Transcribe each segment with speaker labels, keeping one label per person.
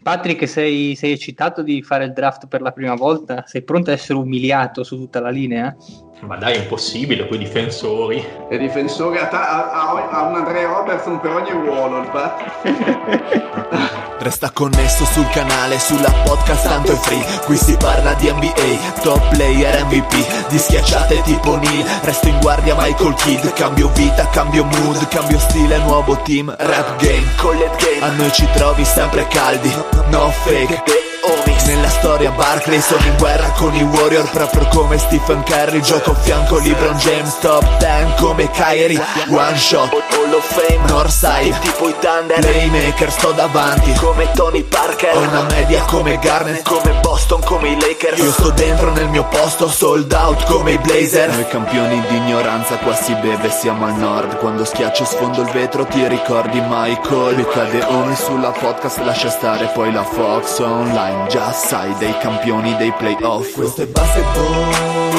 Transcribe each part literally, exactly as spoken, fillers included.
Speaker 1: Patrick, sei, sei eccitato di fare il draft per la prima volta? Sei pronto ad essere umiliato su tutta la linea?
Speaker 2: Ma dai, è impossibile, quei difensori.
Speaker 3: E difensori a, ta- a, a un Andrea Robertson per ogni ruolo, il Pat.
Speaker 4: Resta connesso sul canale, sulla podcast tanto è free. Qui si parla di N B A, top player M V P, di schiacciate tipo Neil. Resto in guardia Michael Kidd, cambio vita, cambio mood, cambio stile, nuovo team, rap game, collet game. A noi ci trovi sempre caldi, no fake, homies. Nella storia Barkley sono in guerra con i Warrior, proprio come Stephen Curry. Gioco a fianco LeBron James, top ten come Kyrie. One shot, Hall of Fame, Northside, tipo i Thunder. Playmaker, sto davanti come Tony Parker. Ho una media come Garnett, come Boston, come i Lakers. Io sto dentro nel mio posto, sold out come i Blazer. Noi campioni di ignoranza, qua si beve, siamo al nord. Quando schiaccio sfondo il vetro ti ricordi Michael. Mi cade ogni sulla podcast, lascia stare poi la Fox online. Già sai dei campioni dei playoff. Questo è basketball,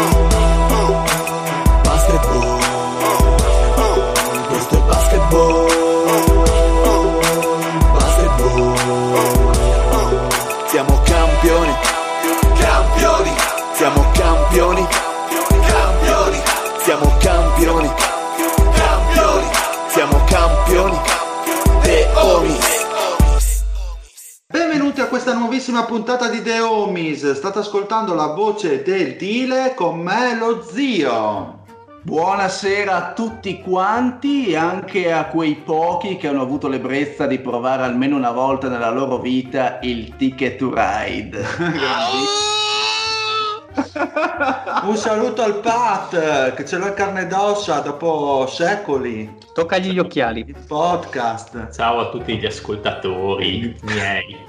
Speaker 4: basketball. Questo è basketball, basketball. Siamo campioni, campioni. Siamo campioni, campioni. Siamo campioni, campioni. Siamo campioni, The Homies.
Speaker 5: Benvenuti a questa nuovissima puntata di The Homies. State ascoltando la voce del Dile, con me lo zio.
Speaker 3: Buonasera a tutti quanti e anche a quei pochi che hanno avuto l'ebbrezza di provare almeno una volta nella loro vita il Ticket to Ride.
Speaker 5: Un saluto al Pat che ce l'ha in carne ed ossa dopo secoli.
Speaker 1: Toccagli gli occhiali.
Speaker 5: Il podcast.
Speaker 2: Ciao a tutti gli ascoltatori miei.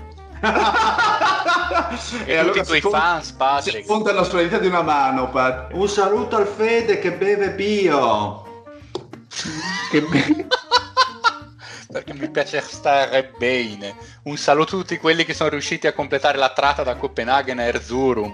Speaker 3: E,
Speaker 6: e
Speaker 3: allora
Speaker 6: tutti i tuoi fans, Patrick.
Speaker 3: Conta la solidità di una mano, Pat.
Speaker 5: Un saluto al Fede che beve bio.
Speaker 1: Che be-
Speaker 6: Perché mi piace stare bene. Un saluto a tutti quelli che sono riusciti a completare la tratta da Copenaghen a Erzurum.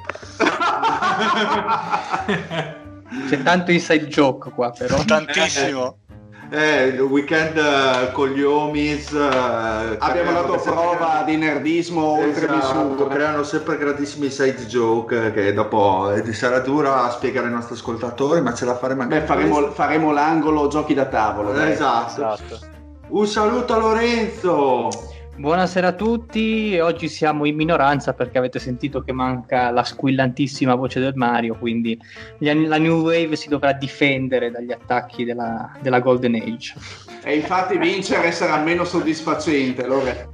Speaker 1: C'è tanto inside joke qua, però.
Speaker 6: Tantissimo.
Speaker 5: Eh, il weekend uh, con gli homies uh,
Speaker 3: Abbiamo dato prova di nerdismo oltre
Speaker 5: esatto,
Speaker 3: misura.
Speaker 5: creano sempre grandissimi side joke che dopo eh, sarà duro a spiegare ai nostri ascoltatori, ma ce la faremo anche.
Speaker 3: Beh, faremo, faremo l'angolo giochi da tavolo.
Speaker 5: Eh,
Speaker 3: dai.
Speaker 5: esatto.
Speaker 6: Esatto.
Speaker 5: Un saluto a Lorenzo.
Speaker 1: Buonasera a tutti, oggi siamo in minoranza perché avete sentito che manca la squillantissima voce del Mario, quindi gli- la New Wave si dovrà difendere dagli attacchi della, della Golden Age.
Speaker 3: E infatti vincere sarà meno soddisfacente, Lore.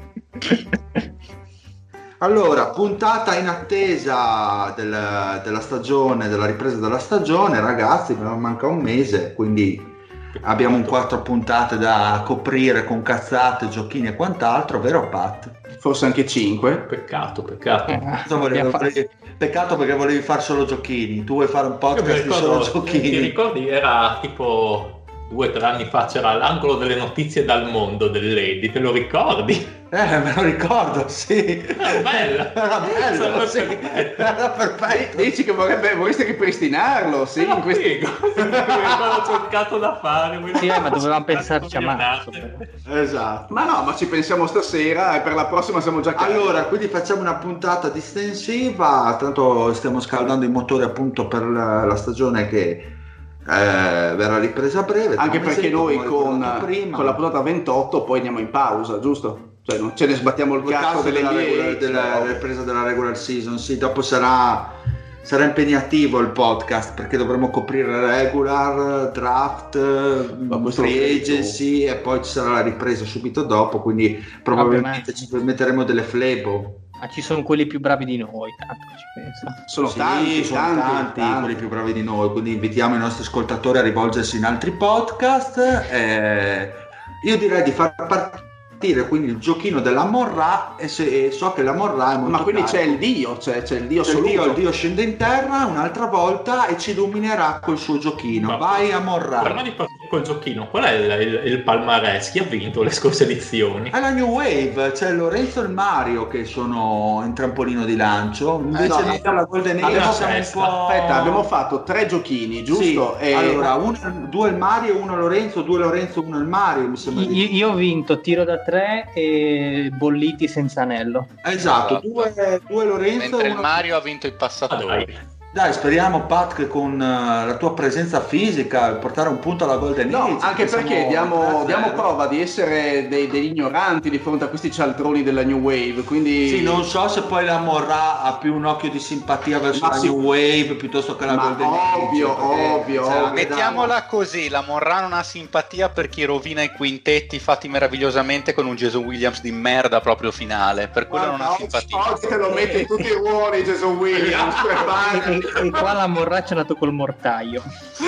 Speaker 5: Allora, puntata in attesa del- della stagione, della ripresa della stagione, ragazzi, manca un mese, quindi abbiamo un quattro puntate da coprire con cazzate, giochini e quant'altro, vero Pat?
Speaker 3: Forse anche cinque.
Speaker 2: Peccato, peccato.
Speaker 1: Eh,
Speaker 5: Cosa volevi-
Speaker 1: abbiamo fa-
Speaker 5: volevi- Peccato perché volevi fare solo giochini, tu vuoi fare un
Speaker 2: Io mi
Speaker 5: podcast di solo
Speaker 2: ricordo, ti
Speaker 5: giochini.
Speaker 2: ricordi, era tipo due o tre anni fa, c'era l'angolo delle notizie dal mondo dell'Edi, te lo ricordi?
Speaker 5: Eh, me lo ricordo, sì.
Speaker 2: Era bella.
Speaker 5: Era bello,
Speaker 2: Era
Speaker 5: sì.
Speaker 2: perfetto.
Speaker 5: Era perfetto.
Speaker 3: Dici che vorrebbe, vorreste ripristinarlo, sì,
Speaker 2: Era
Speaker 3: in questi...
Speaker 2: figo. Ho cercato da fare.
Speaker 1: Sì, eh, ma dovevamo pensarci a marzo.
Speaker 5: Esatto.
Speaker 3: Ma no, ma ci pensiamo stasera e per la prossima siamo già carichi.
Speaker 5: Allora, quindi facciamo una puntata distensiva, tanto stiamo scaldando i motori appunto per la, la stagione che eh, verrà ripresa a breve.
Speaker 3: Anche
Speaker 5: Tra un
Speaker 3: perché
Speaker 5: mesetto,
Speaker 3: noi
Speaker 5: come
Speaker 3: con,
Speaker 5: ricordato prima.
Speaker 3: con la puntata ventotto poi andiamo in pausa, giusto? Cioè non ce ne sbattiamo il
Speaker 5: Il
Speaker 3: cazzo
Speaker 5: caso
Speaker 3: delle
Speaker 5: della, regular-
Speaker 3: N B A,
Speaker 5: della
Speaker 3: no.
Speaker 5: ripresa della regular season, sì, dopo sarà sarà impegnativo il podcast perché dovremo coprire regular, draft,
Speaker 3: questo
Speaker 5: free
Speaker 3: lo fai
Speaker 5: agency e poi ci sarà la ripresa subito dopo, quindi probabilmente ci metteremo delle flebo.
Speaker 1: Ma ci sono quelli più bravi di noi, tanto ci pensa.
Speaker 3: Sono
Speaker 5: Sì,
Speaker 3: tanti,
Speaker 5: sono
Speaker 3: tanti,
Speaker 5: tanti,
Speaker 3: tanti.
Speaker 5: quelli più bravi di noi, quindi invitiamo i nostri ascoltatori a rivolgersi in altri podcast. Eh, io direi di far partire quindi il giochino della Morra e, se, e so che la Morra è molto
Speaker 3: Ma quindi
Speaker 5: carico.
Speaker 3: c'è il dio, cioè c'è il dio
Speaker 5: C'è il
Speaker 3: assoluto.
Speaker 5: dio, il dio scende in terra un'altra volta e ci illuminerà col suo giochino.
Speaker 2: Ma-
Speaker 5: Vai a Morra.
Speaker 2: Prima di, par- col giochino, qual è il, il, il palmarès? Chi ha vinto le scorse edizioni?
Speaker 5: È la New Wave, c'è Lorenzo e il Mario che sono in trampolino di lancio, invece
Speaker 3: no,
Speaker 5: noi alla Golden Age
Speaker 3: abbiamo,
Speaker 5: siamo un po'...
Speaker 3: aspetta, abbiamo fatto tre giochini, giusto?
Speaker 5: Sì,
Speaker 3: E...
Speaker 5: allora, uno, due il Mario, uno Lorenzo, due Lorenzo, uno il Mario, mi sembra
Speaker 1: Io,
Speaker 5: di...
Speaker 1: io ho vinto tiro da tre e bolliti senza anello.
Speaker 5: Esatto,
Speaker 6: Esatto.
Speaker 5: Due, due Lorenzo
Speaker 6: Mentre
Speaker 5: e
Speaker 6: il
Speaker 5: uno...
Speaker 6: Mario ha vinto i passatori.
Speaker 2: Ah, dai.
Speaker 5: Dai, speriamo Pat che con uh, la tua presenza fisica portare un punto alla Golden
Speaker 3: No,
Speaker 5: Age,
Speaker 3: anche
Speaker 5: siamo
Speaker 3: perché diamo,
Speaker 5: tre a
Speaker 3: diamo
Speaker 5: zero.
Speaker 3: prova di essere dei, degli ignoranti di fronte a questi cialtroni della New Wave, quindi...
Speaker 5: Sì, non so se poi la Morra ha più un occhio di simpatia verso
Speaker 3: Ma
Speaker 5: la
Speaker 3: sì.
Speaker 5: New Wave piuttosto che la
Speaker 3: Ma
Speaker 5: Golden
Speaker 3: ovvio,
Speaker 5: Age. perché,
Speaker 3: ovvio,
Speaker 5: cioè,
Speaker 3: ovvio.
Speaker 6: Mettiamola così, la Morra non ha simpatia per chi rovina i quintetti fatti meravigliosamente con un Jason Williams di merda proprio finale, per quello non ha
Speaker 3: Guarda,
Speaker 6: simpatia.
Speaker 3: oggi te lo metti in tutti i ruoli Jason Williams,
Speaker 1: E,
Speaker 3: preparati.
Speaker 1: e- e qua la morraccia è nato col mortaio.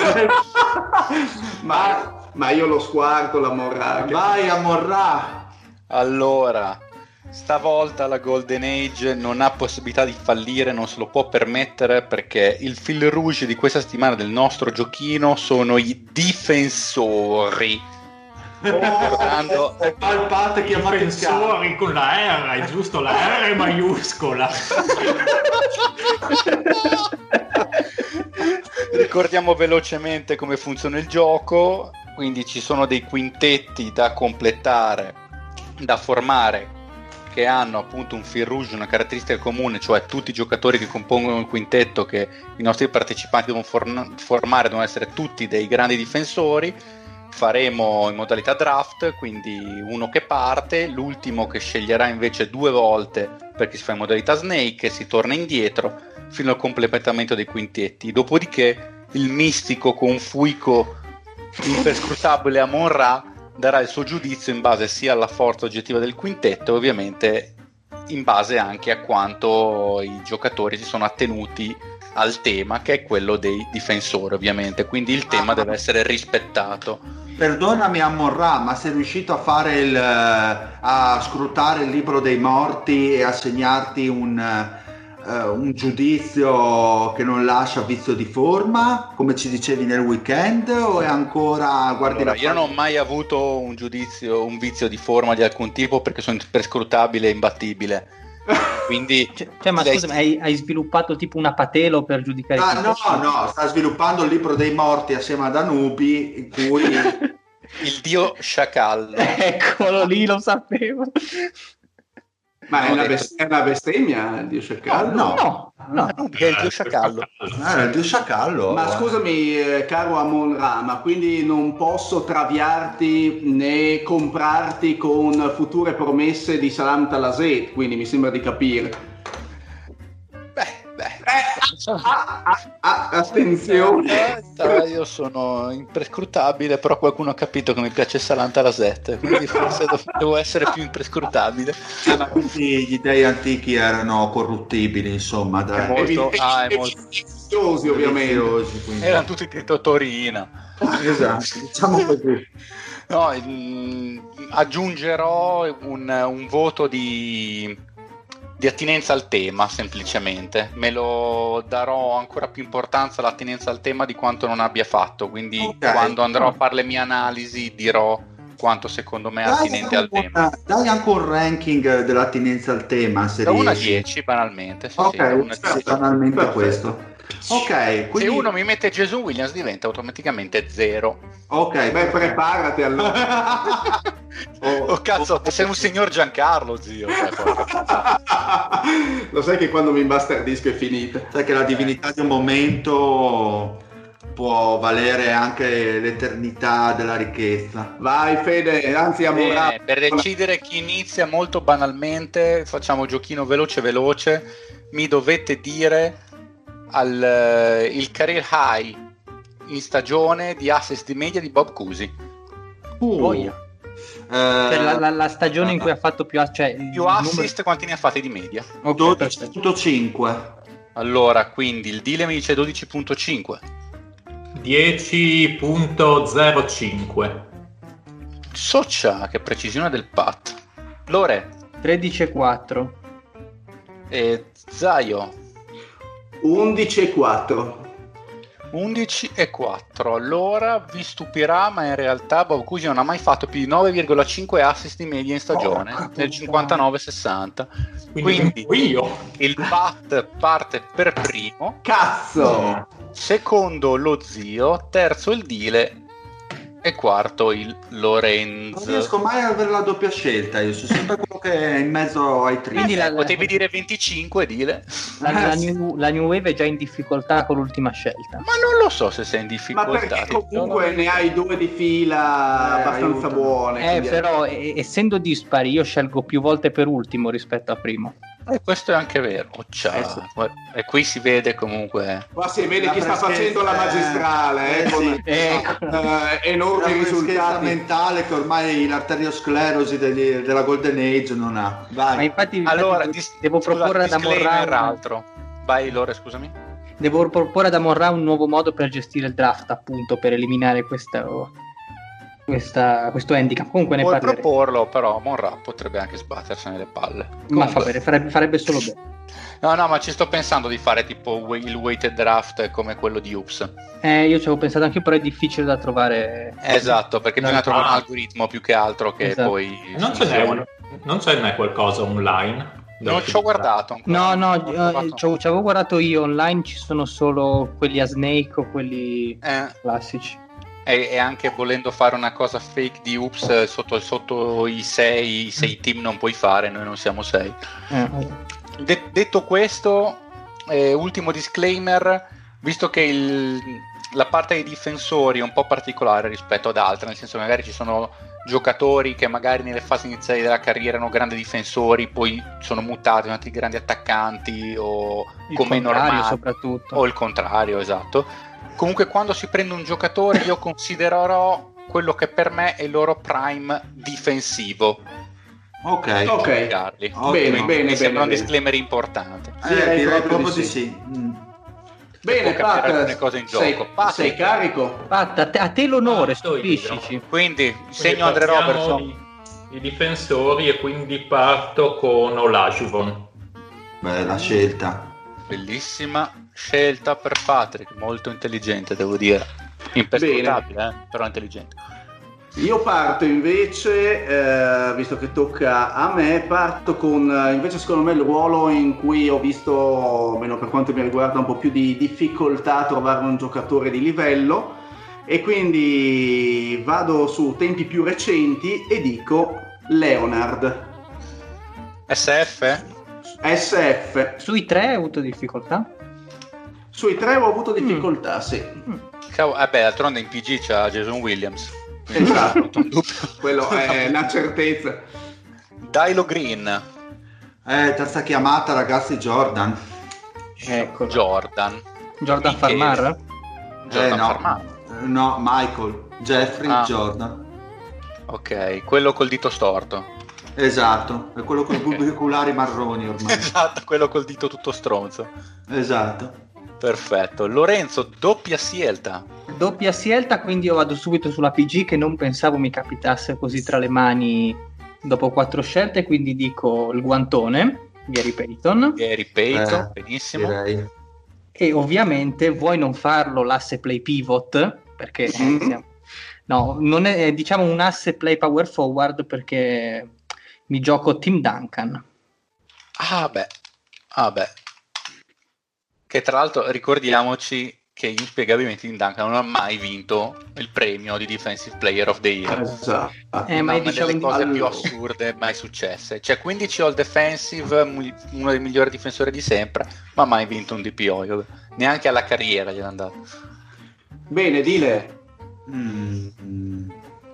Speaker 3: ma, ma io lo squarto la morra.
Speaker 5: Vai a Morra!
Speaker 6: Allora, stavolta la Golden Age non ha possibilità di fallire, non se lo può permettere perché il fil rouge di questa settimana del nostro giochino sono i difensori. Ricordando-
Speaker 5: Oh, il Pat è chiamato in scala.
Speaker 2: Difensori con la R, è giusto, la R è maiuscola.
Speaker 6: Ricordiamo velocemente come funziona il gioco, quindi ci sono dei quintetti da completare, da formare, che hanno appunto un fil rouge, una caratteristica comune, cioè tutti i giocatori che compongono il quintetto che i nostri partecipanti devono forn- formare devono essere tutti dei grandi difensori. Faremo in modalità draft, quindi uno che parte, l'ultimo che sceglierà invece due volte perché si fa in modalità snake e si torna indietro fino al completamento dei quintetti. Dopodiché il mistico con fuico imperscrutabile Amon-Ra darà il suo giudizio in base sia alla forza oggettiva del quintetto e ovviamente in base anche a quanto i giocatori si sono attenuti al tema, che è quello dei difensori ovviamente, quindi il tema deve essere rispettato.
Speaker 5: Perdonami a Morra, ma sei riuscito a fare il a scrutare il libro dei morti e a segnarti un, uh, un giudizio che non lascia vizio di forma, come ci dicevi nel weekend, o è ancora guardi
Speaker 6: Allora,
Speaker 5: la
Speaker 6: io non ho mai avuto un giudizio, un vizio di forma di alcun tipo perché sono imperscrutabile e imbattibile. Quindi
Speaker 1: Cioè, cioè, ma
Speaker 6: lei-
Speaker 1: scusami, hai, hai sviluppato tipo una patelo per giudicare
Speaker 5: Ah,
Speaker 1: i
Speaker 5: no,
Speaker 1: quintetti?
Speaker 5: no, sta sviluppando il libro dei morti assieme ad Anubi, in cui
Speaker 6: il dio sciacallo.
Speaker 1: Eccolo lì, lo sapevo.
Speaker 3: Ma è
Speaker 6: No,
Speaker 3: una,
Speaker 6: detto-
Speaker 3: best- è una bestemmia, Dio sciacallo?
Speaker 5: No,
Speaker 1: No, no.
Speaker 6: Anubi è il dio sciacallo.
Speaker 5: ah, il dio sciacallo.
Speaker 3: Ma scusami, eh, caro Amon-Ra, ma quindi non posso traviarti né comprarti con future promesse di Salam Talasset, quindi mi sembra di capire.
Speaker 6: Beh, beh.
Speaker 3: Ah, ah, ah, attenzione!
Speaker 6: Eh, Io sono imprescrutabile, però qualcuno ha capito che mi piace Salanta la sette, quindi forse do- devo essere più imprescrutabile.
Speaker 5: Eh, ma quindi gli dei antichi erano corruttibili, insomma, dai.
Speaker 6: Molto- ah, è molto-
Speaker 3: Viziosi, ovviamente.
Speaker 5: Deliziosi, quindi.
Speaker 6: Erano tutti di Totorina.
Speaker 5: Esatto, diciamo così.
Speaker 6: No, mm, aggiungerò un, un voto di, di attinenza al tema, semplicemente. Me lo darò ancora più importanza all'attinenza al tema di quanto non abbia fatto, quindi
Speaker 5: Ok.
Speaker 6: quando andrò a fare le mie analisi dirò quanto secondo me è attinente al
Speaker 5: anche
Speaker 6: tema.
Speaker 5: un- dai anche un ranking dell'attinenza al tema, se
Speaker 6: Da uno a
Speaker 5: riesci.
Speaker 6: dieci, banalmente. Sì,
Speaker 5: Ok,
Speaker 6: sì, da uno a
Speaker 5: sì,
Speaker 6: dieci.
Speaker 5: banalmente
Speaker 3: Perfetto.
Speaker 5: questo. Ok,
Speaker 6: Se
Speaker 5: quindi...
Speaker 6: uno mi mette Jason Williams diventa automaticamente zero.
Speaker 5: Ok,
Speaker 3: Beh, preparati allora.
Speaker 6: Oh, cazzo, sei un signor Giancarlo, zio. Cioè, porca puttana.
Speaker 3: Lo sai che quando mi imbastardisco è finita.
Speaker 5: Sai che la divinità di un momento può valere anche l'eternità della ricchezza.
Speaker 3: Vai Fede, anzi Amon-Ra.
Speaker 6: Bene, per decidere chi inizia molto banalmente, facciamo giochino veloce veloce. Mi dovete dire al, eh, il career high in stagione di assist di media di Bob Cousy.
Speaker 5: Uh,
Speaker 1: Boia.
Speaker 5: eh,
Speaker 1: Cioè, la, la- la stagione in cui ha fatto più, cioè, il
Speaker 6: Più
Speaker 1: numero-
Speaker 6: assist, quanti ne ha fatti di media?
Speaker 1: Ok,
Speaker 5: dodici
Speaker 1: perfetto.
Speaker 5: virgola cinque.
Speaker 6: Allora, quindi il dealer mi dice dodici virgola cinque.
Speaker 2: dieci virgola zero cinque.
Speaker 6: Soccia, che precisione del pat. Lore
Speaker 1: tredici e quattro.
Speaker 6: e Zaio.
Speaker 3: undici e quattro.
Speaker 6: undici e quattro. Allora vi stupirà, ma in realtà Bob Cousy non ha mai fatto più di nove virgola cinque assist di media in stagione, oh, nel cinquantanove sessanta. Quindi, Quindi io il Pat parte per primo,
Speaker 3: cazzo,
Speaker 6: secondo lo zio, terzo il Dile e quarto il Lorenzo.
Speaker 5: Non riesco mai ad avere la doppia scelta, io sono sempre quello che è in mezzo ai tri.
Speaker 6: Quindi la, potevi dire venticinque, Dile.
Speaker 1: La, la, new, la New Wave è già in difficoltà con l'ultima scelta.
Speaker 6: Ma non lo so se sei in difficoltà.
Speaker 3: Ma perché comunque ne hai due di fila eh, abbastanza aiuto. buone.
Speaker 1: Eh, però è... essendo dispari io scelgo più volte per ultimo rispetto a primo.
Speaker 6: E eh, questo è anche vero. Oh, eh, sì. E qui si vede comunque.
Speaker 3: Ma si vede chi sta facendo la magistrale, eh, con sì. eh, eh, enormi risultati
Speaker 5: mentale che ormai l'arteriosclerosi degli, della Golden Age non ha. Vai.
Speaker 1: Ma infatti,
Speaker 6: allora
Speaker 1: infatti dis- devo scusa, proporre ad Amon-Ra
Speaker 6: altro. Vai Lore, scusami.
Speaker 1: Devo proporre ad Amon-Ra un nuovo modo per gestire il draft, appunto, per eliminare questa. Questa, questo handicap. Comunque ne
Speaker 6: puoi
Speaker 1: parleremo.
Speaker 6: proporlo, però Amon-Ra potrebbe anche sbattersene le palle.
Speaker 1: Comunque. Ma fa bene, farebbe, farebbe solo bene.
Speaker 6: No, no, ma ci sto pensando di fare tipo il weighted draft come quello di Oops.
Speaker 1: Eh, io ci avevo pensato anche io, però è difficile da trovare.
Speaker 6: Esatto, perché
Speaker 1: no,
Speaker 6: bisogna
Speaker 1: no.
Speaker 6: trovare un algoritmo più che altro che esatto. poi.
Speaker 2: Non ce, n'è un, non ce n'è qualcosa online?
Speaker 6: Non ci ho guardato
Speaker 1: ancora. No, no, eh, ci avevo guardato io online, ci sono solo quelli a Snake o quelli eh. classici.
Speaker 6: E, e anche volendo fare una cosa fake di Oops sotto, sotto i sei, i sei team non puoi fare, noi non siamo sei. Eh. De- detto questo, eh, ultimo disclaimer, visto che il, la parte dei difensori è un po' particolare rispetto ad altre, nel senso che magari ci sono giocatori che magari nelle fasi iniziali della carriera erano grandi difensori, poi sono mutati, sono diventati grandi attaccanti o
Speaker 1: il
Speaker 6: come normale,
Speaker 1: soprattutto.
Speaker 6: O il contrario, esatto. Comunque quando si prende un giocatore io considererò quello che per me è il loro prime difensivo.
Speaker 5: Ok,
Speaker 3: ok, bene,
Speaker 6: mi
Speaker 3: bene,
Speaker 6: sembra
Speaker 3: bene,
Speaker 6: un disclaimer importante.
Speaker 5: Sì, eh, direi proprio di sì, sì.
Speaker 3: Mm. Bene, Pat,
Speaker 6: cose in
Speaker 3: sei,
Speaker 6: gioco. Pat,
Speaker 3: sei carico?
Speaker 1: Pat, a te, a te l'onore, stupiscici.
Speaker 6: Quindi segno Andre Robertson
Speaker 2: i, i difensori e quindi parto con Olajuwon.
Speaker 5: Bella scelta,
Speaker 6: bellissima scelta per Patrick, molto intelligente, devo dire, imperscrutabile, eh? Però intelligente.
Speaker 3: Io parto invece, eh, visto che tocca a me, parto con invece secondo me il ruolo in cui ho visto, almeno per quanto mi riguarda, un po' più di difficoltà a trovare un giocatore di livello, e quindi vado su tempi più recenti e dico Leonard.
Speaker 6: S F?
Speaker 3: S F.
Speaker 1: Sui tre hai avuto difficoltà?
Speaker 3: Sui tre ho avuto difficoltà, mm. sì.
Speaker 6: Mm. Cavo, vabbè, d'altronde in P G c'ha Jason Williams.
Speaker 3: Esatto, quello è una certezza.
Speaker 6: Dylo Green.
Speaker 5: Eh, terza chiamata, ragazzi, Jordan.
Speaker 1: Ecco.
Speaker 6: Jordan.
Speaker 1: Jordan Farmar?
Speaker 6: Jordan
Speaker 5: eh, no.
Speaker 6: Farmar.
Speaker 5: No, Michael. Jeffrey ah. Jordan.
Speaker 6: Ok, quello col dito storto.
Speaker 5: Esatto, è quello con okay. i oculari marroni ormai.
Speaker 6: Esatto, quello col dito tutto stronzo.
Speaker 5: Esatto.
Speaker 6: Perfetto. Lorenzo, doppia scelta.
Speaker 1: Doppia scelta, quindi io vado subito sulla P G che non pensavo mi capitasse così tra le mani dopo quattro scelte, quindi dico il guantone, Gary Payton.
Speaker 6: Gary Payton, eh, benissimo.
Speaker 5: Direi.
Speaker 1: E ovviamente vuoi non farlo l'asse play pivot, perché mm-hmm. eh, siamo... no, non è diciamo un asse play power forward perché mi gioco Tim Duncan.
Speaker 6: Ah beh, ah beh. Che tra l'altro ricordiamoci che inspiegabilmente Tim Duncan non ha mai vinto il premio di Defensive Player of the Year.
Speaker 3: Esatto.
Speaker 1: Eh, ma
Speaker 6: una
Speaker 1: diciamo
Speaker 6: delle cose
Speaker 1: allora.
Speaker 6: più assurde mai successe. Cioè quindici all defensive, uno dei migliori difensori di sempre, ma mai vinto un D P O. Neanche alla carriera gli è andato.
Speaker 3: Bene, Dile.
Speaker 5: Mm.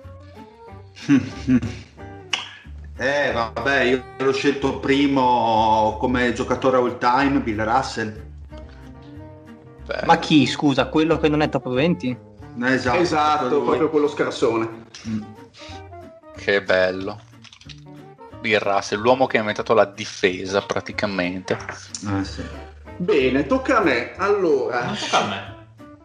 Speaker 5: eh vabbè, io l'ho scelto primo come giocatore all time, Bill Russell.
Speaker 6: Beh.
Speaker 1: Ma chi, scusa, quello che non è top venti?
Speaker 3: Esatto, esatto quello proprio quello scarsone.
Speaker 5: Mm.
Speaker 6: Che bello. Bill Russell, l'uomo che ha inventato la difesa praticamente.
Speaker 5: Eh, sì.
Speaker 3: Bene, tocca a me. Allora,
Speaker 2: non tocca a me.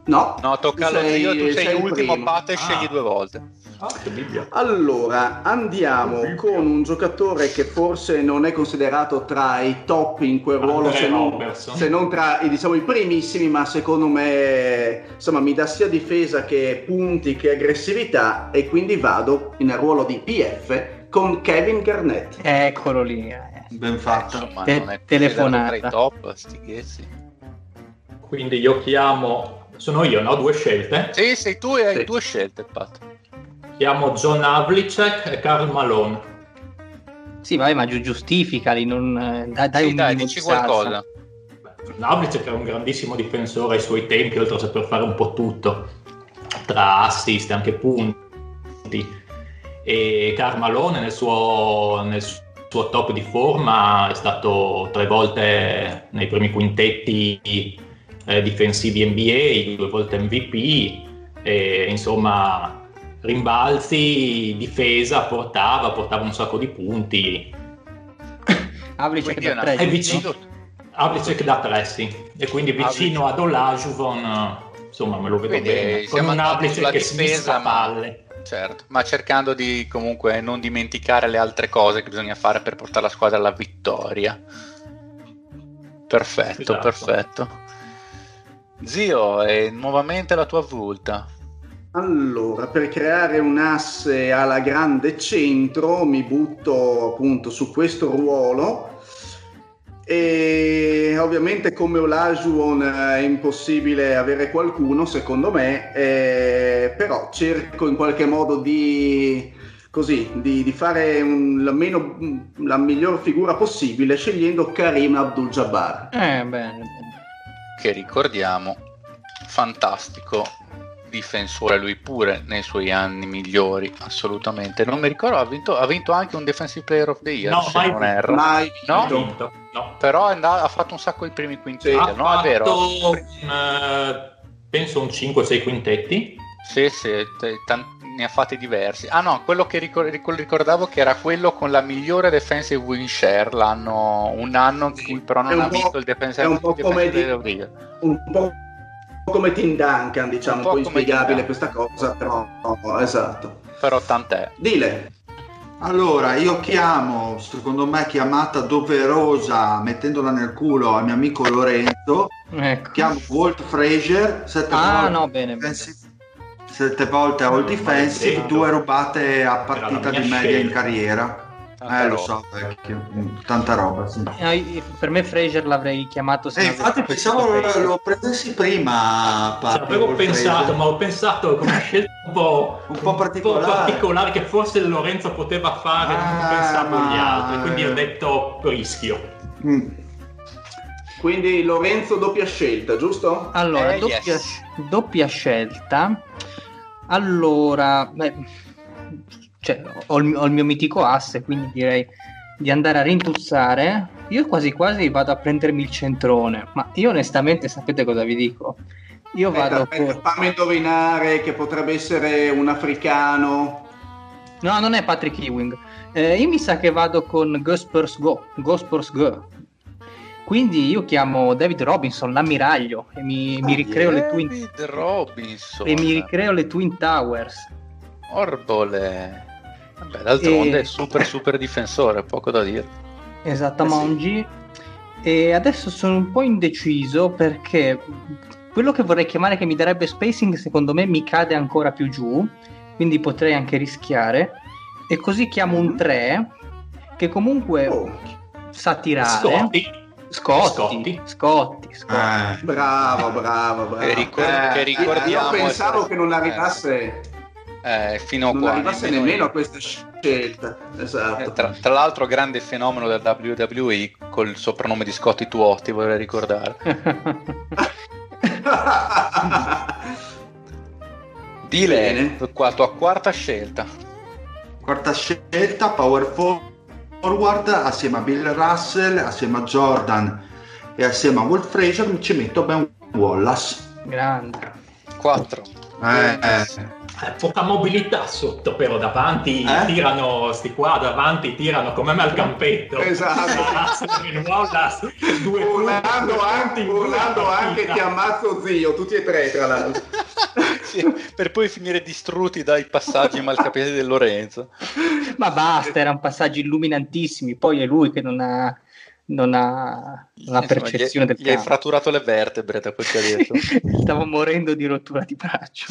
Speaker 3: No,
Speaker 6: No, tocca allo
Speaker 3: sei-
Speaker 6: zio, tu sei
Speaker 3: sei il
Speaker 6: l'ultimo
Speaker 3: primo.
Speaker 6: Pat e scegli
Speaker 2: Ah.
Speaker 6: due volte.
Speaker 2: Ah, che Bibbia.
Speaker 3: Allora, andiamo con un giocatore che forse non è considerato tra i top in quel ruolo,
Speaker 2: Andre
Speaker 3: se non,
Speaker 2: Robertson.
Speaker 3: se non tra i, diciamo, i primissimi, ma secondo me insomma mi dà sia difesa che punti che aggressività, e quindi vado in ruolo di P F con Kevin Garnett.
Speaker 1: Eccolo lì. eh.
Speaker 5: Ben fatto.
Speaker 6: Insomma,
Speaker 1: Te-
Speaker 6: non è
Speaker 1: telefonata.
Speaker 6: tra i top, sti ghezzi.
Speaker 2: Quindi io chiamo, sono io, no? Due scelte.
Speaker 6: Sì, sei tu e hai
Speaker 3: Sì.
Speaker 6: due scelte, Pat.
Speaker 2: Chiamo John Havlicek e Karl Malone.
Speaker 1: Sì, vai, ma giu- giustificali, non, eh, dai, dai
Speaker 6: Sì,
Speaker 1: un
Speaker 6: dai,
Speaker 1: minimo
Speaker 6: dici
Speaker 1: di salsa.
Speaker 6: qualcosa.
Speaker 2: John Havlicek era un grandissimo difensore ai suoi tempi, oltre a saper fare un po' tutto, tra assist e anche punti. E Karl Malone nel suo, nel suo top di forma è stato tre volte nei primi quintetti eh, difensivi N B A, due volte M V P, e insomma rimbalzi, difesa, portava, portava un sacco di punti.
Speaker 1: Havlicek
Speaker 6: Quindi
Speaker 1: da
Speaker 6: è una-
Speaker 1: tre,
Speaker 2: È
Speaker 1: giusto?
Speaker 2: vicino, Havlicek da tre, sì, e quindi vicino ad Olajuwon, insomma me lo vedo
Speaker 6: Quindi
Speaker 2: bene, con
Speaker 6: siamo
Speaker 2: un
Speaker 6: andati
Speaker 2: Havlicek
Speaker 6: sulla
Speaker 2: che
Speaker 6: difesa,
Speaker 2: smista
Speaker 6: ma-
Speaker 2: palle.
Speaker 6: Certo, ma cercando di comunque non dimenticare le altre cose che bisogna fare per portare la squadra alla vittoria. Perfetto,
Speaker 2: Esatto.
Speaker 6: perfetto. Zio, è nuovamente la tua volta.
Speaker 3: Allora, per creare un asse alla grande centro mi butto appunto su questo ruolo, e ovviamente come Olajuwon è impossibile avere qualcuno secondo me, eh, però cerco in qualche modo di, così, di, di fare un- la, meno, la miglior figura possibile scegliendo Kareem Abdul-Jabbar.
Speaker 1: Eh, bene, bene.
Speaker 6: Che ricordiamo, fantastico difensore lui pure nei suoi anni migliori, assolutamente. Non mi ricordo, ha vinto, ha vinto anche un Defensive Player of the Year,
Speaker 2: No,
Speaker 6: se
Speaker 2: mai
Speaker 6: non
Speaker 2: vinto.
Speaker 6: erro.
Speaker 3: Mai
Speaker 6: No?
Speaker 2: Ha
Speaker 3: vinto.
Speaker 2: vinto, no.
Speaker 6: Però è andato- ha fatto un sacco di primi quintetti,
Speaker 2: Ha
Speaker 6: no? È vero?
Speaker 2: fatto un, eh, penso un cinque sei quintetti.
Speaker 6: Sì, sì, te- tan- ne ha fatti diversi. Ah no, quello che ricor- ricor- ricordavo che era quello con la migliore defensive win share, l'anno, un anno in cui però
Speaker 3: È
Speaker 6: non
Speaker 3: un
Speaker 6: ha
Speaker 3: po'-
Speaker 6: vinto il defensive,
Speaker 3: è un po'
Speaker 6: defensive
Speaker 3: come
Speaker 6: player
Speaker 3: di-
Speaker 6: of the year.
Speaker 3: un po' come Tim Duncan, diciamo,
Speaker 6: Un
Speaker 3: un
Speaker 6: po'
Speaker 3: po'
Speaker 6: come
Speaker 3: inspiegabile
Speaker 6: Tim
Speaker 3: questa cosa, però no, esatto.
Speaker 6: Però tant'è.
Speaker 3: Dile.
Speaker 5: Allora, io chiamo, secondo me chiamata doverosa, mettendola nel culo al mio amico Lorenzo,
Speaker 1: Ecco.
Speaker 5: chiamo Walt Frazier, sette
Speaker 1: Ah,
Speaker 5: volte
Speaker 1: no, bene, bene.
Speaker 5: defensive- sette volte all defensive,
Speaker 2: maledetto.
Speaker 5: due rubate a
Speaker 2: Era
Speaker 5: partita
Speaker 2: la mia
Speaker 5: di media in
Speaker 2: scelta.
Speaker 5: carriera.
Speaker 6: Tanta
Speaker 5: Eh, lo
Speaker 6: roba.
Speaker 5: so, vecchio. Mm, tanta roba, sì.
Speaker 1: Eh, io- Per me Fraser l'avrei chiamato se
Speaker 5: Eh,
Speaker 1: non
Speaker 5: infatti
Speaker 1: avessi
Speaker 5: pensavo
Speaker 1: sentito
Speaker 5: lo,
Speaker 1: Fraser.
Speaker 5: lo prendessi prima,
Speaker 2: Ci
Speaker 5: Pat,
Speaker 2: avevo
Speaker 5: Walt
Speaker 2: pensato,
Speaker 5: Frazier.
Speaker 2: ma ho pensato come scelta un po',
Speaker 5: Un po' particolare.
Speaker 2: particolare che forse Lorenzo poteva fare, non
Speaker 5: Ah,
Speaker 2: pensavo agli
Speaker 5: ma-
Speaker 2: altri, quindi ho detto rischio.
Speaker 5: Mm.
Speaker 3: Quindi Lorenzo doppia scelta, giusto?
Speaker 1: Allora,
Speaker 6: Eh,
Speaker 1: doppia,
Speaker 6: yes.
Speaker 1: doppia scelta. Allora, beh, cioè, ho, il, ho il mio mitico asse, quindi direi di andare a rintuzzare. Io quasi quasi vado a prendermi il centrone, ma io onestamente sapete cosa vi dico? Io vado
Speaker 3: Aspetta, aspetta,
Speaker 1: con...
Speaker 3: fammi indovinare che potrebbe essere un africano.
Speaker 1: No, non è Patrick Ewing. Eh, io mi sa che vado con Go Spurs Go, Go Spurs Go. Quindi io chiamo David Robinson, l'ammiraglio, e mi, mi ricreo le Twin
Speaker 6: David Robinson.
Speaker 1: e mi ricreo le Twin Towers.
Speaker 6: Orbole. Vabbè, d'altronde
Speaker 1: E-
Speaker 6: è super super difensore, poco da dire.
Speaker 1: Esattamente. E adesso sono un po' indeciso perché quello che vorrei chiamare che mi darebbe spacing secondo me mi cade ancora più giù, quindi potrei anche rischiare, e così chiamo un tre che comunque
Speaker 3: Oh,
Speaker 1: sa tirare.
Speaker 2: Scotti.
Speaker 1: Scotti,
Speaker 2: Scotti.
Speaker 1: Scotti, Scotti.
Speaker 5: Eh.
Speaker 3: bravo, bravo, bravo.
Speaker 6: Che ricor-
Speaker 3: Eh,
Speaker 6: che ricordiamo
Speaker 3: io pensavo
Speaker 6: essere-
Speaker 3: che non arrivasse,
Speaker 6: Eh, fino a
Speaker 3: non
Speaker 6: qua.
Speaker 3: arrivasse
Speaker 6: nemmeno
Speaker 3: nemmeno
Speaker 6: io.
Speaker 3: a questa scelta. Esatto.
Speaker 6: Eh, tra, tra l'altro grande fenomeno del W W E col soprannome di Scotty Tuotti, vorrei ricordare. Dile,
Speaker 3: Bene.
Speaker 6: qua, tua quarta scelta.
Speaker 5: Quarta scelta, power forward, assieme a Bill Russell, assieme a Jordan e assieme a Walt Frazier ci metto Ben Wallace.
Speaker 1: Grande.
Speaker 6: quattro.
Speaker 5: Eh, eh.
Speaker 2: Eh, poca mobilità sotto, però davanti
Speaker 5: Eh?
Speaker 2: tirano, sti qua davanti tirano come me al campetto.
Speaker 3: Esatto.
Speaker 2: Wallace, due
Speaker 3: Urlando
Speaker 2: punti
Speaker 3: anche,
Speaker 2: in una
Speaker 3: urlando anche
Speaker 2: partita.
Speaker 3: ti ammazzo zio, tutti e tre tra l'altro.
Speaker 6: Sì, per poi finire distrutti dai passaggi malcapiti del Lorenzo.
Speaker 1: Ma basta, erano passaggi illuminantissimi. Poi è lui che non ha, non ha, non ha
Speaker 6: Insomma,
Speaker 1: percezione
Speaker 6: gli,
Speaker 1: del
Speaker 6: gli hai
Speaker 1: campo.
Speaker 6: fratturato le vertebre da quel che hai detto.
Speaker 1: Stavo morendo di rottura di braccio.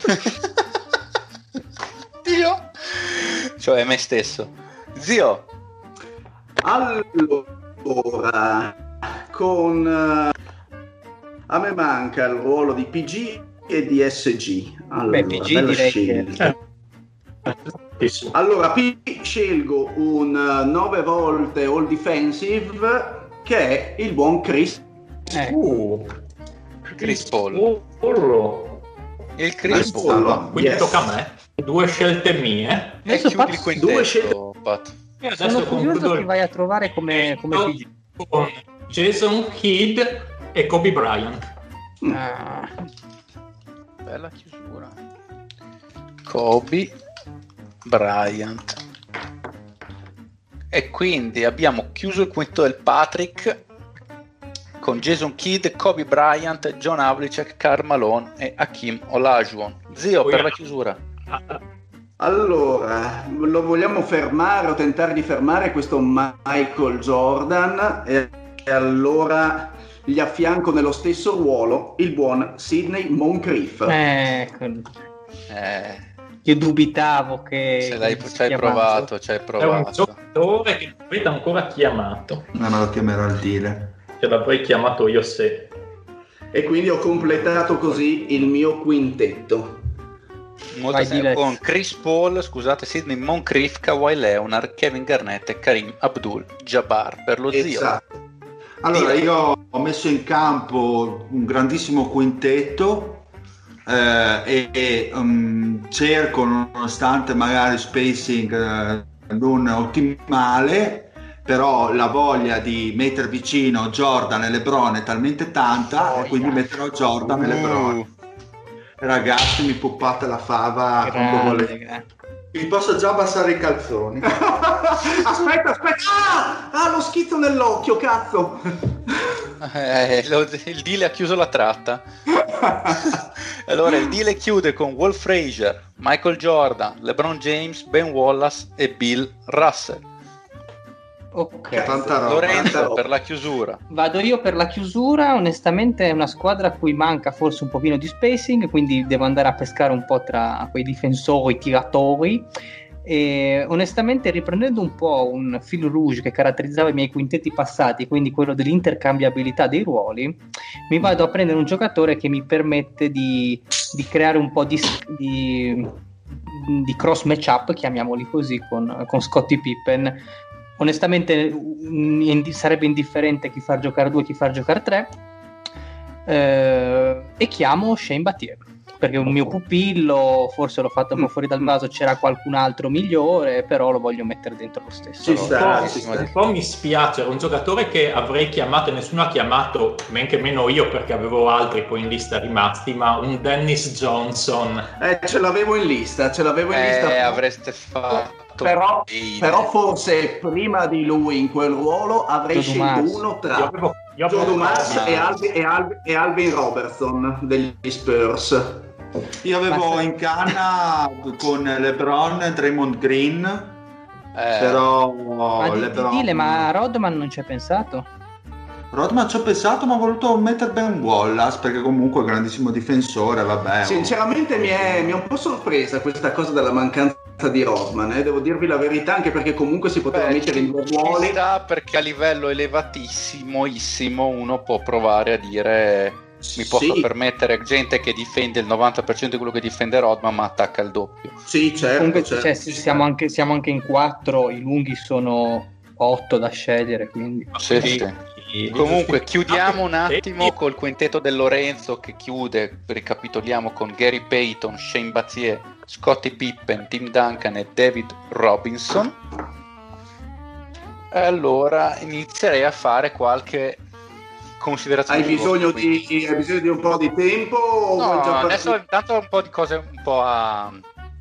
Speaker 6: Dio, cioè me stesso. Zio,
Speaker 3: Allora, con eh, a me manca il ruolo di P G e di S G. Allora,
Speaker 1: Beh, P G
Speaker 3: bella
Speaker 1: direi
Speaker 3: scelta.
Speaker 2: Sì, sì.
Speaker 3: Allora, P scelgo un uh, nove volte all defensive che è il buon Chris.
Speaker 1: Eh,
Speaker 2: Uh,
Speaker 6: Chris Paul.
Speaker 2: Uh, uh,
Speaker 6: Il Chris
Speaker 3: Paul.
Speaker 6: Paul.
Speaker 2: quindi
Speaker 3: Yes.
Speaker 2: tocca a me. Due scelte mie.
Speaker 6: E
Speaker 1: Adesso
Speaker 6: chiudi
Speaker 1: Pat,
Speaker 6: il
Speaker 3: due
Speaker 6: quintetto,
Speaker 3: scelte-
Speaker 6: Pat.
Speaker 2: E
Speaker 1: sono
Speaker 2: adesso
Speaker 1: curioso
Speaker 2: concludo
Speaker 1: chi vai a trovare come, come P G.
Speaker 2: con Jason Kidd e Kobe Bryant.
Speaker 1: Ah,
Speaker 6: Bella chiusura. Kobe Bryant. E quindi abbiamo chiuso il quinto del Patrick con Jason Kidd, Kobe Bryant, John Havlicek, Karl Malone e Hakeem Olajuwon. Zio, per la chiusura.
Speaker 3: Allora, lo vogliamo fermare o tentare di fermare questo Michael Jordan e, e allora gli affianco nello stesso ruolo il buon Sidney Moncrief.
Speaker 1: ecco.
Speaker 6: Eh,
Speaker 1: Io dubitavo che...
Speaker 6: se l'hai
Speaker 1: che si
Speaker 6: ci hai
Speaker 1: chiamasse.
Speaker 6: provato, ci hai
Speaker 2: È un
Speaker 6: provato.
Speaker 2: giocatore che non avete ancora chiamato.
Speaker 5: Non me lo chiamerò il dealer.
Speaker 2: Ce l'avrei chiamato io se.
Speaker 3: E quindi ho completato così il mio quintetto.
Speaker 6: Molto
Speaker 1: Vai,
Speaker 6: bene.
Speaker 1: Dilex.
Speaker 6: Con Chris Paul, scusate, Sidney Moncrief, Kawhi Leonard, Kevin Garnett e Karim Abdul-Jabbar per lo zio.
Speaker 3: Esatto.
Speaker 5: Allora, io ho messo in campo un grandissimo quintetto eh, e, e um, cerco, nonostante magari spacing eh, non ottimale, però la voglia di mettere vicino Jordan e LeBron è talmente tanta,
Speaker 1: Oh,
Speaker 5: e quindi
Speaker 1: yeah.
Speaker 5: metterò Jordan e LeBron.
Speaker 6: Uh,
Speaker 5: Ragazzi, mi puppate la fava quando
Speaker 1: Grande,
Speaker 5: volete.
Speaker 1: grande.
Speaker 5: Vi posso già abbassare i calzoni.
Speaker 3: Aspetta, aspetta! Ah! Ah, lo schizzo nell'occhio, cazzo!
Speaker 6: eh, lo- il deal ha chiuso la tratta. Allora il deal chiude con Walt Frazier, Michael Jordan, LeBron James, Ben Wallace e Bill Russell.
Speaker 1: Ok.
Speaker 5: Tanta roba.
Speaker 6: Lorenzo
Speaker 3: tanta roba.
Speaker 6: per la chiusura.
Speaker 1: Vado io per la chiusura. Onestamente è una squadra a cui manca forse un pochino di spacing, quindi devo andare a pescare un po' tra quei difensori tiratori. E onestamente, riprendendo un po' un fil rouge che caratterizzava i miei quintetti passati, quindi quello dell'intercambiabilità dei ruoli, mi vado a prendere un giocatore che mi permette di, di creare un po' di, di, di cross matchup, chiamiamoli così, con, con Scottie Pippen. Onestamente mh, sarebbe indifferente chi far giocare due, chi far giocare tre, eh, e chiamo Shane Battier perché è un mio pupillo, forse l'ho fatto un po' fuori dal vaso, c'era qualcun altro migliore, però lo voglio mettere dentro lo stesso.
Speaker 3: Ci sta,
Speaker 2: Un
Speaker 3: ci
Speaker 2: po',
Speaker 3: sta.
Speaker 2: un po' mi spiace, era un giocatore che avrei chiamato e nessuno ha chiamato, men che meno io perché avevo altri poi in lista rimasti, ma un Dennis Johnson.
Speaker 3: Eh, ce l'avevo in lista, ce l'avevo in
Speaker 6: Eh,
Speaker 3: lista.
Speaker 6: avreste fatto
Speaker 3: Però,
Speaker 6: bene.
Speaker 3: però forse prima di lui in quel ruolo avrei
Speaker 1: Joe
Speaker 3: scelto
Speaker 1: Dumars.
Speaker 3: uno
Speaker 2: Io
Speaker 3: tra
Speaker 2: avevo, io
Speaker 3: Joe
Speaker 2: avevo
Speaker 3: Dumars
Speaker 2: Coleman.
Speaker 3: e, Alvi- e, Alvi- e Alvin Robertson degli Spurs.
Speaker 5: Io avevo
Speaker 1: Basta.
Speaker 5: in canna con LeBron Draymond Green,
Speaker 6: Eh,
Speaker 5: però
Speaker 1: Ma di, di
Speaker 5: LeBron...
Speaker 1: Dile, ma a Rodman non ci hai pensato?
Speaker 5: Rodman ci ho pensato, ma ho voluto mettere Ben Wallace perché comunque è un grandissimo difensore, vabbè.
Speaker 3: Sinceramente mi è, mi è un po' sorpresa questa cosa della mancanza di Rodman, eh, devo dirvi la verità, anche perché comunque si poteva
Speaker 6: beh,
Speaker 3: mettere in due
Speaker 6: ci
Speaker 3: ruoli.
Speaker 6: sta, perché a livello elevatissimo uno può provare a dire mi posso
Speaker 3: Sì.
Speaker 6: permettere gente che difende il novanta per cento di quello che difende Rodman ma attacca il doppio.
Speaker 3: Sì, certo,
Speaker 1: Comunque
Speaker 3: certo.
Speaker 1: cioè, sì, siamo, anche, siamo anche in quattro, i lunghi sono otto da scegliere, quindi
Speaker 6: Sì,
Speaker 2: Sì,
Speaker 6: sì.
Speaker 2: sì,
Speaker 6: Comunque
Speaker 2: giusti-
Speaker 6: chiudiamo un
Speaker 2: Ah,
Speaker 6: attimo
Speaker 2: sì.
Speaker 6: col quintetto del Lorenzo che chiude, ricapitoliamo, con Gary Payton, Shane Battier, Scottie Pippen, Tim Duncan e David Robinson. E allora inizierei a fare qualche considerazione.
Speaker 3: Hai
Speaker 6: sul
Speaker 3: bisogno
Speaker 6: vostro quintetto.
Speaker 3: di, hai bisogno di un po' di tempo o vuoi
Speaker 6: No,
Speaker 3: già
Speaker 6: adesso
Speaker 3: partire?
Speaker 6: intanto un po' di cose un po' a,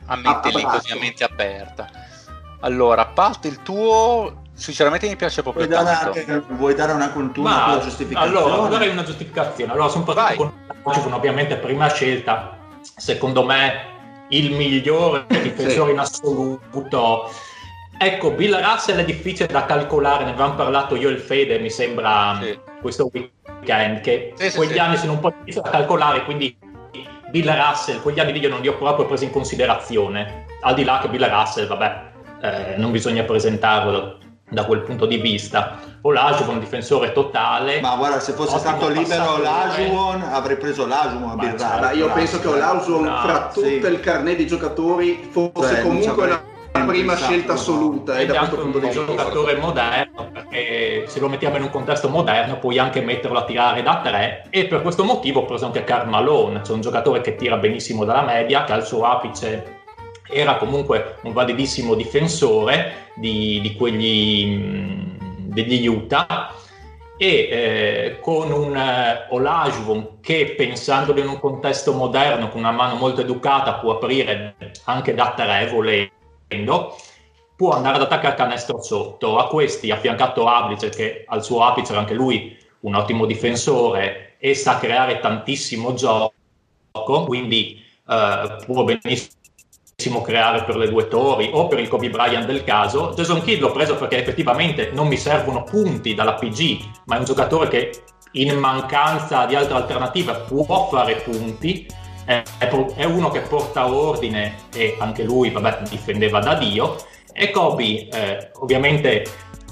Speaker 6: a mente lì così, a mente aperta. Allora, Pat, il tuo sinceramente mi piace proprio
Speaker 5: vuoi
Speaker 6: tanto.
Speaker 5: Dare, vuoi dare una, una,
Speaker 2: Ma,
Speaker 5: una giustificazione?
Speaker 2: Allora, darei una giustificazione. Allora, sono partito con Olajuwon, ovviamente prima scelta, secondo me il migliore difensore sì. in assoluto. Ecco, Bill Russell è difficile da calcolare, ne avevamo parlato io e il Fede, mi sembra, sì. questo weekend, che sì, quegli sì, anni sì. sono un po' difficili da calcolare, quindi Bill Russell, quegli anni lì io non li ho proprio presi in considerazione, al di là che Bill Russell, vabbè, eh, non bisogna presentarlo da quel punto di vista. Olajuwon, un difensore totale.
Speaker 5: Ma guarda, se fosse stato libero Olajuwon, avrei preso Olajuwon a Bill Russell.
Speaker 3: Io penso che Olajuwon, no, fra tutto sì. il carnet di giocatori, fosse cioè, comunque la prima scelta assoluta.
Speaker 2: Ed è anche un giocatore moderno, perché se lo mettiamo in un contesto moderno puoi anche metterlo a tirare da tre, e per questo motivo ho preso anche Karl Malone, cioè un giocatore che tira benissimo dalla media, che al suo apice era comunque un validissimo difensore di, di quegli mh, degli Utah, e eh, con un eh, Olajuwon che, pensandolo in un contesto moderno, con una mano molto educata, può aprire anche da tre volendo, può andare ad attaccare canestro sotto. A questi affiancato Havlicek, che al suo apice era anche lui un ottimo difensore e sa creare tantissimo gioco, quindi eh, può benissimo creare per le due torri o per il Kobe Bryant del caso. Jason Kidd l'ho preso perché effettivamente non mi servono punti dalla P G, ma è un giocatore che in mancanza di altre alternative può fare punti, è, è uno che porta ordine e anche lui, vabbè, difendeva da Dio. E Kobe eh, ovviamente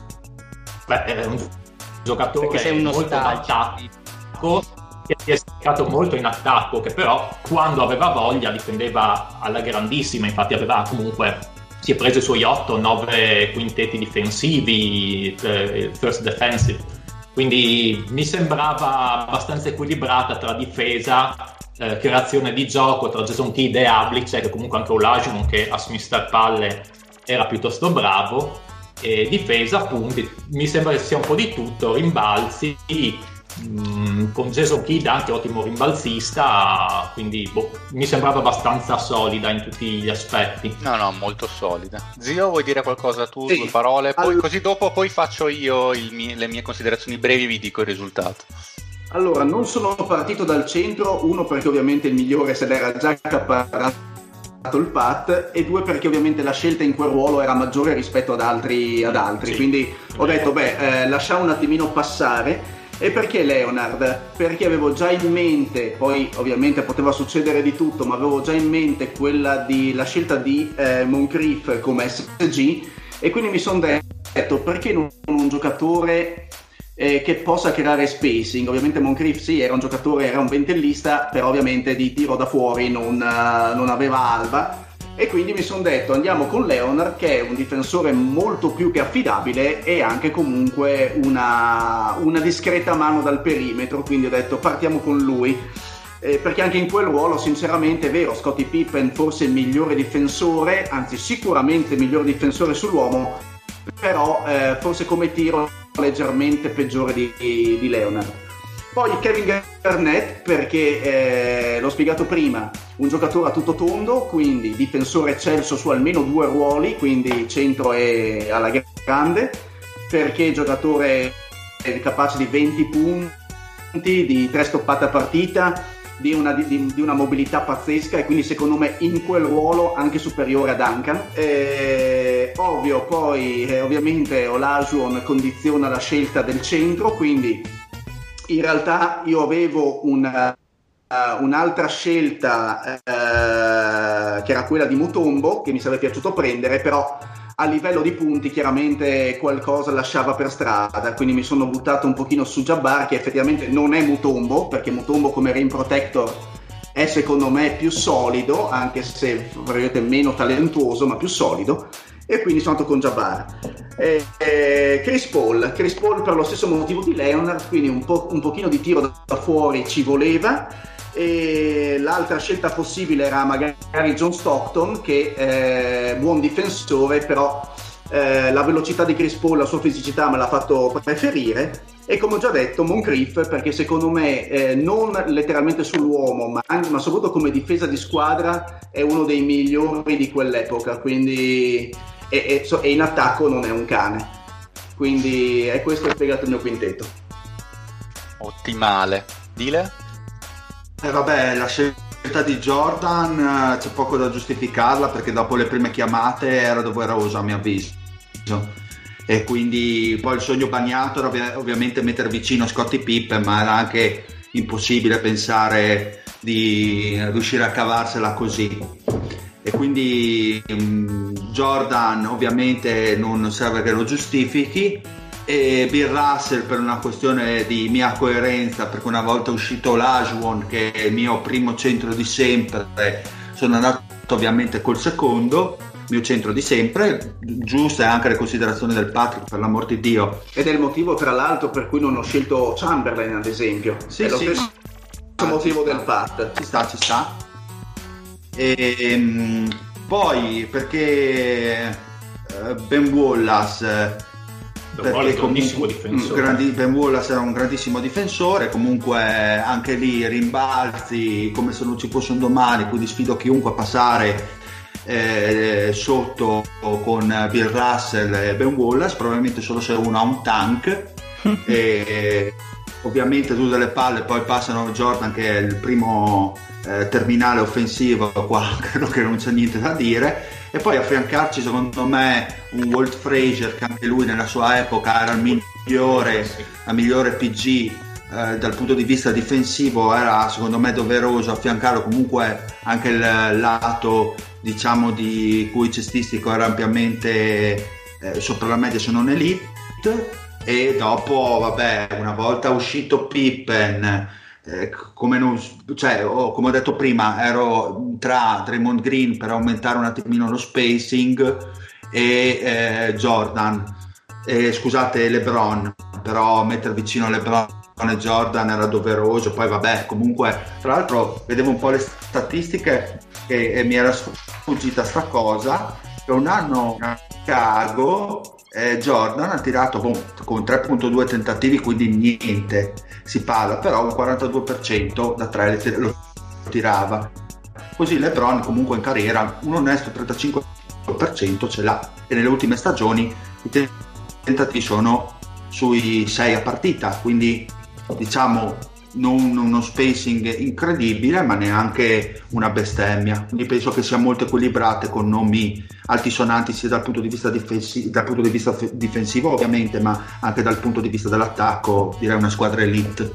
Speaker 2: beh, è un giocatore molto d'attacco, che si è staccato molto in attacco, che però quando aveva voglia difendeva alla grandissima. Infatti aveva comunque, si è preso i suoi otto nove quintetti difensivi, eh, first defensive, quindi mi sembrava abbastanza equilibrata tra difesa, eh, creazione di gioco, tra Jason Kidd e Havlicek, che comunque anche Olajuwon, che a smister palle era piuttosto bravo, e difesa, punti, mi sembra che sia un po' di tutto, rimbalzi. Mm, con Jason Kidd anche ottimo rimbalzista, quindi boh, mi sembrava abbastanza solida in tutti gli aspetti.
Speaker 6: No, no, molto solida. Zio, vuoi dire qualcosa tu,
Speaker 3: sì.
Speaker 6: due parole? Poi,
Speaker 3: allora,
Speaker 6: così dopo poi faccio io il mie, le mie considerazioni brevi e vi dico il risultato.
Speaker 3: Allora, non sono partito dal centro, uno perché ovviamente il migliore se l'era già accaparato il Pat, e due perché ovviamente la scelta in quel ruolo era maggiore rispetto ad altri, ad altri. Sì. Quindi ho detto beh, eh, lasciamo un attimino passare. E perché Leonard? Perché avevo già in mente, poi ovviamente poteva succedere di tutto, ma avevo già in mente quella di la scelta di eh, Moncrief come S G, e quindi mi sono detto perché non un giocatore eh, che possa creare spacing. Ovviamente Moncrief sì, era un giocatore, era un ventellista, però ovviamente di tiro da fuori non, uh, non aveva alba. E quindi mi sono detto andiamo con Leonard, che è un difensore molto più che affidabile e anche comunque una, una discreta mano dal perimetro, quindi ho detto partiamo con lui, eh, perché anche in quel ruolo sinceramente è vero, Scottie Pippen forse il migliore difensore, anzi sicuramente il miglior difensore sull'uomo, però eh, forse come tiro leggermente peggiore di, di Leonard. Poi Kevin Garnett perché, eh, l'ho spiegato prima, un giocatore a tutto tondo, quindi difensore eccelso su almeno due ruoli, quindi centro e alla grande, perché giocatore capace di venti punti, di tre stoppate a partita, di una, di, di una mobilità pazzesca, e quindi secondo me in quel ruolo anche superiore a Duncan. Eh, ovvio, poi eh, ovviamente Olajuwon condiziona la scelta del centro, quindi in realtà io avevo una, uh, un'altra scelta uh, che era quella di Mutombo, che mi sarebbe piaciuto prendere, però a livello di punti chiaramente qualcosa lasciava per strada, quindi mi sono buttato un pochino su Jabbar, che effettivamente non è Mutombo, perché Mutombo come rim protector è secondo me più solido, anche se veramente meno talentuoso, ma più solido, e quindi sono andato con Jabbar. Eh, eh, Chris Paul Chris Paul per lo stesso motivo di Leonard, quindi un, po', un pochino di tiro da fuori ci voleva, e l'altra scelta possibile era magari John Stockton, che è buon difensore, però eh, la velocità di Chris Paul, la sua fisicità me l'ha fatto preferire, e come ho già detto Moncrief perché secondo me eh, non letteralmente sull'uomo ma, anche, ma soprattutto come difesa di squadra è uno dei migliori di quell'epoca, quindi e, e, so, e in attacco non è un cane, quindi è questo che spiegato il mio quintetto.
Speaker 6: Ottimale. Dile?
Speaker 5: Eh vabbè, la scelta di Jordan c'è poco da giustificarla perché dopo le prime chiamate era doverosa a mio avviso, e quindi poi il sogno bagnato era ovvi- ovviamente mettere vicino Scottie Pippen, ma era anche impossibile pensare di riuscire a cavarsela così, e quindi um, Jordan ovviamente non serve che lo giustifichi, e Bill Russell per una questione di mia coerenza, perché una volta uscito l'Ajuwon che è il mio primo centro di sempre, sono andato ovviamente col secondo mio centro di sempre, giuste anche le considerazioni del Patrick, per l'amor di Dio,
Speaker 3: ed è il motivo tra l'altro per cui non ho scelto Chamberlain ad esempio,
Speaker 5: sì,
Speaker 3: è lo
Speaker 5: sì,
Speaker 3: stesso
Speaker 5: ah,
Speaker 3: motivo
Speaker 5: ci
Speaker 3: del Pat.
Speaker 5: ci sta, ci sta. E, um, poi perché uh, Ben Wallace,
Speaker 2: Ben Wallace è un grandissimo difensore.
Speaker 5: Grandi, Ben Wallace era un grandissimo difensore, comunque anche lì rimbalzi come se non ci fosse un domani, quindi sfido chiunque a passare eh, sotto con Bill Russell e Ben Wallace, probabilmente solo se uno ha un tank e ovviamente tutte le palle poi passano Jordan che è il primo eh, terminale offensivo, qua credo che non c'è niente da dire, e poi affiancarci secondo me un Walt Frazier che anche lui nella sua epoca era il migliore, la migliore P G eh, dal punto di vista difensivo, era secondo me doveroso affiancarlo, comunque anche il lato diciamo di cui cestistico era ampiamente eh, sopra la media se non elite. E dopo vabbè, una volta uscito Pippen eh, come, non, cioè, oh, come ho detto prima, ero tra Draymond Green per aumentare un attimino lo spacing e eh, Jordan eh, scusate LeBron, però mettere vicino LeBron e Jordan era doveroso. Poi vabbè, comunque tra l'altro vedevo un po' le statistiche e, e mi era sfuggita sta cosa che un anno a Chicago eh, Jordan ha tirato con, con tre virgola due tentativi, quindi niente si parla, però un quarantadue per cento da tre lo tirava. Così LeBron comunque in carriera un onesto trentacinque per cento ce l'ha, e nelle ultime stagioni i tentativi sono sui sei a partita, quindi diciamo non uno spacing incredibile ma neanche una bestemmia, quindi penso che sia molto equilibrate con nomi altisonanti sia dal punto di vista difensivo, dal punto di vista f- difensivo ovviamente, ma anche dal punto di vista dell'attacco direi una squadra elite.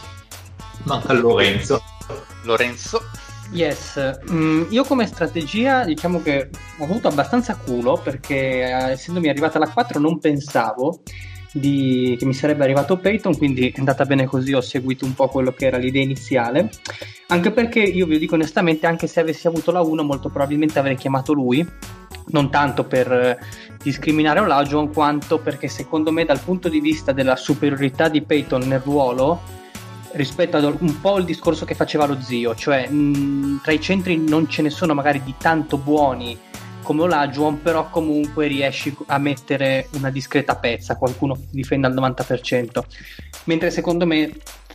Speaker 2: Manca Lorenzo.
Speaker 6: Lorenzo?
Speaker 1: Yes, mm, io come strategia diciamo che ho avuto abbastanza culo perché eh, essendomi arrivata alla quattro non pensavo di, che mi sarebbe arrivato Peyton, quindi è andata bene così, ho seguito un po' quello che era l'idea iniziale, anche perché io vi dico onestamente, anche se avessi avuto la uno molto probabilmente avrei chiamato lui, non tanto per eh, discriminare Olajuwon quanto perché secondo me dal punto di vista della superiorità di Peyton nel ruolo rispetto ad un po' il discorso che faceva lo zio, cioè mh, tra i centri non ce ne sono magari di tanto buoni come Olajuwon, però comunque riesci a mettere una discreta pezza, qualcuno che difende al novanta per cento, mentre secondo me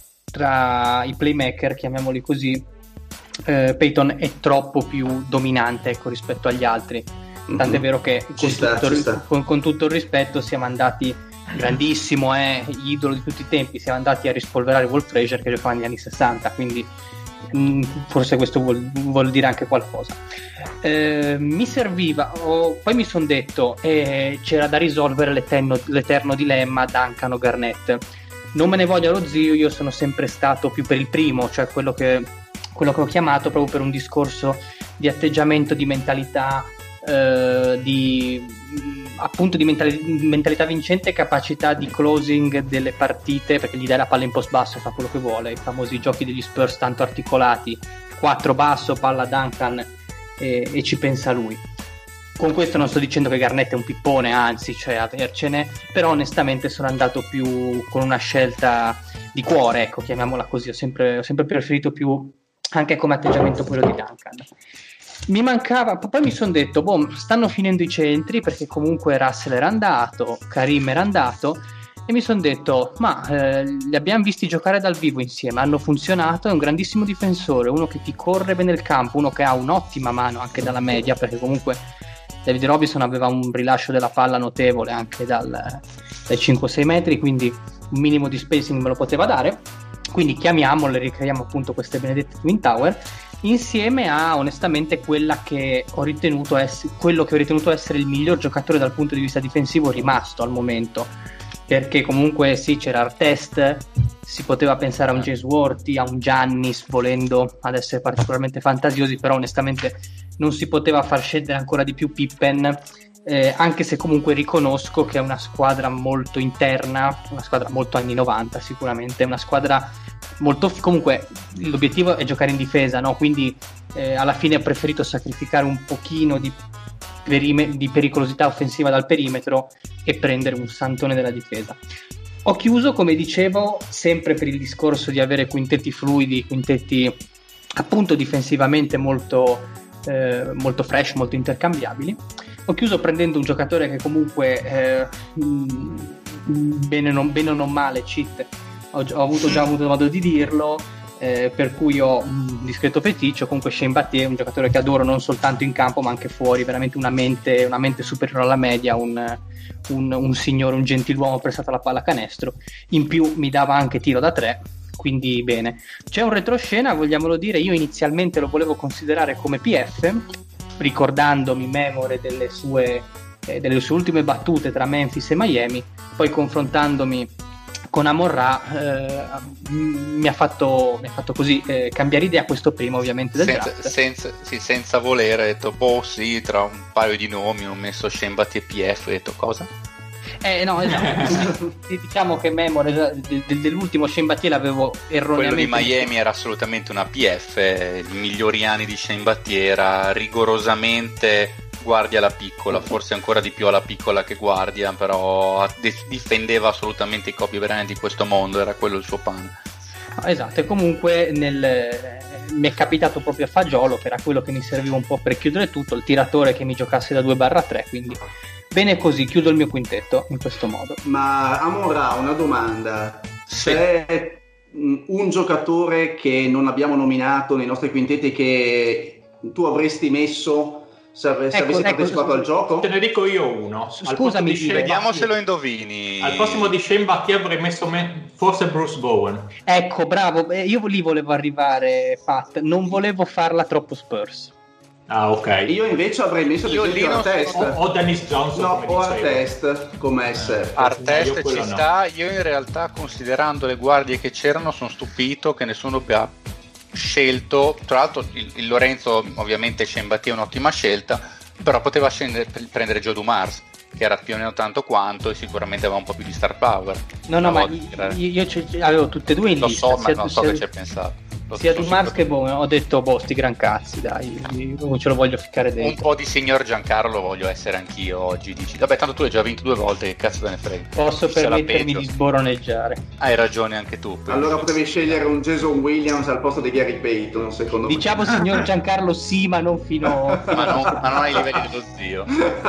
Speaker 1: tra i playmaker, chiamiamoli così, eh, Peyton è troppo più dominante, ecco, rispetto agli altri, tant'è mm-hmm. vero che con,
Speaker 3: sta,
Speaker 1: tutto, con, con tutto il rispetto siamo andati, grandissimo è eh, idolo di tutti i tempi, siamo andati a rispolverare Walt Frazier che giocava negli anni sessanta, quindi mh, forse questo vuol, vuol dire anche qualcosa. Eh, mi serviva, oh, poi mi sono detto eh, c'era da risolvere l'eterno, l'eterno dilemma Duncan o Garnett. Non me ne voglia lo zio, io sono sempre stato più per il primo, cioè quello che, quello che ho chiamato proprio per un discorso di atteggiamento, di mentalità, eh, di appunto di mentali- mentalità vincente e capacità di closing delle partite, perché gli dai la palla in post basso e fa quello che vuole, i famosi giochi degli Spurs tanto articolati, quattro basso, palla Duncan e, e ci pensa lui. Con questo non sto dicendo che Garnett è un pippone, anzi, cioè avercene, però onestamente sono andato più con una scelta di cuore, ecco, chiamiamola così, ho sempre, ho sempre preferito più anche come atteggiamento quello di Duncan. mi mancava, poi mi sono detto, boh, stanno finendo i centri, perché comunque Russell era andato, Karim era andato, e mi sono detto, ma eh, li abbiamo visti giocare dal vivo insieme, hanno funzionato, è un grandissimo difensore, uno che ti corre bene il campo, uno che ha un'ottima mano anche dalla media, perché comunque David Robinson aveva un rilascio della palla notevole anche dal, dai cinque sei metri, quindi un minimo di spacing me lo poteva dare, quindi chiamiamolo e ricreiamo appunto queste benedette Twin Tower, insieme a onestamente quella che ho ritenuto essere, quello che ho ritenuto essere il miglior giocatore dal punto di vista difensivo rimasto al momento, perché comunque sì, c'era Artest, si poteva pensare a un James Worthy, a un Giannis, volendo ad essere particolarmente fantasiosi, però onestamente non si poteva far scendere ancora di più Pippen, eh, anche se comunque riconosco che è una squadra molto interna, una squadra molto anni novanta sicuramente, una squadra molto, comunque l'obiettivo è giocare in difesa, no? Quindi eh, alla fine ho preferito sacrificare un pochino di Perime- di pericolosità offensiva dal perimetro e prendere un santone della difesa. Ho chiuso, come dicevo, sempre per il discorso di avere quintetti fluidi, quintetti appunto difensivamente molto, eh, molto fresh, molto intercambiabili. Ho chiuso prendendo un giocatore che comunque eh, bene, non, bene o non male cheat, ho, ho avuto già avuto modo di dirlo, Eh, per cui ho un discreto feticcio. Comunque Shane Battier è un giocatore che adoro non soltanto in campo ma anche fuori, veramente una mente, una mente superiore alla media, un, un, un signore, un gentiluomo prestato alla palla canestro, in più mi dava anche tiro da tre, quindi bene. C'è un retroscena, vogliamolo dire, io inizialmente lo volevo considerare come P F, ricordandomi memore delle sue, eh, delle sue ultime battute tra Memphis e Miami, poi confrontandomi con Amon-Ra eh, mi ha fatto mi ha fatto così eh, cambiare idea questo primo ovviamente del
Speaker 6: senza,
Speaker 1: draft.
Speaker 6: senza, sì, senza volere, ho detto boh sì, tra un paio di nomi ho messo Shane Battier P F, ho detto cosa?
Speaker 1: Eh no, esatto. Diciamo che memore de, de, dell'ultimo Shane Battier l'avevo erroneamente.
Speaker 6: Quello di Miami era assolutamente una P F, i migliori anni di Shane Battier, era rigorosamente guardia alla piccola, forse ancora di più alla piccola che guardia, però difendeva assolutamente i Kobe Bryant di questo mondo, era quello il suo pane.
Speaker 1: Esatto, e comunque nel, eh, mi è capitato proprio a fagiolo, che era quello che mi serviva un po' per chiudere tutto, il tiratore che mi giocasse da due barra tre, quindi bene così, chiudo il mio quintetto in questo modo.
Speaker 3: Ma Amon-Ra, una domanda,
Speaker 6: sì.
Speaker 3: C'è un giocatore che non abbiamo nominato nei nostri quintetti che tu avresti messo se avessi
Speaker 1: ecco,
Speaker 3: partecipato
Speaker 1: ecco,
Speaker 3: al gioco?
Speaker 2: Te ne dico io uno.
Speaker 1: Scusami,
Speaker 6: vediamo se lo indovini.
Speaker 2: Al prossimo di Shane Battier avrei messo me, forse Bruce Bowen.
Speaker 1: Ecco, bravo, io lì volevo arrivare, Pat, non volevo farla troppo Spurs.
Speaker 2: Ah, ok.
Speaker 3: Io invece avrei messo
Speaker 6: io lì
Speaker 3: a test
Speaker 2: o, o Dennis Johnson,
Speaker 3: no,
Speaker 2: come
Speaker 3: o a
Speaker 2: dicevo.
Speaker 3: test come S F.
Speaker 6: Artest
Speaker 2: No, io
Speaker 6: ci
Speaker 2: no.
Speaker 6: sta, io in realtà considerando le guardie che c'erano sono stupito che nessuno abbia scelto, tra l'altro il, il Lorenzo ovviamente Shane Battier è un'ottima scelta, però poteva scendere, prendere Joe Dumars che era più o meno tanto quanto e sicuramente aveva un po' più di star power.
Speaker 1: No, no, ma
Speaker 6: volta,
Speaker 1: io, io c- avevo tutte e due in
Speaker 6: lo
Speaker 1: lista.
Speaker 6: so, ma
Speaker 1: sia,
Speaker 6: non so
Speaker 1: sia,
Speaker 6: che ci hai pensato. Lo
Speaker 1: sia
Speaker 6: so
Speaker 1: Dumars
Speaker 6: sicuro.
Speaker 1: che Bowen, ho detto boh, sti gran cazzi, dai, non ce lo voglio ficcare dentro.
Speaker 6: Un po' di signor Giancarlo voglio essere anch'io oggi, dici. Vabbè, tanto tu hai già vinto due volte, che cazzo te ne frega.
Speaker 1: Posso
Speaker 6: Dici, alla
Speaker 1: permettermi
Speaker 6: peggio.
Speaker 1: di sboroneggiare.
Speaker 6: Hai ragione anche tu.
Speaker 3: Allora potevi scegliere un Jason Williams al posto di Gary Payton, secondo
Speaker 1: Diciamo
Speaker 3: me.
Speaker 1: signor Giancarlo sì, ma non fino, fino
Speaker 6: ma, non,
Speaker 1: a...
Speaker 6: ma non ai livelli dello zio.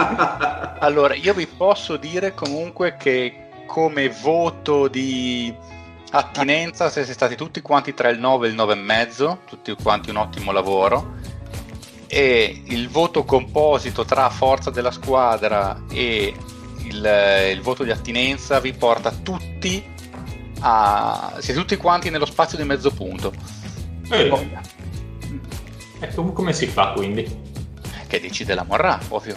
Speaker 6: Allora, io vi posso dire comunque che come voto di attinenza siete stati tutti quanti tra il nove e il nove e mezzo, tutti quanti un ottimo lavoro, e il voto composito tra forza della squadra e il, il voto di attinenza vi porta tutti a siete tutti quanti nello spazio di mezzo punto.
Speaker 2: Eh, e come, come si fa quindi?
Speaker 6: Che decide la Morra, ovvio.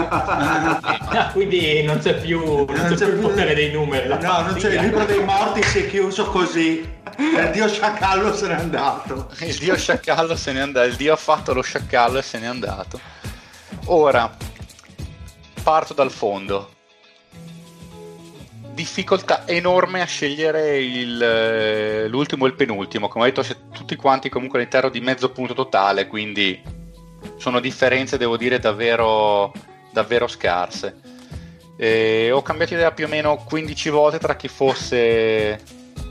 Speaker 2: Ah, quindi non c'è più, non
Speaker 5: Non
Speaker 2: c'è
Speaker 5: c'è
Speaker 2: più il
Speaker 5: più-
Speaker 2: potere dei numeri. la
Speaker 5: No, non c'è, il
Speaker 2: pazzia.
Speaker 5: libro dei morti si è chiuso così. Il dio sciacallo se n'è andato.
Speaker 6: Il dio sciacallo se n'è andato, il dio ha fatto lo sciacallo e se n'è andato. Ora parto dal fondo. Difficoltà enorme a scegliere il, eh, l'ultimo e il penultimo. Come ho detto, siete tutti quanti comunque all'interno di mezzo punto totale, quindi sono differenze, devo dire, davvero, davvero scarse. E ho cambiato idea più o meno quindici volte tra chi fosse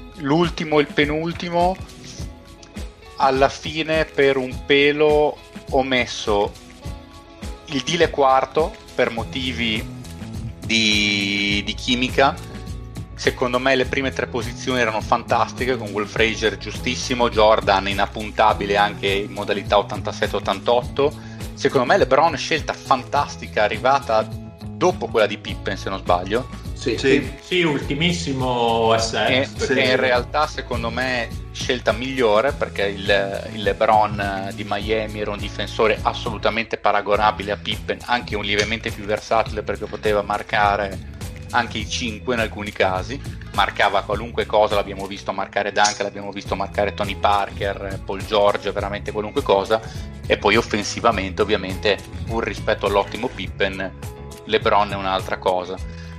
Speaker 6: l'ultimo e il penultimo. Alla fine, per un pelo, ho messo il Dile quarto per motivi di, di chimica. Secondo me le prime tre posizioni erano fantastiche, con Will Frazier giustissimo, Jordan inappuntabile anche in modalità ottantasette ottantotto. Secondo me LeBron scelta fantastica, arrivata dopo quella di Pippen se non sbaglio.
Speaker 3: Sì,
Speaker 2: sì, sì, ultimissimo S
Speaker 6: E,
Speaker 2: X.
Speaker 6: sì, e in realtà secondo me scelta migliore, perché il, il LeBron di Miami era un difensore assolutamente paragonabile a Pippen, anche un lievemente più versatile perché poteva marcare anche i cinque in alcuni casi, marcava qualunque cosa, l'abbiamo visto marcare Duncan, l'abbiamo visto marcare Tony Parker, Paul George, veramente qualunque cosa. E poi offensivamente ovviamente, pur rispetto all'ottimo Pippen, LeBron è un'altra cosa.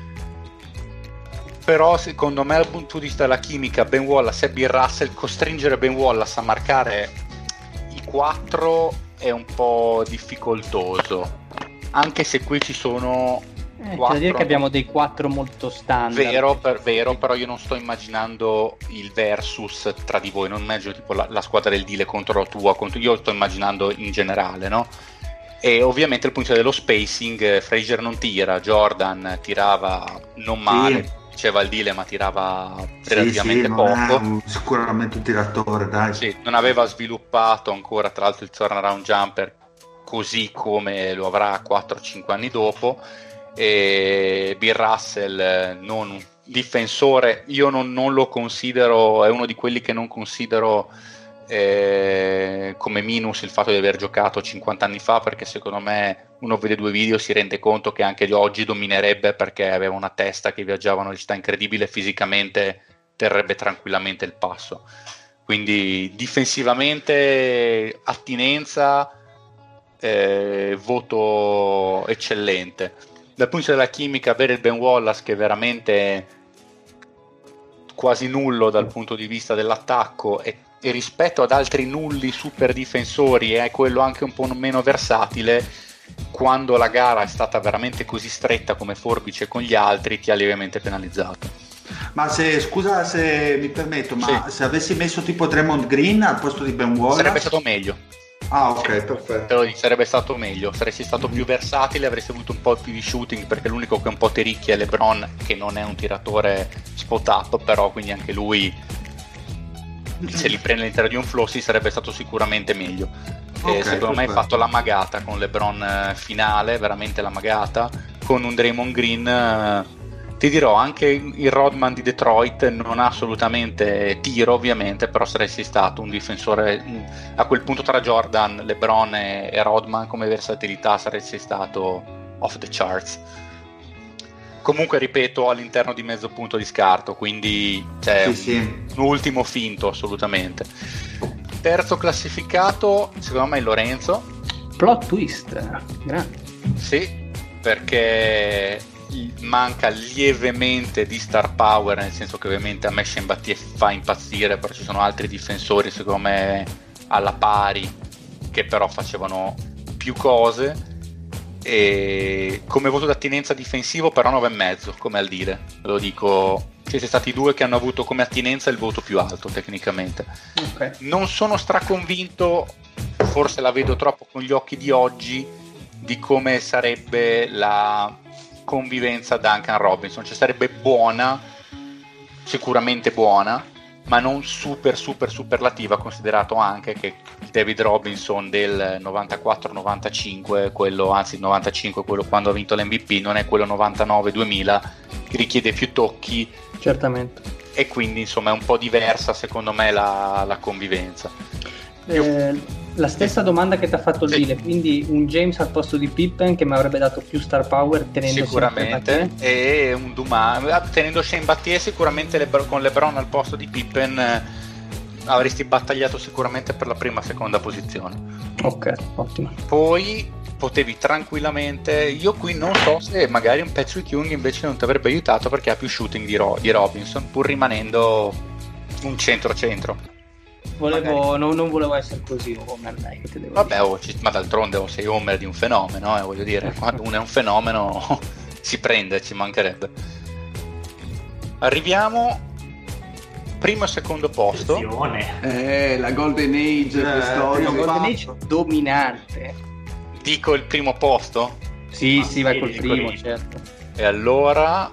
Speaker 6: Però secondo me dal punto di vista della chimica, Ben Wallace e Bill Russell, costringere Ben Wallace a marcare i quattro è un po' difficoltoso, anche se qui ci sono
Speaker 1: Eh, c'è da dire che abbiamo dei quattro molto standard.
Speaker 6: Vero, per, vero, però io non sto immaginando il versus tra di voi, non immagino tipo la, la squadra del Dile contro la tua, contro, io sto immaginando in generale, no? E ovviamente dal punto dello spacing, Frazier non tira, Jordan tirava non male, sì. Diceva il Dile, ma tirava relativamente
Speaker 5: sì, sì,
Speaker 6: poco.
Speaker 5: Un, sicuramente un tiratore, dai.
Speaker 6: Sì, non aveva sviluppato ancora tra l'altro il turnaround jumper così come lo avrà quattro cinque anni dopo. E Bill Russell non un difensore, io non, non lo considero, è uno di quelli che non considero eh, come minus il fatto di aver giocato cinquanta anni fa, perché secondo me uno vede due video si rende conto che anche oggi dominerebbe, perché aveva una testa che viaggiava a una velocità incredibile, fisicamente terrebbe tranquillamente il passo. Quindi difensivamente attinenza, eh, voto eccellente. Dal punto di vista della chimica, avere il Ben Wallace che è veramente quasi nullo dal punto di vista dell'attacco e, e rispetto ad altri nulli super difensori è quello anche un po' meno versatile, quando la gara è stata veramente così stretta come forbice con gli altri ti ha lievemente penalizzato.
Speaker 5: Ma se, scusa se mi permetto, ma
Speaker 6: sì.
Speaker 5: se avessi messo tipo Draymond Green al posto di Ben Wallace
Speaker 6: sarebbe stato meglio.
Speaker 5: Ah, ok, perfetto.
Speaker 6: Te lo dico, sarebbe stato meglio, saresti stato più versatile, avresti avuto un po' più di shooting, perché l'unico che un po' terricchia è LeBron, che non è un tiratore spot up, però quindi anche lui se li prende all'interno di un flow sì, sarebbe stato sicuramente meglio. Okay, e secondo me hai fatto la magata con LeBron finale, veramente la magata, con un Draymond Green. Eh, ti dirò, anche il Rodman di Detroit non ha assolutamente tiro ovviamente, però saresti stato un difensore a quel punto tra Jordan, LeBron e, e Rodman come versatilità, saresti stato off the charts. Comunque ripeto, all'interno di mezzo punto di scarto, quindi c'è
Speaker 5: sì,
Speaker 6: un,
Speaker 5: sì.
Speaker 6: un ultimo finto assolutamente. Terzo classificato secondo me è Lorenzo.
Speaker 1: Plot twist, grande.
Speaker 6: Sì, perché manca lievemente di star power, nel senso che ovviamente a me Shane Battier fa impazzire, però ci sono altri difensori secondo me alla pari che però facevano più cose. E come voto d'attinenza difensivo però nove e mezzo, come al dire, ve lo dico, siete stati due che hanno avuto come attinenza il voto più alto tecnicamente.
Speaker 1: Okay.
Speaker 6: Non sono straconvinto, forse la vedo troppo con gli occhi di oggi, di come sarebbe la convivenza Duncan Robinson, cioè sarebbe buona, sicuramente buona, ma non super super superlativa, considerato anche che David Robinson del novantaquattro novantacinque, quello anzi il novantacinque, quello quando ha vinto l'M V P, non è quello novantanove duemila, che richiede più tocchi,
Speaker 1: certamente,
Speaker 6: e quindi insomma è un po' diversa secondo me la, la convivenza.
Speaker 1: eh,
Speaker 6: Io...
Speaker 1: La stessa domanda che ti ha fatto il
Speaker 6: sì.
Speaker 1: Dile, quindi un James al posto di Pippen che mi avrebbe dato più star power tenendo
Speaker 6: sicuramente, e un Dumas tenendo Shane Battier sicuramente, Lebr- con LeBron al posto di Pippen eh, avresti battagliato sicuramente per la prima e seconda posizione.
Speaker 1: Ok, ottimo.
Speaker 6: Poi potevi tranquillamente, io qui non so se magari un Patrick Young invece non ti avrebbe aiutato, perché ha più shooting di, Ro- di Robinson, pur rimanendo un centro-centro.
Speaker 1: Volevo, non, non volevo essere così Homer, dai, che te devo
Speaker 6: Vabbè,
Speaker 1: dire.
Speaker 6: oh, ci, ma d'altronde oh, sei Homer di un fenomeno, eh, voglio dire, quando uno è un fenomeno si prende, ci mancherebbe. Arriviamo primo e secondo posto.
Speaker 3: Eh, la Golden Age
Speaker 5: Eh,
Speaker 3: quest'oggi.
Speaker 1: La Golden Age dominante.
Speaker 6: Dico il primo posto?
Speaker 1: Sì,
Speaker 2: Ah,
Speaker 1: sì, vai
Speaker 2: sì,
Speaker 1: col
Speaker 2: dico
Speaker 1: primo,
Speaker 2: io.
Speaker 1: certo.
Speaker 6: E allora,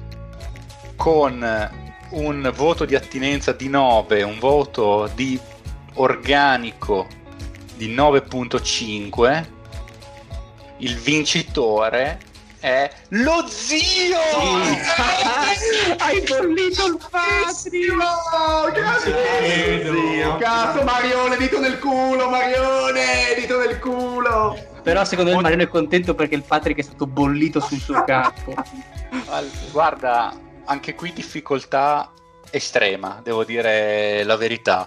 Speaker 6: con un voto di attinenza di nove, un voto di organico di nove virgola cinque, il vincitore è lo zio!
Speaker 1: Hai bollito il
Speaker 3: Zio. Cazzo, Marione, dito nel culo, Marione, dito nel culo.
Speaker 1: Però secondo me Mariano è contento perché il Patrick è stato bollito sul suo campo.
Speaker 6: Guarda, anche qui difficoltà estrema, devo dire la verità.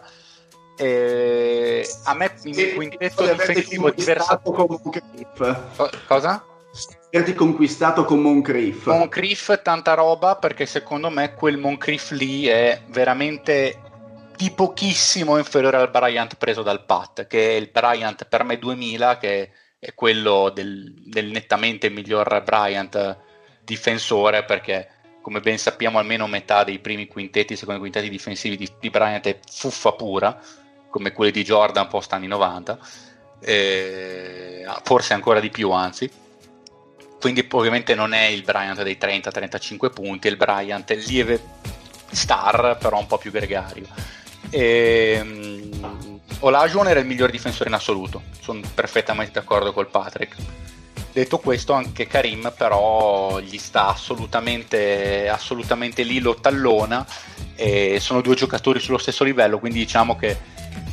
Speaker 6: E a me il quintetto difensivo diverso.
Speaker 3: Con Moncrief.
Speaker 6: Cosa?
Speaker 3: Averti conquistato con Moncrief.
Speaker 6: Moncrief, tanta roba, perché secondo me quel Moncrief lì è veramente di pochissimo inferiore al Bryant preso dal Pat, che è il Bryant per me duemila, che è quello del, del nettamente miglior Bryant difensore, perché come ben sappiamo almeno metà dei primi quintetti, secondi quintetti difensivi di, di Bryant è fuffa pura, come quelli di Jordan post anni novanta, e forse ancora di più, anzi. Quindi ovviamente non è il Bryant dei trenta trentacinque punti, è il Bryant lieve star, però un po' più gregario. E, um, Olajuwon era il miglior difensore in assoluto, sono perfettamente d'accordo col Patrick. Detto questo, anche Karim però gli sta assolutamente, assolutamente lì, lo tallona, e sono due giocatori sullo stesso livello, quindi diciamo che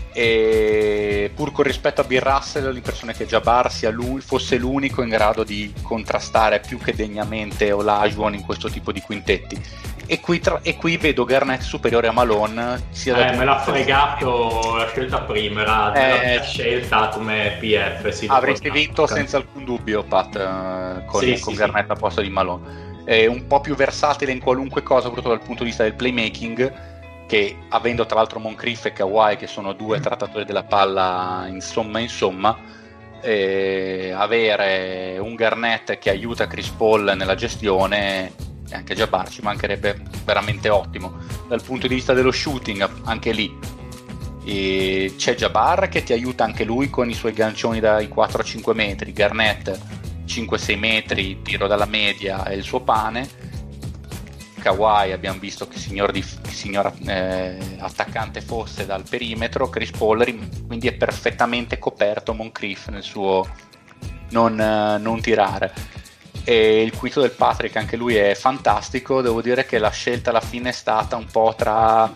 Speaker 6: e pur con rispetto a Bill Russell, l'impressione che Jabbar sia lui, fosse l'unico in grado di contrastare più che degnamente Olajuwon in questo tipo di quintetti. E qui, tra, e qui vedo Garnett superiore a Malone, sia
Speaker 2: eh,
Speaker 6: da
Speaker 2: me l'ha fregato la scelta prima, era
Speaker 6: eh,
Speaker 2: la mia scelta come P F. Sì,
Speaker 6: avresti vinto senza alcun dubbio, Pat, eh, con,
Speaker 2: sì,
Speaker 6: con
Speaker 2: sì,
Speaker 6: Garnett
Speaker 2: sì.
Speaker 6: a posto di Malone. È un po' più versatile in qualunque cosa, soprattutto dal punto di vista del playmaking, che avendo tra l'altro Moncrief e Kawhi, che sono due trattatori della palla, insomma insomma eh, avere un Garnett che aiuta Chris Paul nella gestione, e anche Jabbar ci mancherebbe, veramente ottimo. Dal punto di vista dello shooting, anche lì e c'è Jabbar che ti aiuta anche lui con i suoi gancioni dai quattro cinque metri, Garnett cinque sei metri, tiro dalla media è il suo pane. Kawhi abbiamo visto che signor, di, signor eh, attaccante fosse dal perimetro, Chris Paul, quindi è perfettamente coperto Moncrief nel suo non, eh, non tirare. E il quinto del Patrick, anche lui è fantastico. Devo dire che la scelta alla fine è stata un po' tra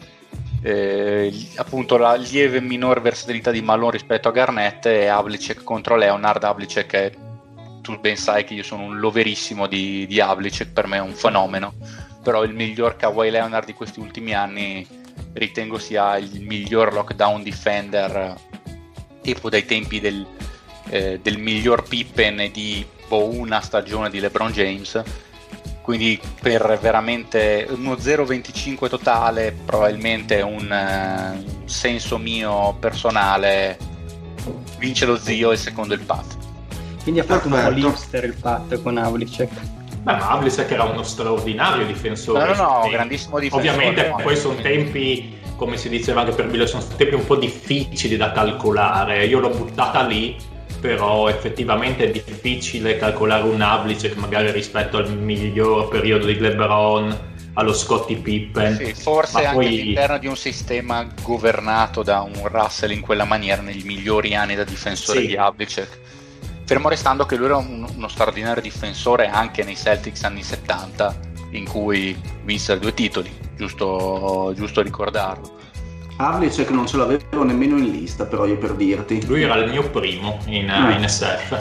Speaker 6: eh, appunto la lieve minor versatilità di Malone rispetto a Garnett e Havlicek contro Leonard. Havlicek è, tu ben sai che io sono un loverissimo di, di Havlicek, per me è un fenomeno, però il miglior Kawhi Leonard di questi ultimi anni ritengo sia il miglior lockdown defender, tipo dai tempi del, eh, del miglior Pippen e di boh, una stagione di LeBron James. Quindi per veramente uno zero virgola venticinque totale, probabilmente un, uh, un senso mio personale, vince lo zio e il secondo il Pat.
Speaker 1: Quindi ha fatto un po'
Speaker 5: Perfetto.
Speaker 1: l'hipster il Pat con Havlicek.
Speaker 2: Beh, ma Havlicek era uno straordinario difensore.
Speaker 6: No, no, no,
Speaker 2: Sì.
Speaker 6: grandissimo difensore.
Speaker 2: Ovviamente poi sono tempi, come si diceva anche per Bill, sono tempi un po' difficili da calcolare. Io l'ho buttata lì, però effettivamente è difficile calcolare un Havlicek magari rispetto al miglior periodo di LeBron, allo Scottie Pippen.
Speaker 6: Sì, forse
Speaker 2: ma
Speaker 6: anche
Speaker 2: poi...
Speaker 6: all'interno di un sistema governato da un Russell in quella maniera negli migliori anni da difensore
Speaker 2: Sì.
Speaker 6: di Havlicek. Fermo restando che lui era un, uno straordinario difensore anche nei Celtics anni settanta, in cui vinse due titoli, giusto, giusto ricordarlo.
Speaker 3: Havlicek non ce l'avevo nemmeno in lista, però io per dirti.
Speaker 2: Lui era il mio primo in,
Speaker 3: Mm.
Speaker 2: in S F.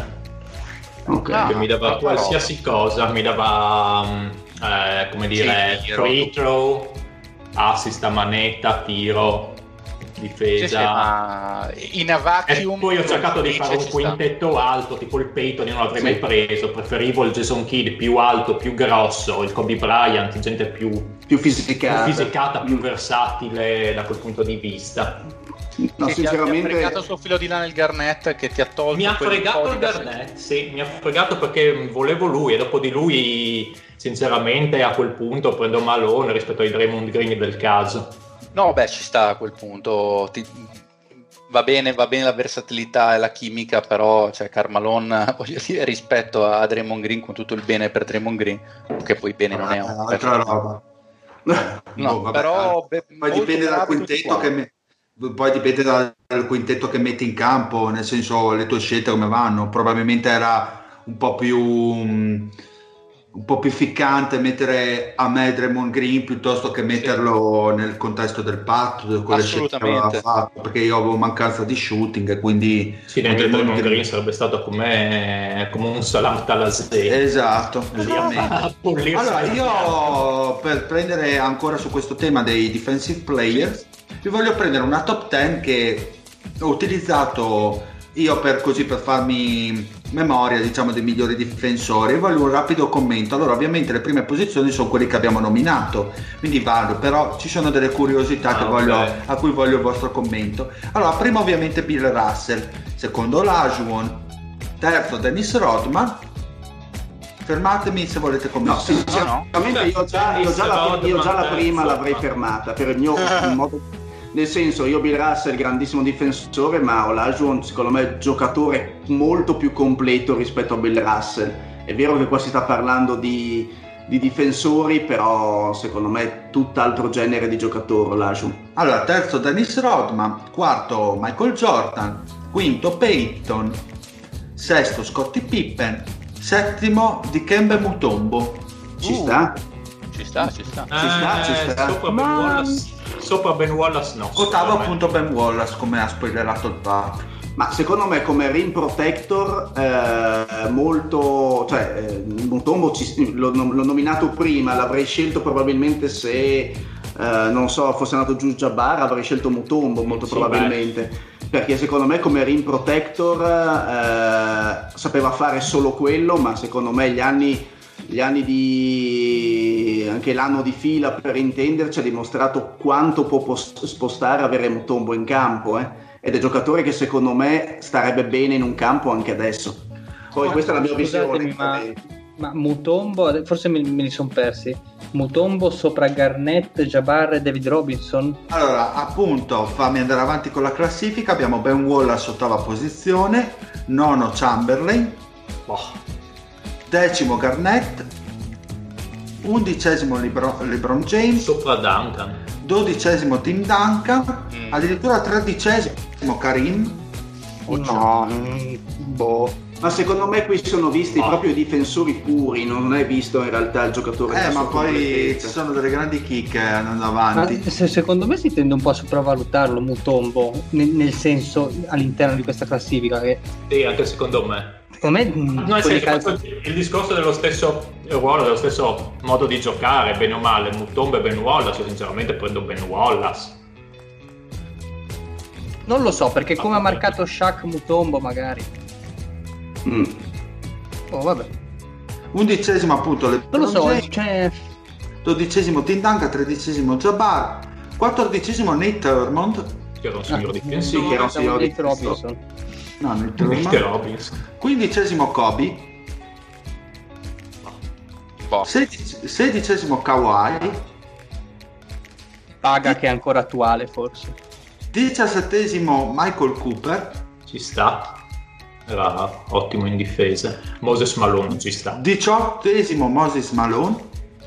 Speaker 3: Ok.
Speaker 6: Ah.
Speaker 2: Che mi dava
Speaker 6: però-
Speaker 2: qualsiasi cosa, mi dava mm, eh, come dire,
Speaker 6: Tiro.
Speaker 2: free throw, assist a manetta, tiro, difesa.
Speaker 6: Sì, sì, ma in a
Speaker 2: E
Speaker 6: vacuum
Speaker 2: poi ho cercato di
Speaker 6: dice,
Speaker 2: fare un
Speaker 6: ci sta.
Speaker 2: quintetto alto, tipo il Peyton, io non l'avrei
Speaker 3: Sì.
Speaker 2: mai preso, preferivo il Jason Kidd più alto, più grosso, il Kobe Bryant, gente più,
Speaker 3: Più
Speaker 2: più
Speaker 3: fisicata.
Speaker 2: fisicata, più versatile da quel punto di vista.
Speaker 3: No,
Speaker 6: Sì, ti ha-
Speaker 3: sinceramente...
Speaker 6: ti ha fregato il suo filo di là nel Garnett che ti ha tolto
Speaker 2: Mi ha
Speaker 6: quel
Speaker 2: fregato
Speaker 6: po'
Speaker 2: il
Speaker 6: di-
Speaker 2: Garnett, sì, mi ha fregato perché volevo lui e dopo di lui, sinceramente, a quel punto prendo Malone rispetto ai Draymond Green del caso.
Speaker 6: No, beh, ci sta a quel punto. Ti... Va bene, va bene la versatilità e la chimica, però cioè Carmalone, voglio dire, rispetto a Draymond Green, con tutto il bene per Draymond Green, che poi bene non è un
Speaker 5: altra roba.
Speaker 6: No,
Speaker 5: vabbè,
Speaker 6: però beh,
Speaker 5: poi dipende dal quintetto che me... poi dipende dal, dal quintetto che metti in campo, nel senso le tue scelte come vanno. Probabilmente era un po' più um, un po' più ficcante mettere a me Draymond Green piuttosto che metterlo sì. nel contesto del patto, di quelle scelte che aveva fatto, perché io avevo mancanza di shooting e quindi
Speaker 2: sì, Draymond, Draymond Green sarebbe stato come, come un Salam Talasé.
Speaker 5: Esatto, esattamente. Allora io per prendere ancora su questo tema dei defensive players vi voglio prendere una top dieci che ho utilizzato io per così per farmi memoria, diciamo, dei migliori difensori. Voglio un rapido commento. Allora, ovviamente le prime posizioni sono quelli che abbiamo nominato, quindi vado, però ci sono delle curiosità ah, che voglio, okay. a cui voglio il vostro commento. Allora, primo ovviamente Bill Russell, secondo Olajuwon, terzo Dennis Rodman. Fermatemi se volete commentare.
Speaker 3: No, sinceramente io già, io già, la, io già la prima l'avrei fermata per il mio modo. Nel senso, io Bill Russell grandissimo difensore, ma Olajuwon secondo me è giocatore molto più completo rispetto a Bill Russell. È vero che qua si sta parlando di, di difensori, però secondo me è tutt'altro genere di giocatore Olajuwon.
Speaker 5: Allora, terzo Dennis Rodman, quarto Michael Jordan, quinto Peyton, sesto Scottie Pippen, settimo Dikembe Mutombo.
Speaker 3: Ci uh. sta?
Speaker 6: Ci sta, ci sta.
Speaker 2: Eh,
Speaker 3: ci sta, ci sta.
Speaker 2: Sopra Ben Wallace, sopra Ben Wallace no.
Speaker 5: Ottavo appunto Ben Wallace, come ha spoilerato il Pato.
Speaker 3: Ma secondo me come rim protector eh, molto, cioè eh, Mutombo ci, l'ho, l'ho nominato prima, l'avrei scelto probabilmente se eh, non so, fosse andato giù Jabbar, avrei scelto Mutombo molto sì, probabilmente. Beh. Perché secondo me come rim protector eh, sapeva fare solo quello, ma secondo me gli anni gli anni di anche l'anno di fila per intenderci ha dimostrato quanto può spostare avere Mutombo in campo eh? Ed è giocatore che secondo me starebbe bene in un campo anche adesso. Poi oh, questa è la mia visione,
Speaker 1: ma, ma Mutombo forse me, me li sono persi. Mutombo sopra Garnett, Jabbar e David Robinson.
Speaker 5: Allora appunto fammi andare avanti con la classifica. Abbiamo Ben Wallace ottava posizione, nono Chamberlain, oh. decimo Garnett, undicesimo LeBron, LeBron James,
Speaker 2: sopra Duncan,
Speaker 5: dodicesimo Tim Duncan, mm. addirittura tredicesimo Karim.
Speaker 3: Oh, no, boh. Ma secondo me qui sono visti oh. proprio i difensori puri, non è visto in realtà il giocatore.
Speaker 5: Eh, ma poi ci sono delle grandi chicche andando avanti.
Speaker 1: Ma se, secondo me si tende un po' a sopravvalutarlo Mutombo, nel, nel senso all'interno di questa classifica. Che...
Speaker 2: Sì, anche secondo me.
Speaker 1: Secondo me
Speaker 2: no, senso, cal- il discorso dello stesso ruolo, dello stesso modo di giocare, bene o male, Mutombo e Ben Wallace, io sinceramente prendo Ben Wallace.
Speaker 1: Non lo so, perché come ha marcato Shaq Mutombo magari.
Speaker 3: Mm.
Speaker 1: Oh, vabbè.
Speaker 5: Undicesimo appunto le
Speaker 1: non lo so, cioè...
Speaker 5: dodicesimo Tim Duncan, tredicesimo Jabbar, quattordicesimo Nate Thurmond,
Speaker 2: che era un signor
Speaker 1: ah,
Speaker 2: difensore,
Speaker 1: sì, che era un signor Nate Robinson.
Speaker 5: No, Nate Nate Robinson. Quindicesimo Kobe,
Speaker 6: boh.
Speaker 5: Sedici, sedicesimo Kawhi,
Speaker 1: paga di... che è ancora attuale forse.
Speaker 5: Diciassettesimo Michael Cooper,
Speaker 2: ci sta. Era ottimo in difesa. Moses Malone ci sta.
Speaker 5: Diciottesimo Moses Malone.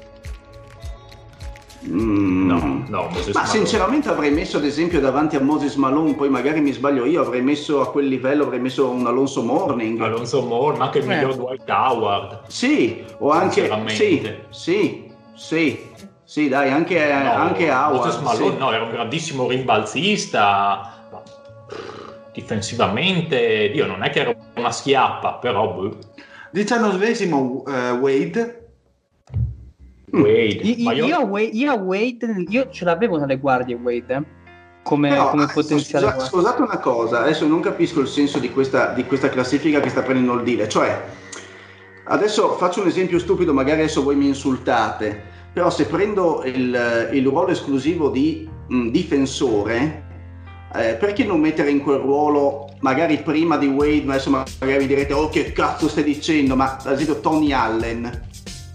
Speaker 3: Mm.
Speaker 2: No, no, Moses
Speaker 3: ma
Speaker 2: Malone.
Speaker 3: Sinceramente avrei messo ad esempio davanti a Moses Malone, poi magari mi sbaglio io, avrei messo a quel livello, avrei messo un Alonso Mourning.
Speaker 2: Alonso Mourning, ma anche il eh. miglior Dwight Howard.
Speaker 3: Sì, o anche sì, sì, sì, sì, dai, anche, no, anche Howard.
Speaker 2: Moses Malone,
Speaker 3: sì.
Speaker 2: No, era un grandissimo rimbalzista. Difensivamente, Dio, non è che era una schiappa, però boh.
Speaker 5: diciannovesimo uh, Wade.
Speaker 2: Wade.
Speaker 1: Io,
Speaker 2: Ma io...
Speaker 1: Io, Wade, io Wade, io ce l'avevo nelle guardie Wade, eh? come,
Speaker 3: no,
Speaker 1: come potenziale.
Speaker 3: Scusa, scusate una cosa, adesso non capisco il senso di questa, di questa classifica che sta prendendo il dire, cioè adesso faccio un esempio stupido, magari adesso voi mi insultate, però se prendo il, il ruolo esclusivo di mh, difensore, Eh, perché non mettere in quel ruolo magari prima di Wade, ma adesso magari mi direte oh che cazzo stai dicendo, ma ad esempio Tony Allen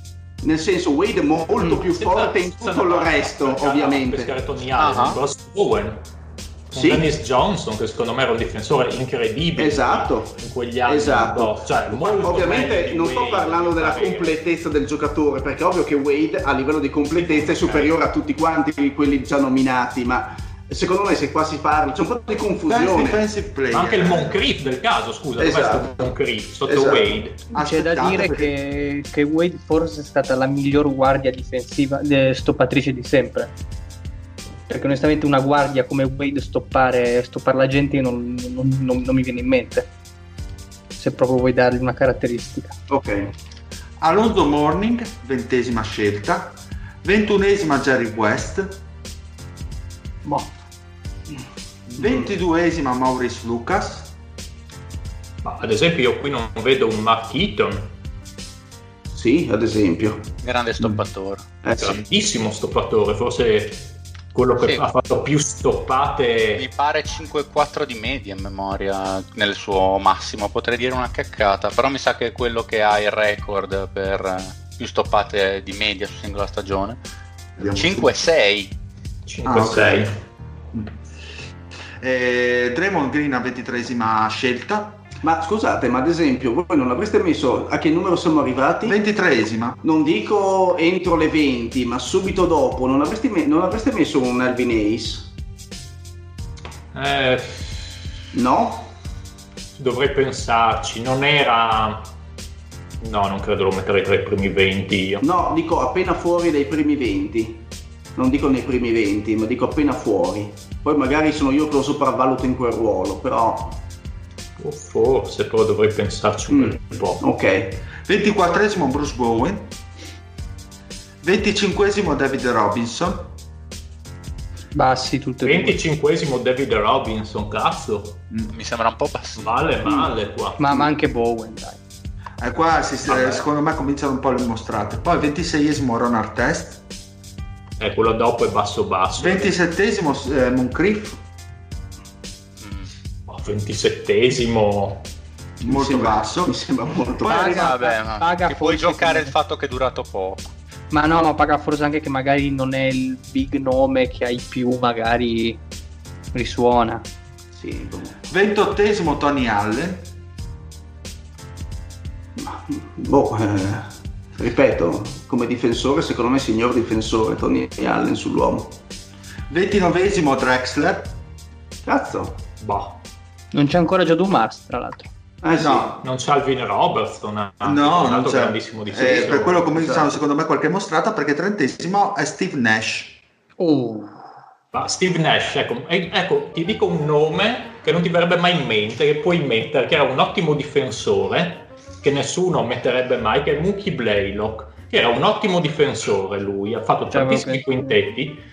Speaker 3: nel senso Wade è molto più forte in tutto il resto, ovviamente.
Speaker 2: Pescare Tony Allen, uh-huh. Ross Bowen,
Speaker 3: sì.
Speaker 2: Dennis Johnson, che secondo me era un difensore incredibile,
Speaker 3: esatto,
Speaker 2: in quegli anni,
Speaker 3: esatto.
Speaker 2: Cioè, molto
Speaker 3: ovviamente non sto parlando della completezza del giocatore, perché è ovvio che Wade a livello di completezza è superiore a tutti quanti quelli già nominati, ma secondo me se qua si parla c'è un po' di confusione.
Speaker 2: Ma anche il Moncrief del caso, scusa,
Speaker 3: esatto.
Speaker 2: dov'è sto Moncrief sotto
Speaker 3: esatto.
Speaker 2: Wade?
Speaker 1: C'è da dire
Speaker 3: perché...
Speaker 1: che, che Wade forse è stata la miglior guardia difensiva eh, stoppatrice di sempre, perché onestamente una guardia come Wade stoppare, stoppare la gente non, non, non, non mi viene in mente, se proprio vuoi dargli una caratteristica.
Speaker 3: Ok.
Speaker 5: Alonzo Mourning, ventesima scelta. Ventunesima Jerry West.
Speaker 1: Boh.
Speaker 5: Ventiduesima Maurice Lucas.
Speaker 2: Ma ad esempio io qui non vedo un Mark Eaton.
Speaker 3: Sì, ad esempio.
Speaker 6: Grande stoppatore.
Speaker 3: Eh, sì.
Speaker 2: Grandissimo stoppatore, forse quello che sì. ha fatto più stoppate.
Speaker 6: Mi pare cinque virgola quattro di media in memoria nel suo massimo, potrei dire una caccata, però mi sa che è quello che ha il record per più stoppate di media su singola stagione. cinque virgola sei.
Speaker 2: cinque virgola sei.
Speaker 5: Ah, okay. eh, Draymond Green a ventitreesima scelta.
Speaker 3: Ma scusate, ma ad esempio voi non avreste messo, a che numero siamo arrivati?
Speaker 5: ventitreesima.
Speaker 3: Non dico entro le venti, ma subito dopo, non avreste, me- non avreste messo un Alvin Ace?
Speaker 2: Eh,
Speaker 3: no?
Speaker 2: Dovrei pensarci, non era... No, non credo lo metterei tra i primi venti io.
Speaker 3: No, dico appena fuori dai primi venti. Non dico nei primi venti, ma dico appena fuori. Poi magari sono io che lo sopravvaluto in quel ruolo, però...
Speaker 2: O forse, però dovrei pensarci un
Speaker 3: mm.
Speaker 2: po'.
Speaker 3: Ok.
Speaker 5: ventiquattresimo Bruce Bowen. venticinquesimo David Robinson.
Speaker 1: Bassi tutte e due.
Speaker 2: venticinquesimo David Robinson, cazzo.
Speaker 6: Mm. Mi sembra un po' basso.
Speaker 2: Male, male qua.
Speaker 1: Ma, ma anche Bowen, dai.
Speaker 5: E eh, qua si, secondo me cominciano un po' le mostrate. Poi ventiseiesimo Ron Artest.
Speaker 2: Eh, quello dopo è basso basso.
Speaker 5: ventisettesimo eh, Moncrief.
Speaker 2: ventisettesimo
Speaker 5: molto
Speaker 3: sembra,
Speaker 5: basso,
Speaker 3: mi sembra molto
Speaker 1: paga,
Speaker 3: basso.
Speaker 6: Vabbè, ma
Speaker 1: paga
Speaker 6: che puoi giocare
Speaker 1: che...
Speaker 6: il fatto che è durato poco.
Speaker 1: Ma no, ma paga forse anche che magari non è il big nome che hai più, magari risuona.
Speaker 3: Sì,
Speaker 5: ventottesimo Tony Allen.
Speaker 3: Boh, eh, ripeto, come difensore secondo me signor difensore Tony Allen sull'uomo.
Speaker 5: ventinovesimo Drexler.
Speaker 3: Cazzo.
Speaker 2: Boh.
Speaker 1: Non c'è ancora Jadu Mars, tra l'altro.
Speaker 3: Eh, sì.
Speaker 5: No,
Speaker 2: non c'è Alvin Robertson,
Speaker 5: no, non
Speaker 2: un altro
Speaker 5: c'è.
Speaker 2: grandissimo difensore.
Speaker 5: Eh, per quello cominciano
Speaker 3: Esatto.
Speaker 5: secondo me qualche mostrata, perché trentesimo è Steve Nash.
Speaker 1: Oh.
Speaker 2: Ma Steve Nash, ecco, eh, ecco, ti dico un nome che non ti verrebbe mai in mente, che puoi mettere, che era un ottimo difensore, che nessuno metterebbe mai, che è Mookie Blaylock, che era un ottimo difensore lui, ha fatto tantissimi quintetti,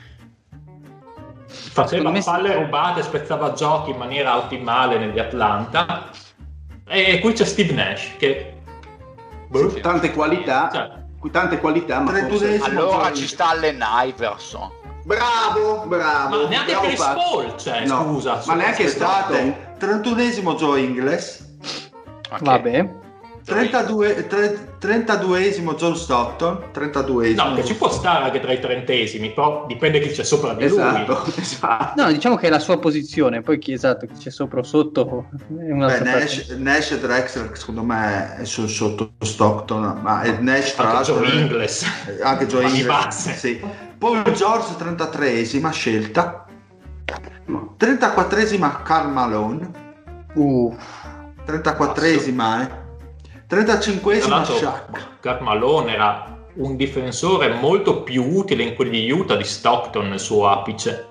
Speaker 2: faceva palle rubate, spezzava giochi in maniera ottimale negli Atlanta, e qui c'è Steve Nash che
Speaker 3: Sì, tante qualità,
Speaker 2: cioè,
Speaker 3: tante qualità, ma forse...
Speaker 6: allora ci sta Allen Iverson.
Speaker 3: Bravo, bravo.
Speaker 2: Ma neanche
Speaker 3: bravo
Speaker 2: Chris Paul, cioè,
Speaker 3: no,
Speaker 2: scusa.
Speaker 3: Ma neanche Stockton.
Speaker 5: trentunesimo Joe Ingles.
Speaker 6: Okay.
Speaker 1: Vabbè.
Speaker 5: trentadue, tre, trentaduesimo John Stockton. trentaduesimo.
Speaker 2: No, che ci può stare anche tra i trentesimi, però dipende chi c'è sopra di
Speaker 3: esatto,
Speaker 2: lui.
Speaker 3: Esatto.
Speaker 1: No, diciamo che è la sua posizione, poi chi esatto, chi c'è sopra o sotto è una
Speaker 5: Beh, Nash, Nash e Drexler secondo me è sul sotto Stockton, ma è Nash tra
Speaker 2: anche
Speaker 5: l'altro
Speaker 2: Joe Ingles.
Speaker 5: anche Joe
Speaker 2: Ma di
Speaker 5: Ingles,
Speaker 2: base.
Speaker 5: sì. Paul George trentatreesima scelta. trentaquattresima Karl Malone.
Speaker 1: Uh.
Speaker 5: trentaquattresima eh. trentacinquesima Shaq.
Speaker 2: Karl Malone era un difensore molto più utile in quelli di Utah di Stockton nel suo apice.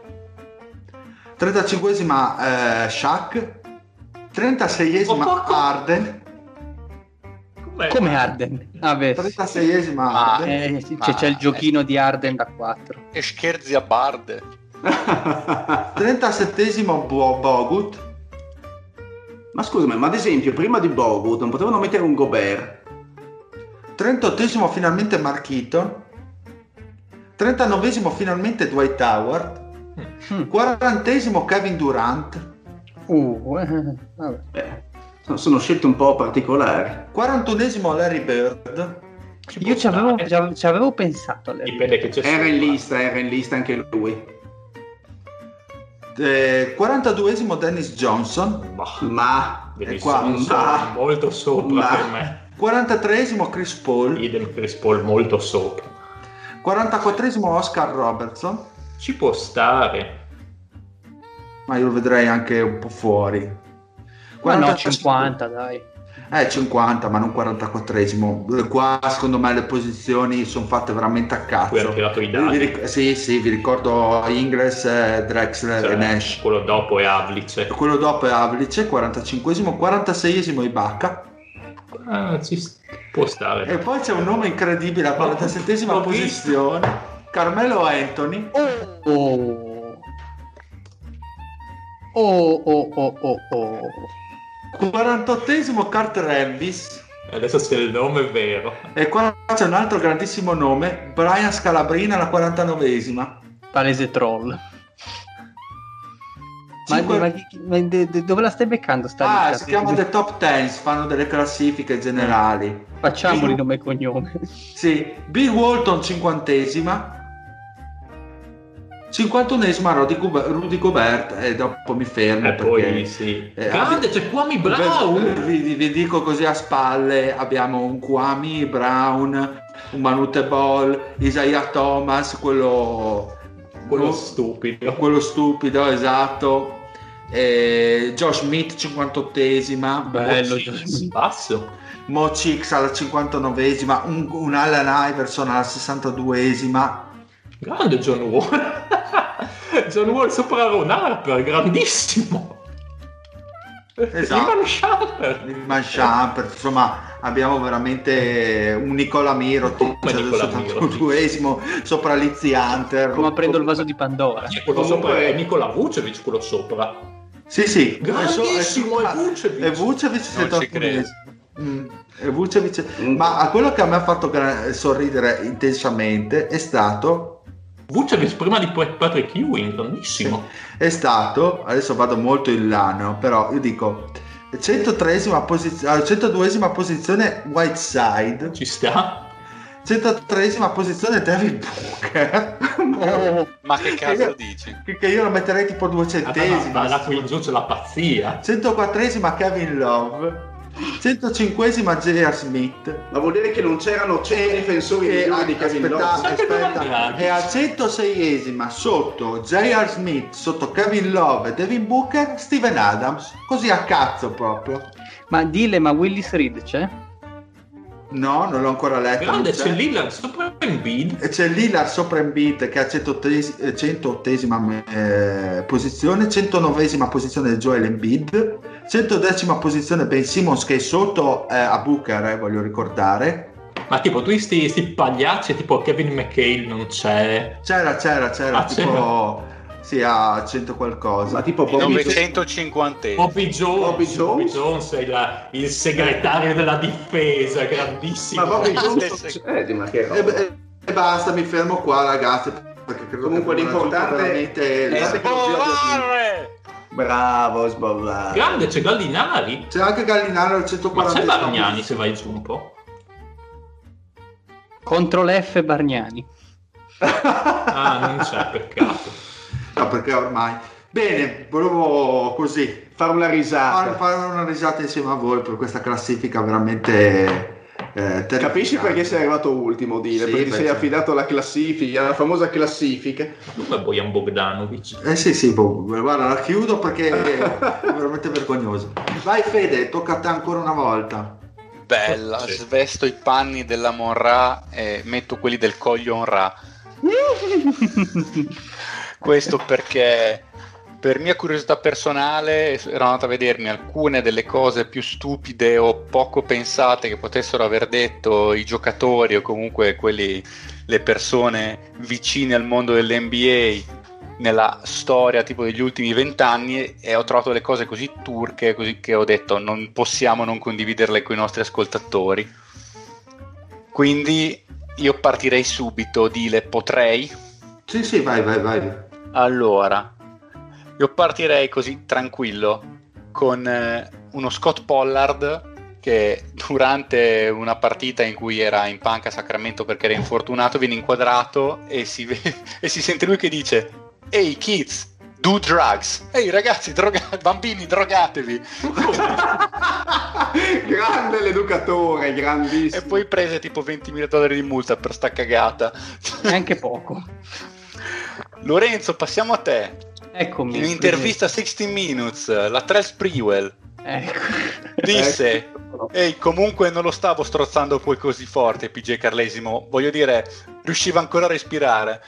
Speaker 5: trentacinquesima eh, Shaq. trentaseiesima
Speaker 2: Oh, co-
Speaker 5: Harden.
Speaker 2: Com'è?
Speaker 1: Come Harden? Vabbè.
Speaker 5: trentaseiesima
Speaker 6: Ma-
Speaker 5: Harden.
Speaker 1: Eh, sì,
Speaker 6: Ma-
Speaker 1: c'è, c'è il giochino di Harden da quattro.
Speaker 6: E scherzi a barde.
Speaker 5: trentasettesimo Bo- Bogut.
Speaker 3: Ma scusami, ma ad esempio prima di Bogut non potevano mettere un Gobert?
Speaker 5: trentottesimo finalmente Mark Eaton. trentanovesimo finalmente Dwight Howard.
Speaker 1: Mm.
Speaker 5: quarantesimo Kevin Durant.
Speaker 1: Uh, eh, vabbè.
Speaker 3: Eh, sono, sono scelte un po' particolari.
Speaker 5: quarantunesimo Larry Bird.
Speaker 1: Io ci avevo, ci avevo pensato.
Speaker 2: Dipende che c'è
Speaker 3: era in
Speaker 2: sopra.
Speaker 3: lista, era in lista anche lui.
Speaker 5: Eh, quarantaduesimo Dennis Johnson.
Speaker 3: Ma
Speaker 5: E
Speaker 2: Dennis
Speaker 5: qua-
Speaker 2: Johnson,
Speaker 3: ma-
Speaker 2: molto sopra
Speaker 3: ma-
Speaker 2: per me.
Speaker 5: quarantatreesimo Chris Paul.
Speaker 2: Idem Chris Paul molto sopra.
Speaker 5: quarantaquattresimo Oscar Robertson.
Speaker 2: Ci può stare.
Speaker 5: Ma io lo vedrei anche un po' fuori.
Speaker 1: Ma no,
Speaker 5: quarantacinque
Speaker 1: cinquanta, dai.
Speaker 5: Eh, cinquanta, ma non quarantaquattresimo. Qua secondo me le posizioni sono fatte veramente a
Speaker 2: Qui hanno
Speaker 5: cazzo.
Speaker 2: tirato i
Speaker 5: Vi
Speaker 2: dati.
Speaker 5: ric- sì, sì, vi ricordo Ingles, eh, Drexler
Speaker 2: Cioè,
Speaker 5: e Nash.
Speaker 2: quello dopo è Havlicek.
Speaker 5: Quello dopo è Havlicek, quarantacinquesimo, quarantaseiesimo Ibaka.
Speaker 2: Ah, ci s- può stare.
Speaker 5: E poi c'è un nome incredibile, a quarantasettesima
Speaker 2: L'ho visto.
Speaker 5: posizione, Carmelo Anthony.
Speaker 1: Oh. Oh, oh, oh, oh, oh.
Speaker 5: quarantottesimo Kurt Rambis.
Speaker 2: Adesso c'è il nome vero.
Speaker 5: E qua c'è un altro grandissimo nome, Brian Scalabrina, alla quarantanovesima.
Speaker 1: Palese troll. Ma,
Speaker 5: Cinque-
Speaker 1: ma chi- chi- ma de- de- dove la stai beccando sta
Speaker 5: Ah,
Speaker 1: lista?
Speaker 5: si chiama The Top Ten, fanno delle classifiche generali.
Speaker 1: Facciamoli
Speaker 5: Big-
Speaker 1: nome e cognome.
Speaker 5: Sì, Bill Walton cinquantesima. cinquantunesima Rudy, Gobe- Rudy Gobert e dopo mi fermo
Speaker 2: E
Speaker 5: perché
Speaker 2: poi sì.
Speaker 5: eh,
Speaker 2: Grande,
Speaker 5: abbi-
Speaker 2: c'è Kwame Brown.
Speaker 5: vi, vi dico così a spalle, abbiamo un Kwame Brown, un Manute Ball, Isaiah Thomas, quello
Speaker 2: Quello
Speaker 5: no,
Speaker 2: stupido.
Speaker 5: quello stupido, esatto, e Josh Smith cinquantottesima,
Speaker 1: Bello,
Speaker 2: Oh,
Speaker 1: Josh
Speaker 2: sì,
Speaker 1: Smith.
Speaker 2: basso.
Speaker 5: Mo Chicks alla cinquantanovesima, un, un Allen Iverson alla sessantaduesima.
Speaker 2: Grande John Wall. John Wall sopra Ron Harper, grandissimo.
Speaker 5: Esatto.
Speaker 2: Ivan Sharper.
Speaker 5: Iman Shumpert, insomma abbiamo veramente un Nicola Mirotic,
Speaker 2: Come
Speaker 5: cioè,
Speaker 2: Nicola
Speaker 5: il settantaduesimo sopra Lizzy Hunter.
Speaker 1: Come prendo il vaso di Pandora.
Speaker 2: Quello
Speaker 3: Comunque-
Speaker 2: sopra è Nikola Vucevic, quello sopra.
Speaker 5: Sì, sì,
Speaker 2: Grandissimo,
Speaker 5: è,
Speaker 2: è Vucevic.
Speaker 5: è Vucevic
Speaker 6: Non ci
Speaker 5: settantunesimo. Mm, è Vucevic. Ma a quello che a me ha fatto gra- sorridere intensamente è stato
Speaker 2: Vucevic prima di Patrick Ewing, grandissimo.
Speaker 5: è stato, adesso vado molto in là, no? Però io dico centotreesima posizione, centoduesima posizione Whiteside,
Speaker 2: Ci sta.
Speaker 5: centotreesima posizione David Booker.
Speaker 1: Oh,
Speaker 6: Ma che cazzo
Speaker 5: Io-
Speaker 6: dici?
Speaker 5: che, che io lo metterei tipo duecentesima.
Speaker 2: Ma da qui in giù c'è la pazzia.
Speaker 5: centoquattresima Kevin Love, centocinquesima J R. Smith.
Speaker 3: Ma vuol dire che non c'erano cento difensori
Speaker 5: E,
Speaker 3: migliori di Kevin
Speaker 5: aspetta,
Speaker 3: Love.
Speaker 2: Sai che non
Speaker 5: aspetta,
Speaker 2: Draghi?
Speaker 5: e al centoseiesima sotto J R. Smith, sotto Kevin Love e Devin Booker, Steven Adams, così a cazzo proprio.
Speaker 1: ma dille, ma Willis Reed c'è?
Speaker 5: No, non l'ho ancora letto.
Speaker 2: Grande,
Speaker 5: non
Speaker 2: c'è Lillard sopra Embiid.
Speaker 5: E c'è Lillard sopra Embiid che è a centottesima centottesima eh, posizione, centonovesima posizione Joel Embiid, centodecima posizione Ben Simmons che è sotto eh, a Booker, eh, voglio ricordare.
Speaker 2: Ma tipo, tu sti, sti pagliacci, tipo Kevin McHale non c'è.
Speaker 5: C'era, c'era, c'era,
Speaker 2: Ah,
Speaker 5: tipo sì, a cento qualcosa.
Speaker 3: Ma tipo Bobby
Speaker 6: novecentocinquanta.
Speaker 2: Bobby Jones.
Speaker 3: Bobby Jones?
Speaker 2: Jones è la- il segretario della difesa, grandissimo.
Speaker 3: Ma Bobby
Speaker 6: Grande
Speaker 3: Jones,
Speaker 6: seg-
Speaker 3: eh, ma che
Speaker 5: E,
Speaker 3: roba.
Speaker 5: e- e basta, mi fermo qua ragazzi perché credo
Speaker 3: Comunque
Speaker 5: che abbiamo
Speaker 3: l'importante
Speaker 5: raggiunto veramente
Speaker 3: è-
Speaker 5: il-
Speaker 6: Sbollare!
Speaker 3: Bravo, sbollare.
Speaker 2: Grande, c'è Gallinari.
Speaker 5: c'è anche Gallinaro al
Speaker 2: Ma c'è
Speaker 5: centoquaranta.
Speaker 2: Bargnani se vai giù un po'.
Speaker 1: Contro l'F Bargnani.
Speaker 2: Ah, non c'è, peccato.
Speaker 5: No, perché ormai bene, volevo così
Speaker 3: Fare una
Speaker 5: fare,
Speaker 3: risata.
Speaker 5: fare una risata insieme a voi per questa classifica veramente eh, terrificante.
Speaker 3: Capisci perché sei arrivato ultimo, Dile?
Speaker 5: Sì,
Speaker 3: perché ti
Speaker 5: beh,
Speaker 3: sei
Speaker 5: sì.
Speaker 3: affidato alla classifica, alla famosa classifica.
Speaker 2: Come Bojan Bogdanovic.
Speaker 5: Eh sì sì, boh, guarda la chiudo perché è veramente vergognoso. Vai Fede, tocca a te ancora una volta.
Speaker 6: Bella,
Speaker 2: Sì.
Speaker 6: svesto i panni della Monra e metto quelli del Coglion Ra. Questo perché per mia curiosità personale ero andato a vedermi alcune delle cose più stupide o poco pensate che potessero aver detto i giocatori o comunque quelli, le persone vicine al mondo dell'N B A nella storia tipo degli ultimi vent'anni, e ho trovato le cose così turche così che ho detto non possiamo non condividerle con i nostri ascoltatori. Quindi io partirei subito. Dile, potrei?
Speaker 5: Sì sì, vai vai vai.
Speaker 6: Allora, io partirei così tranquillo con eh, uno Scott Pollard che durante una partita in cui era in panca a Sacramento perché era infortunato viene inquadrato e si, e si sente lui che dice "Hey kids, do drugs". Ehi ragazzi, droga- bambini, drogatevi.
Speaker 3: Grande l'educatore, grandissimo.
Speaker 6: E poi prese tipo ventimila dollari di multa per sta cagata.
Speaker 1: Neanche poco.
Speaker 6: Lorenzo, passiamo a te.
Speaker 1: Eccomi.
Speaker 6: In un'intervista a sessanta Minutes, la Trell Sprewell
Speaker 1: Ecco.
Speaker 6: disse "Ehi, comunque non lo stavo strozzando poi così forte P J Carlesimo, voglio dire, riusciva ancora a respirare".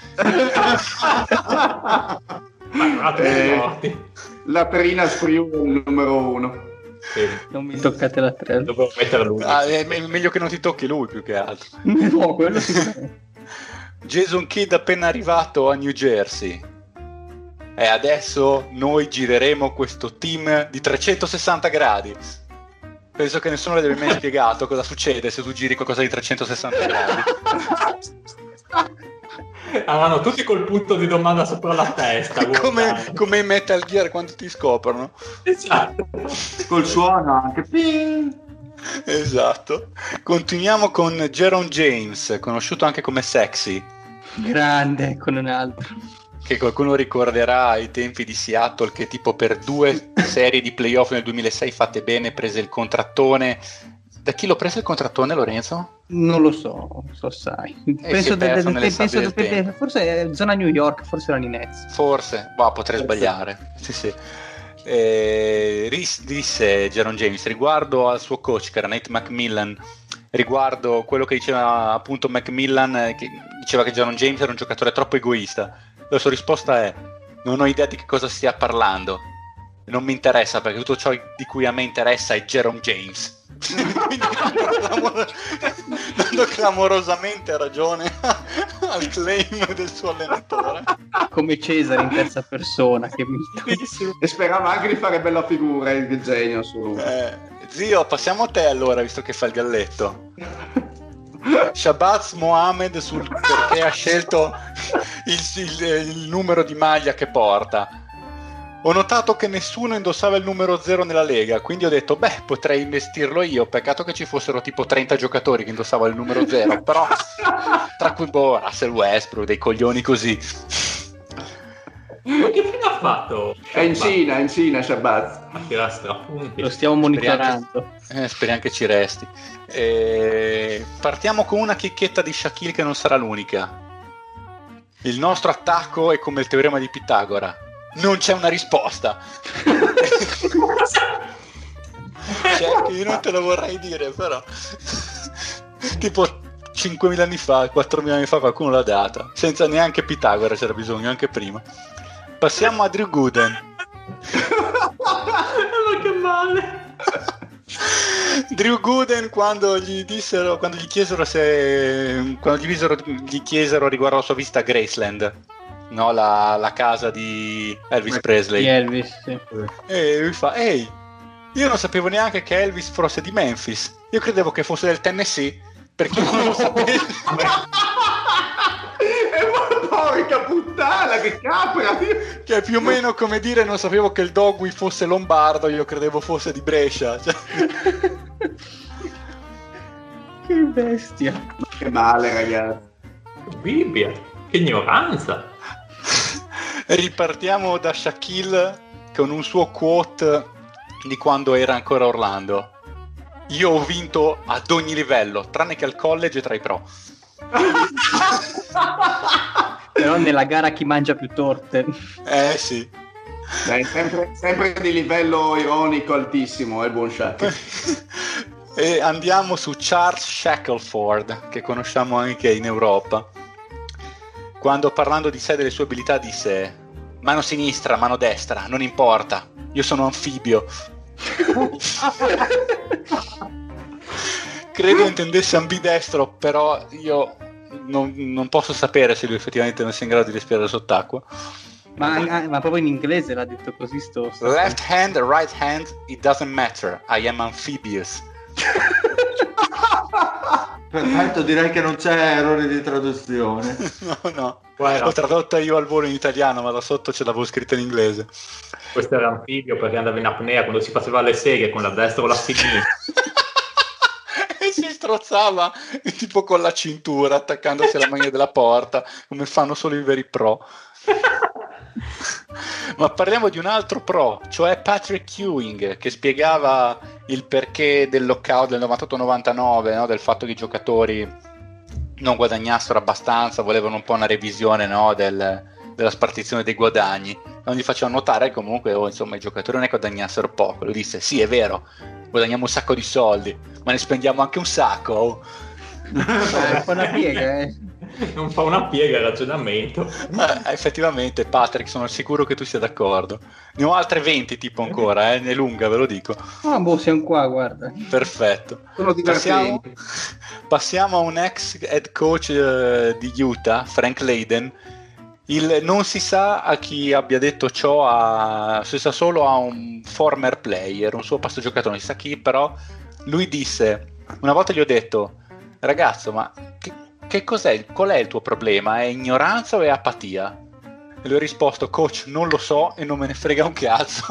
Speaker 2: Ma non ha tutti
Speaker 3: Eh,
Speaker 2: morti.
Speaker 3: La Trina Sprewell numero uno.
Speaker 2: Sì,
Speaker 1: Non mi toccate la tre.
Speaker 2: dovevo mettere lui.
Speaker 6: Ah, è me- meglio che non ti tocchi lui più che altro.
Speaker 1: No, quello sicuramente.
Speaker 6: Jason Kidd appena arrivato a New Jersey e adesso noi gireremo questo team di trecentosessanta gradi. Penso che nessuno le abbia mai spiegato cosa succede se tu giri qualcosa di trecentosessanta gradi.
Speaker 2: Avevano tutti col punto di domanda sopra la testa.
Speaker 6: come,
Speaker 2: guardate.
Speaker 6: come in Metal Gear quando ti scoprono.
Speaker 2: Esatto.
Speaker 5: Col suono anche. Ping!
Speaker 6: Esatto. Continuiamo con Jaron James, conosciuto anche come Sexy,
Speaker 1: Grande con un altro.
Speaker 6: che qualcuno ricorderà ai tempi di Seattle, che tipo per due serie di playoff nel duemilasei fatte bene prese il contrattone. Da chi lo prese il contrattone, Lorenzo?
Speaker 1: Non lo so, so sai.
Speaker 6: si
Speaker 1: Penso
Speaker 6: è
Speaker 1: de-
Speaker 6: perso
Speaker 1: de-
Speaker 6: nelle
Speaker 1: penso
Speaker 6: sabbie del
Speaker 1: de-
Speaker 6: tempo.
Speaker 1: forse è zona New York, forse erano i Nets.
Speaker 6: Forse, ma potrei sbagliare. Sì, sì. Eh, ris- disse Jaron James riguardo al suo coach, che era Nate McMillan, riguardo quello che diceva appunto McMillan, eh, che diceva che Jaron James era un giocatore troppo egoista. La sua risposta è: non ho idea di che cosa stia parlando, non mi interessa, perché tutto ciò di cui a me interessa è Jaron James. Quindi, dando, clamor- dando clamorosamente ragione al claim del suo allenatore.
Speaker 1: Come Cesare in terza persona. Che mi...
Speaker 3: E sperava anche di fare bella figura il genio su.
Speaker 6: Eh, zio, passiamo a te allora, visto che fa il galletto. Shabazz Mohamed sul perché ha scelto il, il, il numero di maglia che porta. Ho notato che nessuno indossava il numero zero nella Lega, quindi ho detto, beh, potrei investirlo io. Peccato che ci fossero tipo trenta giocatori che indossavano il numero zero, però tra cui boh, Russell Westbrook, dei coglioni così.
Speaker 2: Ma che fine ha fatto?
Speaker 3: È in Cina, è in Cina Shabazz.
Speaker 2: A tirare strapunti.
Speaker 1: Lo stiamo monitorando.
Speaker 6: Eh, speriamo che ci resti. Eh, partiamo con una chicchetta di Shaquille che non sarà l'unica. Il nostro attacco è come il teorema di Pitagora. Non c'è una risposta. Cioè, che io non te lo vorrei dire, però tipo cinquemila anni fa, quattromila anni fa qualcuno l'ha data, senza neanche Pitagora c'era bisogno, anche prima. Passiamo a Drew Gooden.
Speaker 2: Ma che male.
Speaker 6: Drew Gooden, quando gli dissero, quando gli chiesero se quando gli, visero, gli chiesero riguardo alla sua visita a Graceland, no, la, la casa di Elvis Presley,
Speaker 1: Di Elvis, sì.
Speaker 6: e lui fa: ehi, io non sapevo neanche che Elvis fosse di Memphis, io credevo che fosse del Tennessee, perché io non lo sapevo.
Speaker 3: E ma porca puttana, che capra!
Speaker 6: Che è più o meno come dire: non sapevo che il Dogui fosse lombardo, io credevo fosse di Brescia, cioè...
Speaker 1: Che bestia.
Speaker 3: Che male, ragazzi.
Speaker 2: Bibbia, che ignoranza.
Speaker 6: Ripartiamo da Shaquille con un suo quote di quando era ancora a Orlando: io ho vinto ad ogni livello, tranne che al college e tra i pro.
Speaker 1: Però nella gara chi mangia più torte.
Speaker 6: Eh sì.
Speaker 3: Dai, sempre, sempre di livello ironico altissimo, è il buon Shaq.
Speaker 6: E andiamo su Charles Shackelford, che conosciamo anche in Europa, quando parlando di sé e delle sue abilità disse: mano sinistra, mano destra, non importa, io sono anfibio. Credo intendesse ambidestro, però io non, non posso sapere se lui effettivamente non sia in grado di respirare sott'acqua.
Speaker 1: Ma, ma proprio in inglese l'ha detto così sto, sto
Speaker 6: Left hand, right hand, it doesn't matter, I am amphibious.
Speaker 5: Perfetto, direi che non c'è errore di traduzione.
Speaker 6: No, no,
Speaker 2: Guarda.
Speaker 6: l'ho tradotta io al volo in italiano, ma da sotto ce l'avevo scritta in inglese.
Speaker 2: Questo era anfibio perché andava in apnea quando si faceva le seghe con la destra o la sinistra.
Speaker 6: strozzava tipo con la cintura attaccandosi alla maglia della porta, come fanno solo i veri pro. Ma parliamo di un altro pro, cioè Patrick Ewing, che spiegava il perché del lockout del novantotto novantanove, no? Del fatto che i giocatori non guadagnassero abbastanza, volevano un po' una revisione, no? del, della spartizione dei guadagni. Non gli facevano notare che comunque oh, insomma, i giocatori non è che guadagnassero poco. Lui disse: sì, è vero, guadagniamo un sacco di soldi, ma ne spendiamo anche un sacco. Oh.
Speaker 1: Eh, fa una piega, eh.
Speaker 2: Non fa una piega il ragionamento.
Speaker 6: Eh, effettivamente, Patrick, sono sicuro che tu sia d'accordo. Ne ho altre venti tipo ancora, eh, è lunga, ve lo dico.
Speaker 1: Ah, boh, siamo qua, guarda.
Speaker 6: Perfetto.
Speaker 3: Sono
Speaker 6: Passiamo,
Speaker 3: divertenti.
Speaker 6: passiamo a un ex head coach uh, di Utah, Frank Layden. Il, non si sa a chi abbia detto ciò, a, si sa solo a un former player, un suo passato giocatore, non si sa chi, però lui disse, una volta gli ho detto: ragazzo, ma che, che cos'è, qual è il tuo problema? È ignoranza o è apatia? E lui ha risposto: coach, non lo so e non me ne frega un cazzo.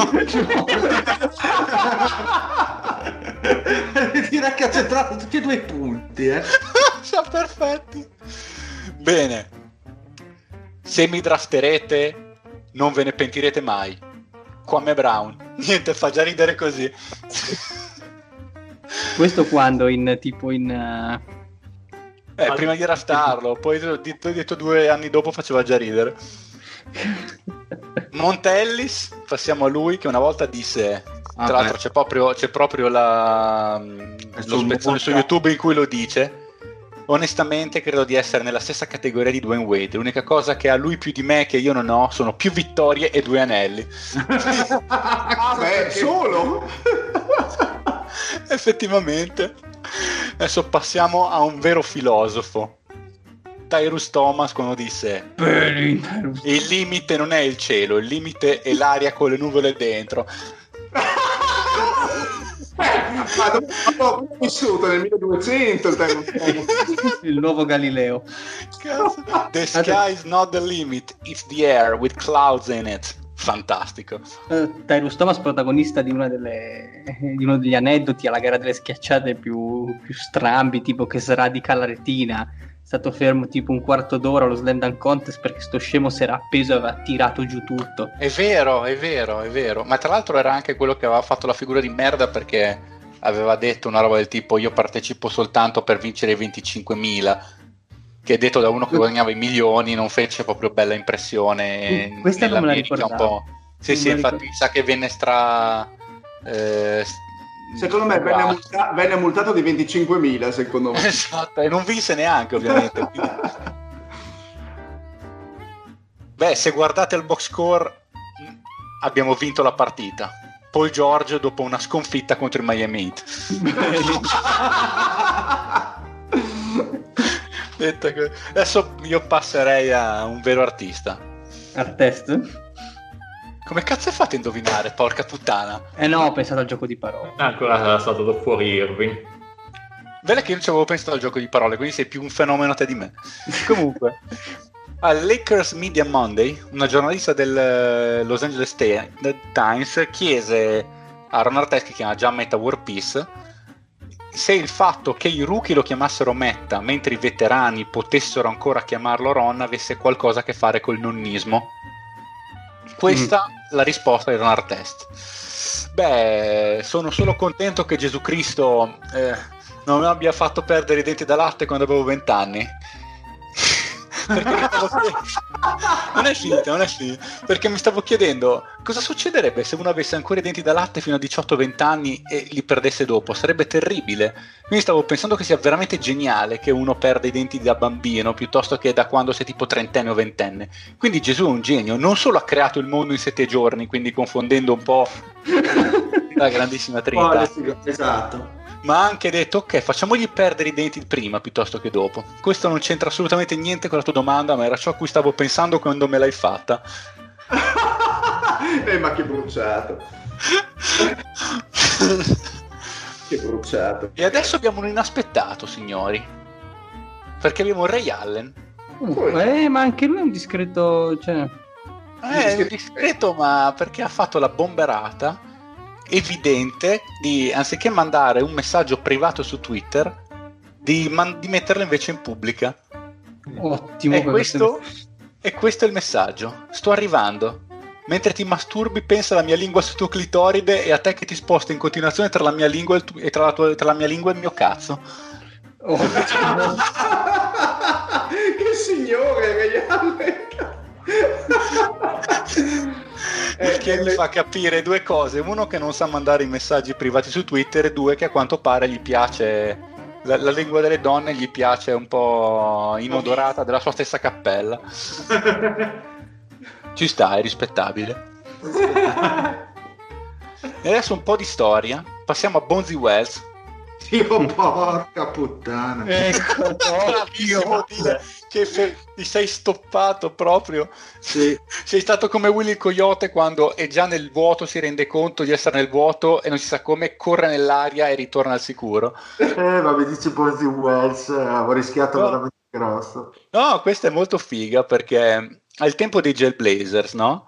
Speaker 5: Direi che ha centrato tutti e due i punti, eh.
Speaker 6: Siamo perfetti. Bene, se mi drafterete non ve ne pentirete mai. Kwame Brown. Niente, fa già ridere così.
Speaker 1: Questo quando in tipo in uh...
Speaker 6: Eh, prima di draftarlo, poi poi detto due anni dopo faceva già ridere. Montellis, passiamo a lui, che una volta disse,
Speaker 5: Ah,
Speaker 6: tra l'altro
Speaker 5: beh.
Speaker 6: c'è proprio, c'è proprio la, lo
Speaker 5: sul
Speaker 6: spezzone su YouTube in cui lo dice: onestamente credo di essere nella stessa categoria di Dwayne Wade, l'unica cosa che ha lui più di me che io non ho sono più vittorie e due anelli.
Speaker 3: Ah, beh, solo?
Speaker 6: Effettivamente. Adesso passiamo a un vero filosofo, Tyrus Thomas, quando disse: il limite non è il cielo, il limite è l'aria con le nuvole dentro.
Speaker 3: Ma dove ho vissuto nel milleduecento il tempo.
Speaker 1: il nuovo Galileo.
Speaker 6: Cazzo. The sky is not the limit, it's the air with clouds in it. Fantastico.
Speaker 1: Uh, Tyrus Thomas, protagonista di una delle di uno degli aneddoti alla gara delle schiacciate più, più strambi, tipo che sradica la retina. È stato fermo tipo un quarto d'ora allo Slam Dunk Contest perché sto scemo si era appeso e aveva tirato giù tutto.
Speaker 6: È vero, è vero, è vero. Ma tra l'altro era anche quello che aveva fatto la figura di merda, perché aveva detto una roba del tipo: io partecipo soltanto per vincere i venticinquemila, che detto da uno che guadagnava i milioni non fece proprio bella impressione.
Speaker 1: Uh, questa non me la
Speaker 6: nell'America, un po'. Sì,
Speaker 1: Non
Speaker 6: sì,
Speaker 1: me la
Speaker 6: infatti
Speaker 1: ricordo.
Speaker 6: sa che venne stra eh,
Speaker 3: Secondo me venne, multa- venne multato di venticinquemila, secondo me.
Speaker 6: esatto, e non vinse neanche, ovviamente. Beh, se guardate il box score, abbiamo vinto la partita. Paul George dopo una sconfitta contro il Miami Heat. Detto che... Adesso io passerei a un vero artista.
Speaker 1: Al test?
Speaker 6: Come cazzo hai fatto a indovinare, porca puttana?
Speaker 1: Eh no, ho pensato al gioco di parole.
Speaker 2: Ancora era stato da fuori Irving.
Speaker 6: Vedi che io non ci avevo pensato al gioco di parole, quindi sei più un fenomeno te di me. Comunque, al Lakers Media Monday, una giornalista del eh, Los Angeles Times chiese a Ron Artest, che chiama già Metta War Peace, se il fatto che i rookie lo chiamassero Metta mentre i veterani potessero ancora chiamarlo Ron avesse qualcosa a che fare col nonnismo. Questa mm. la risposta di Ron Artest. Beh, sono solo contento che Gesù Cristo eh, non mi abbia fatto perdere i denti da latte quando avevo vent'anni. Perché mi stavo chiedendo... non è finita, non è finita. Perché mi stavo chiedendo cosa succederebbe se uno avesse ancora i denti da latte fino a diciotto venti anni e li perdesse dopo. Sarebbe terribile. Quindi stavo pensando che sia veramente geniale che uno perda i denti da bambino piuttosto che da quando sei tipo trentenne o ventenne. Quindi Gesù è un genio, non solo ha creato il mondo in sette giorni, quindi confondendo un po' la grandissima Trinità,
Speaker 5: Esatto.
Speaker 6: ma ha anche detto: ok, facciamogli perdere i denti prima piuttosto che dopo. Questo non c'entra assolutamente niente con la tua domanda, ma era ciò a cui stavo pensando quando me l'hai fatta.
Speaker 3: Eh, ma che bruciato. Che bruciato.
Speaker 6: E adesso abbiamo un inaspettato, signori, perché abbiamo Ray Allen.
Speaker 1: Uh, eh, ma anche lui è un discreto, cioè...
Speaker 6: Eh, è discreto, ma perché ha fatto la bomberata evidente di, anziché mandare un messaggio privato su Twitter, di, man- di metterlo invece in pubblica.
Speaker 1: Ottimo.
Speaker 6: E questo, e questo è il messaggio. Sto arrivando. Mentre ti masturbi, pensa alla mia lingua sul tuo clitoride e a te che ti sposta in continuazione tra la mia lingua e, il tu- e tra, la tua- tra la mia lingua e il mio cazzo.
Speaker 1: Ottimo.
Speaker 3: Che signore, Reiale!
Speaker 6: Il che mi fa capire due cose: uno, che non sa mandare i messaggi privati su Twitter, e due, che a quanto pare gli piace la, la lingua delle donne, gli piace un po' inodorata della sua stessa cappella. Ci sta, è rispettabile. E adesso un po' di storia. Passiamo a Bonzi Wells.
Speaker 5: Dio, porca puttana.
Speaker 1: Ecco,
Speaker 6: Bravissimo, dire che fe- ti sei stoppato proprio.
Speaker 5: Sì.
Speaker 6: Sei stato come Willy il Coyote quando è già nel vuoto, si rende conto di essere nel vuoto e non si sa come, corre nell'aria e ritorna al sicuro.
Speaker 5: Eh, ma mi dici Bonzi Wells, eh, avevo rischiato
Speaker 6: No.
Speaker 5: veramente grosso.
Speaker 6: No, questa è molto figa perché al tempo dei Jailblazers, no?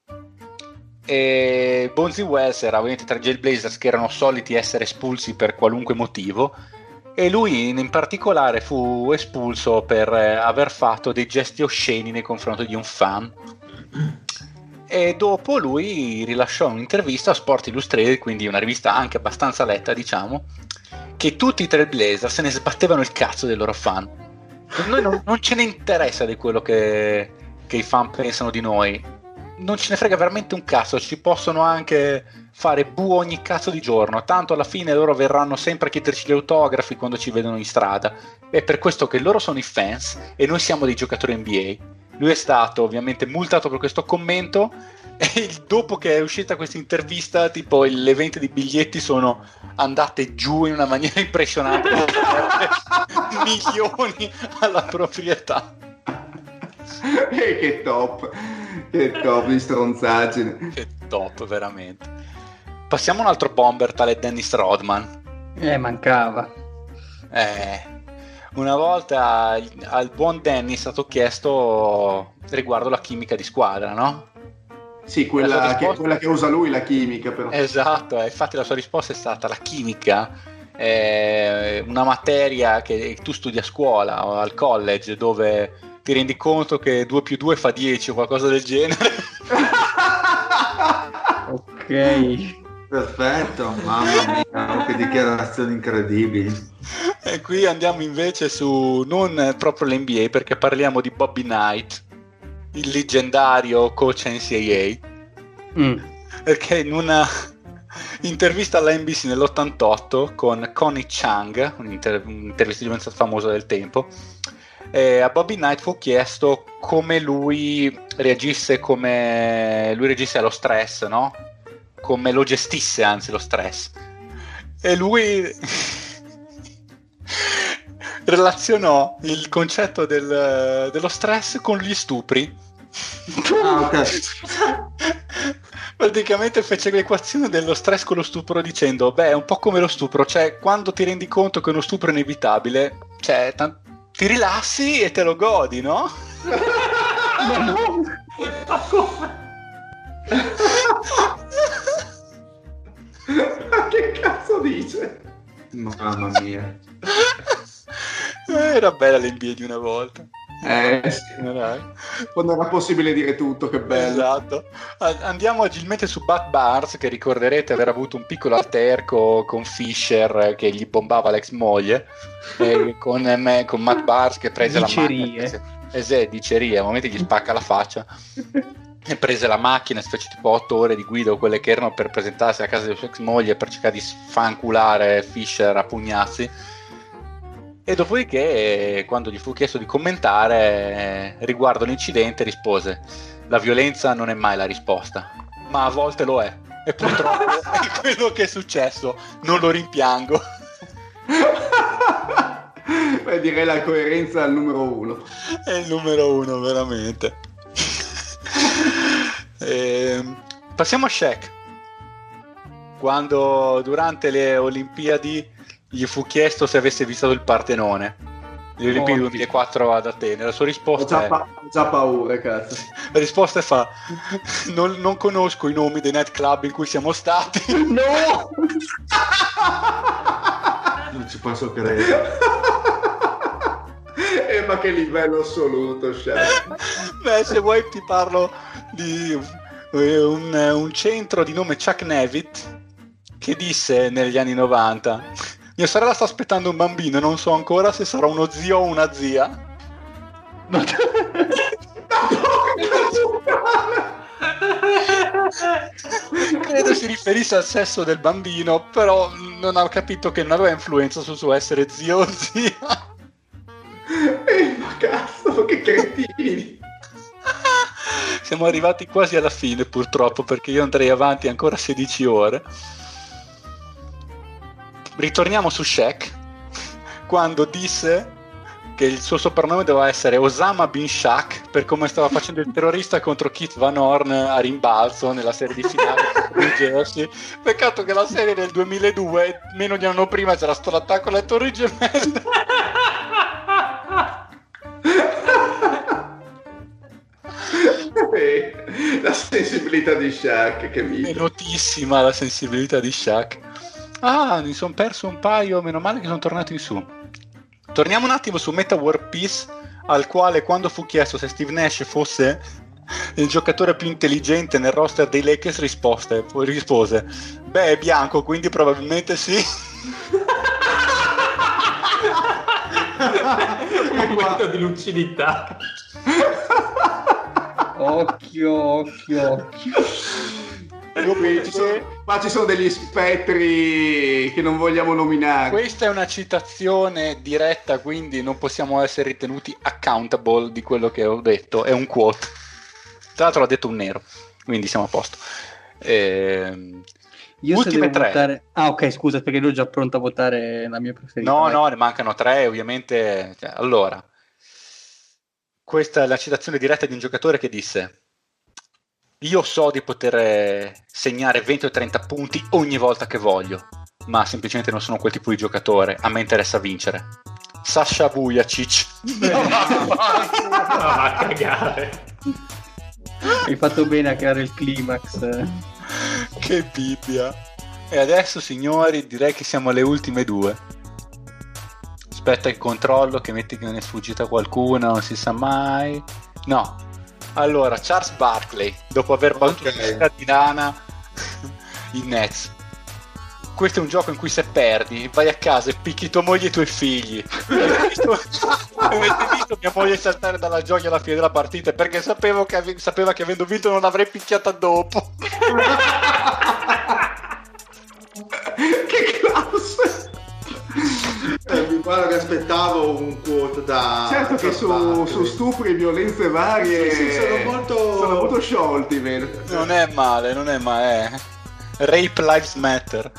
Speaker 6: E Bonzi Wells era ovviamente tra i Jailblazers che erano soliti essere espulsi per qualunque motivo, e lui in particolare fu espulso per eh, aver fatto dei gesti osceni nei confronti di un fan. E dopo lui rilasciò un'intervista a Sport Illustrated, quindi una rivista anche abbastanza letta, diciamo, che tutti i Trailblazers se ne sbattevano il cazzo dei loro fan. Noi non, non ce ne interessa di quello che, che i fan pensano di noi, non ce ne frega veramente un cazzo, ci possono anche fare bu ogni cazzo di giorno, tanto alla fine loro verranno sempre a chiederci gli autografi quando ci vedono in strada. È per questo che loro sono i fans e noi siamo dei giocatori N B A. Lui è stato ovviamente multato per questo commento, e dopo che è uscita questa intervista, tipo le vendite di biglietti sono andate giù in una maniera impressionante, milioni alla proprietà.
Speaker 3: Eh, che top, che top di stronzaggine.
Speaker 6: Che top, veramente. Passiamo a un altro bomber tale Dennis Rodman.
Speaker 1: Eh, mancava.
Speaker 6: Eh, una volta al buon Danny è stato chiesto riguardo la chimica di squadra, no?
Speaker 3: Sì,
Speaker 6: La
Speaker 3: quella
Speaker 6: sua
Speaker 3: che,
Speaker 6: risposta-
Speaker 3: quella che usa lui, la chimica, però.
Speaker 6: Esatto, eh, infatti la sua risposta è stata: la chimica è una materia che tu studi a scuola o al college, dove ti rendi conto che due più due fa dieci o qualcosa del genere.
Speaker 1: Ok.
Speaker 5: Perfetto, mamma mia, che dichiarazioni incredibili.
Speaker 6: E qui andiamo invece su non proprio l'N B A, perché parliamo di Bobby Knight, il leggendario coach N C A A,
Speaker 1: Mm.
Speaker 6: perché in una intervista alla N B C nell'ottantotto con Connie Chung, un'inter- un'intervista diventata famosa del tempo, eh, a Bobby Knight fu chiesto come lui reagisse, come lui reagisse allo stress, no? Come lo gestisse, anzi, lo stress. E lui relazionò il concetto del- dello stress con gli stupri.
Speaker 5: Ah, ok.
Speaker 6: Praticamente fece l'equazione dello stress con lo stupro dicendo: beh, è un po' come lo stupro, cioè quando ti rendi conto che uno stupro è inevitabile, cioè tan- ti rilassi e te lo godi, no?
Speaker 3: Ma che cazzo dice?
Speaker 5: Mamma mia.
Speaker 6: Era bella l'N B A di una volta.
Speaker 3: Eh, sì.
Speaker 6: Dai.
Speaker 3: Quando era possibile dire tutto, che bello.
Speaker 6: Esatto. A- Andiamo agilmente su Bud Barnes, che ricorderete aver avuto un piccolo alterco con Fisher che gli bombava l'ex moglie, e con, me, con Matt Barnes che prese
Speaker 1: Dicerie.
Speaker 6: la macchina. Esatto, dicerie, a momenti gli spacca la faccia. E prese la macchina e si fece tipo otto ore di guida o quelle che erano per presentarsi a casa della sua ex moglie per cercare di sfanculare Fisher a pugnazzi. E dopodiché, quando gli fu chiesto di commentare eh, riguardo l'incidente, rispose: la violenza non è mai la risposta, ma a volte lo è, e purtroppo è quello che è successo, non lo rimpiango.
Speaker 3: Beh, direi la coerenza al numero uno.
Speaker 6: È il numero uno, veramente. E, passiamo a Shaq. Quando durante le Olimpiadi gli fu chiesto se avesse visitato il Partenone, le Olimpiadi
Speaker 1: Oddio.
Speaker 6: duemilaquattro ad Atene, la sua
Speaker 3: Ho
Speaker 6: risposta
Speaker 3: già,
Speaker 6: è,
Speaker 3: pa- ho già paura, cazzo.
Speaker 6: la risposta è fa non, non conosco i nomi dei nightclub in cui siamo stati.
Speaker 1: No!
Speaker 5: Non ci posso credere.
Speaker 3: ma che livello assoluto, chef.
Speaker 6: Beh, se vuoi ti parlo di un, un centro di nome Chuck Nevitt che disse negli anni novanta: mia sorella sta aspettando un bambino e non so ancora se sarà uno zio o una zia. Credo si riferisse al sesso del bambino, però non ho capito che non aveva influenza sul suo essere zio o zia.
Speaker 3: Eh, ma cazzo, che cretini.
Speaker 6: Siamo arrivati quasi alla fine, purtroppo, perché io andrei avanti ancora sedici ore. Ritorniamo su Shaq, quando disse che il suo soprannome doveva essere Osama Bin Shaq per come stava facendo il terrorista contro Keith Van Horn a rimbalzo nella serie di finale di New Jersey. Peccato che la serie del duemiladue, meno di un anno prima, c'era stato l'attacco alle Torri Gemelle.
Speaker 3: La sensibilità di Shaq, che vita.
Speaker 6: È notissima la sensibilità di Shaq. Ah, mi sono perso un paio, meno male che sono tornato in su. Torniamo un attimo su Meta World Peace, al quale quando fu chiesto se Steve Nash fosse il giocatore più intelligente nel roster dei Lakers risposte, poi rispose: beh, è bianco, quindi probabilmente sì.
Speaker 2: Un momento di lucidità.
Speaker 1: Occhio, occhio, occhio.
Speaker 3: Qui ci sono, qua ci sono degli spettri che non vogliamo nominare.
Speaker 6: Questa è una citazione diretta, quindi non possiamo essere ritenuti accountable di quello che ho detto. È un quote. Tra l'altro l'ha detto un nero, quindi siamo a posto. Ehm...
Speaker 1: Io
Speaker 6: Ultime
Speaker 1: se devo
Speaker 6: tre.
Speaker 1: Votare... Ah, ok, scusa, perché ero già pronto a votare la mia preferita.
Speaker 6: No,
Speaker 1: vai.
Speaker 6: no, ne mancano tre, ovviamente. Cioè, allora, questa è la citazione diretta di un giocatore che disse: io so di poter segnare venti o trenta punti ogni volta che voglio, ma semplicemente non sono quel tipo di giocatore, a me interessa vincere. Sasha Vujacic.
Speaker 2: No, va a cagare.
Speaker 1: Hai fatto bene a creare il climax.
Speaker 6: Che Bibbia. E adesso, signori, direi che siamo alle ultime due. Aspetta il controllo, che metti che ne è sfuggita qualcuna, non si sa mai. No. Allora, Charles Barkley, dopo aver battuto
Speaker 3: Okay.
Speaker 6: la di Nana in Nets. Questo è un gioco in cui se perdi vai a casa e picchi tua moglie e i tuoi figli. Avete visto, avete visto mia moglie saltare dalla gioia alla fine della partita perché sapevo che ave- sapeva che avendo vinto non l'avrei picchiata dopo.
Speaker 3: Che classe!
Speaker 5: Eh, mi pare che aspettavo un quote da...
Speaker 3: Certo che su, su stupri e violenze varie
Speaker 5: Sì, sì, sono molto-
Speaker 3: sono molto sciolti, vero?
Speaker 6: Non è male, non è male. Eh. Rape Lives Matter.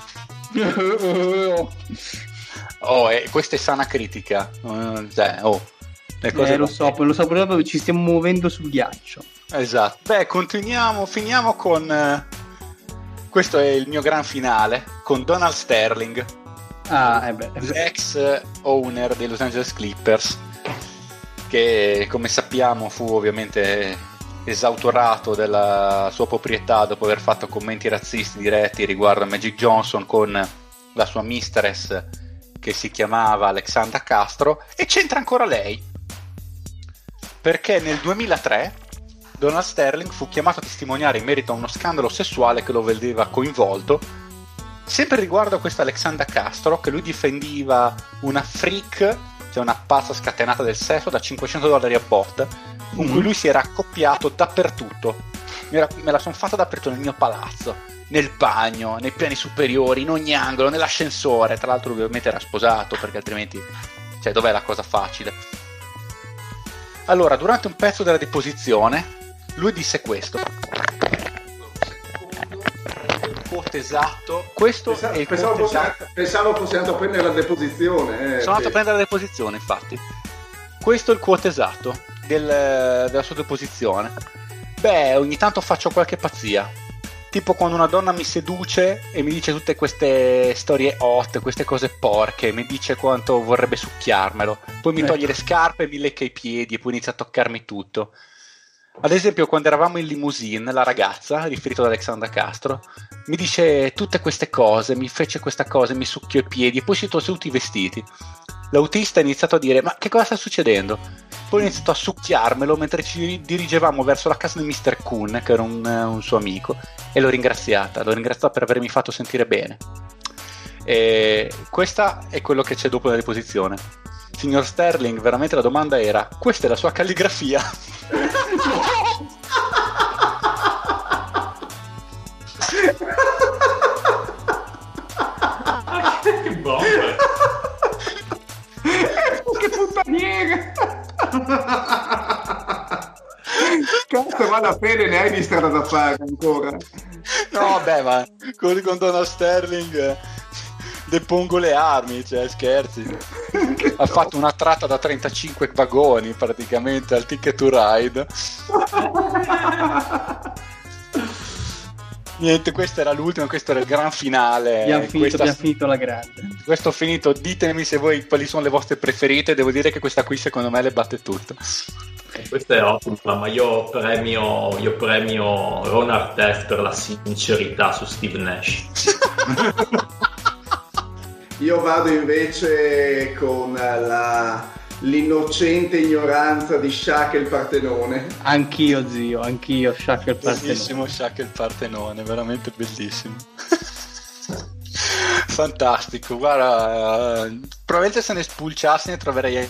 Speaker 6: Oh, eh, questa è sana critica. Eh, cioè, oh, le cose
Speaker 1: Eh, lo so, lo so, proprio ci stiamo muovendo sul ghiaccio.
Speaker 6: Esatto. Beh, continuiamo, finiamo con eh, questo è il mio gran finale con Donald Sterling,
Speaker 1: Ah, eh beh.
Speaker 6: ex owner dei Los Angeles Clippers, che come sappiamo fu ovviamente esautorato della sua proprietà dopo aver fatto commenti razzisti diretti riguardo a Magic Johnson con la sua mistress che si chiamava Alexandra Castro, e c'entra ancora lei perché nel duemilatré Donald Sterling fu chiamato a testimoniare in merito a uno scandalo sessuale che lo vedeva coinvolto, sempre riguardo a questa Alexandra Castro, che lui difendeva una freak, cioè una pazza scatenata del sesso, da cinquecento dollari a botta, con cui lui si era accoppiato dappertutto. Me la, me la sono fatta dappertutto, nel mio palazzo, nel bagno, nei piani superiori, in ogni angolo, nell'ascensore. Tra l'altro ovviamente era sposato, perché altrimenti, cioè, dov'è la cosa facile? Allora, durante un pezzo della deposizione lui disse questo. Il quote esatto. Questo
Speaker 3: Pensavo,
Speaker 6: è il
Speaker 3: pensavo,
Speaker 6: quote
Speaker 3: fosse,
Speaker 6: esatto.
Speaker 3: pensavo fosse andato a prendere la deposizione. Eh,
Speaker 6: Sono andato
Speaker 3: sì.
Speaker 6: a prendere la deposizione, infatti. Questo è il quote esatto del, della sua deposizione. Beh, ogni tanto faccio qualche pazzia. Tipo quando una donna mi seduce e mi dice tutte queste storie hot, queste cose porche, mi dice quanto vorrebbe succhiarmelo, poi mi toglie le scarpe, mi lecca i piedi e poi inizia a toccarmi tutto. Ad esempio, quando eravamo in limousine, la ragazza, riferito ad Alexandra Castro, mi dice tutte queste cose, mi fece questa cosa, mi succhiò i piedi e poi si tolse tutti i vestiti. L'autista ha iniziato a dire: ma che cosa sta succedendo? Poi ha iniziato a succhiarmelo mentre ci dirigevamo verso la casa di mister Kuhn, che era un, un suo amico, e l'ho ringraziata, l'ho ringraziata per avermi fatto sentire bene. E questa è quello che c'è dopo la deposizione. Signor Sterling, veramente la domanda era: questa è la sua calligrafia?
Speaker 2: Che bomba!
Speaker 3: Che puttaniere! Cazzo, ma la Fede ne hai di strada da fare ancora?
Speaker 6: No, vabbè, ma con, con Donald Sterling eh, depongo le armi, cioè scherzi. Ha fatto una tratta da trentacinque vagoni praticamente al Ticket to Ride. Niente, questa era l'ultima, questo era il gran finale.
Speaker 1: Abbiamo finito,
Speaker 6: questa...
Speaker 1: abbiamo finito la grande.
Speaker 6: Questo ho finito, ditemi se voi quali sono le vostre preferite. Devo dire che questa qui secondo me le batte tutte.
Speaker 2: Questa è ottima, ma io premio, io premio Ron Artest per la sincerità su Steve Nash.
Speaker 3: Io vado invece con la, l'innocente ignoranza di Shaq il Partenone.
Speaker 1: Anch'io, zio, anch'io, Shaq il Partenone.
Speaker 6: Bellissimo Shaq il Partenone, veramente bellissimo. Fantastico, guarda, uh, probabilmente se ne spulciassi ne troverei.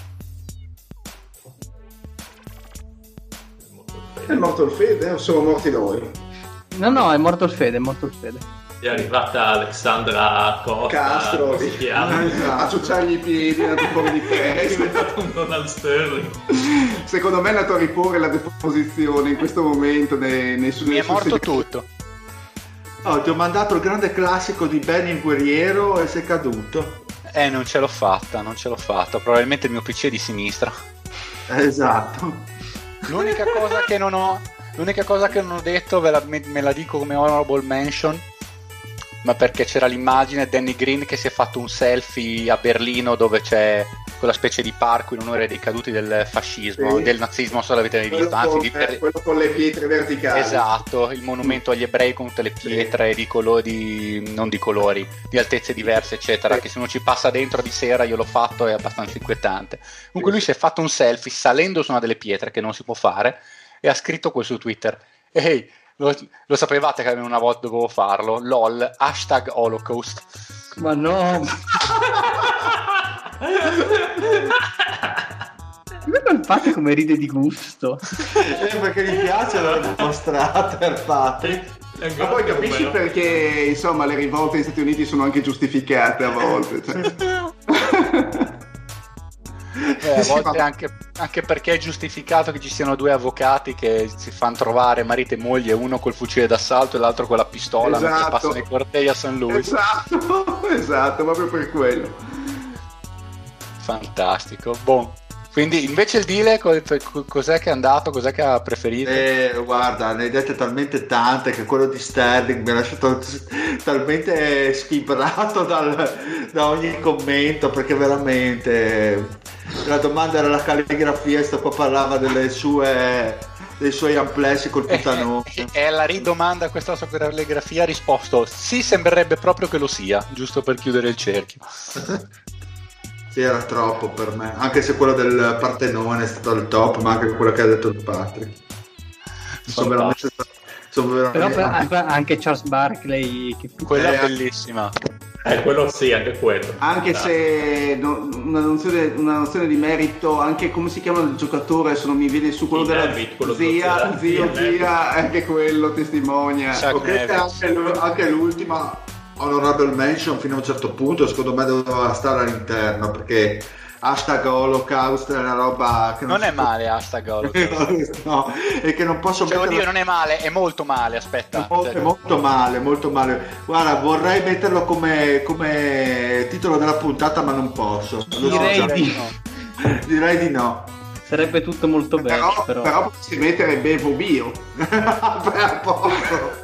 Speaker 3: È morto il Fede o sono morti noi?
Speaker 1: No, no, è morto il Fede, è morto il Fede.
Speaker 2: È arrivata Alexandra Costa,
Speaker 3: Castro,
Speaker 2: come si chiama?
Speaker 3: a ciucciargli i piedi, a un po' di
Speaker 2: È
Speaker 3: testa.
Speaker 2: diventato un Donald Sterling.
Speaker 3: Secondo me è andato a riporre la deposizione in questo momento nei, nei
Speaker 6: Mi è morto tutto.
Speaker 5: Oh, ti ho mandato il grande classico di Benny il Guerriero e sei caduto.
Speaker 6: Eh, non ce l'ho fatta, non ce l'ho fatta. Probabilmente il mio P C è di sinistra.
Speaker 5: Esatto.
Speaker 6: L'unica cosa che non ho, l'unica cosa che non ho detto ve la, me, me la dico come honorable mention, ma perché c'era l'immagine Danny Green che si è fatto un selfie a Berlino dove c'è quella specie di parco in onore dei caduti del fascismo,
Speaker 3: sì.
Speaker 6: del nazismo, se l'avete mai
Speaker 3: Quello
Speaker 6: visto, anzi
Speaker 3: con,
Speaker 6: di per...
Speaker 3: quello con le pietre verticali.
Speaker 6: Esatto, il monumento agli ebrei con tutte le pietre di colori, non di colori, di altezze diverse eccetera,
Speaker 3: sì.
Speaker 6: che se uno ci passa dentro di sera, io l'ho fatto, è abbastanza inquietante. Comunque lui si è fatto un selfie salendo su una delle pietre che non si può fare e ha scritto qua su Twitter: ehi, lo, lo sapevate che una volta dovevo farlo? Lol, hashtag Holocaust.
Speaker 1: Ma no. Guarda il Pat come ride di gusto.
Speaker 5: Eh, perché gli piace la dimostrata il Patrick.
Speaker 3: Ma poi capisci perché insomma le rivolte negli Stati Uniti sono anche giustificate a volte, cioè.
Speaker 6: Eh, a volte anche, anche perché è giustificato che ci siano due avvocati che si fanno trovare marito e moglie, uno col fucile d'assalto e l'altro con la pistola,
Speaker 3: Esatto.
Speaker 6: mentre passano i cortei a San Luis.
Speaker 3: Esatto, esatto, proprio per quello.
Speaker 6: Fantastico. Boh. Quindi invece il Dile cos'è che è andato, cos'è che ha preferito?
Speaker 5: Eh, guarda, ne hai dette talmente tante che quello di Sterling mi ha lasciato talmente sfibrato dal, da ogni commento, perché veramente la domanda era la calligrafia e sto qua parlava delle sue, dei suoi amplessi col putanone.
Speaker 6: E eh, eh, la ridomanda a questa sua calligrafia ha risposto: sì, sembrerebbe proprio che lo sia, giusto per chiudere il cerchio.
Speaker 5: Sì, era troppo per me, anche se quello del Partenone è stato il top, ma anche quello che ha detto il Patrick. Sono veramente, sono veramente...
Speaker 1: Però per, anche Charles Barkley che...
Speaker 6: quella
Speaker 5: Eh,
Speaker 6: è bellissima.
Speaker 2: Eh, quello sì, anche quello.
Speaker 3: Anche se no, una, nozione, una nozione di merito, anche come si chiama il giocatore, se non mi viene su quello
Speaker 2: Sì,
Speaker 3: della
Speaker 2: David, quello
Speaker 3: zia,
Speaker 2: della-
Speaker 3: zio,
Speaker 2: Zia
Speaker 3: zia, anche quello testimonia.
Speaker 6: Sa-
Speaker 5: Ok, anche, l- anche l'ultima honorable mention fino a un certo punto secondo me doveva stare all'interno, perché hashtag Holocaust è una roba che non,
Speaker 6: Non
Speaker 5: si
Speaker 6: è
Speaker 5: può-
Speaker 6: male hashtag Holocaust.
Speaker 5: no, e che non posso
Speaker 6: Cioè, vuol
Speaker 5: metterlo-
Speaker 6: dire, non è male, è molto male, aspetta.
Speaker 5: molto,
Speaker 6: Cioè,
Speaker 5: molto male, molto male. Guarda, vorrei metterlo come, come titolo della puntata, ma non posso. Lo so
Speaker 1: Direi
Speaker 5: già.
Speaker 1: di
Speaker 6: no.
Speaker 5: Direi di no.
Speaker 1: Sarebbe tutto molto bello,
Speaker 3: Però,
Speaker 1: però,
Speaker 3: però potresti mettere Bevo Bio.
Speaker 5: Beh, a posto.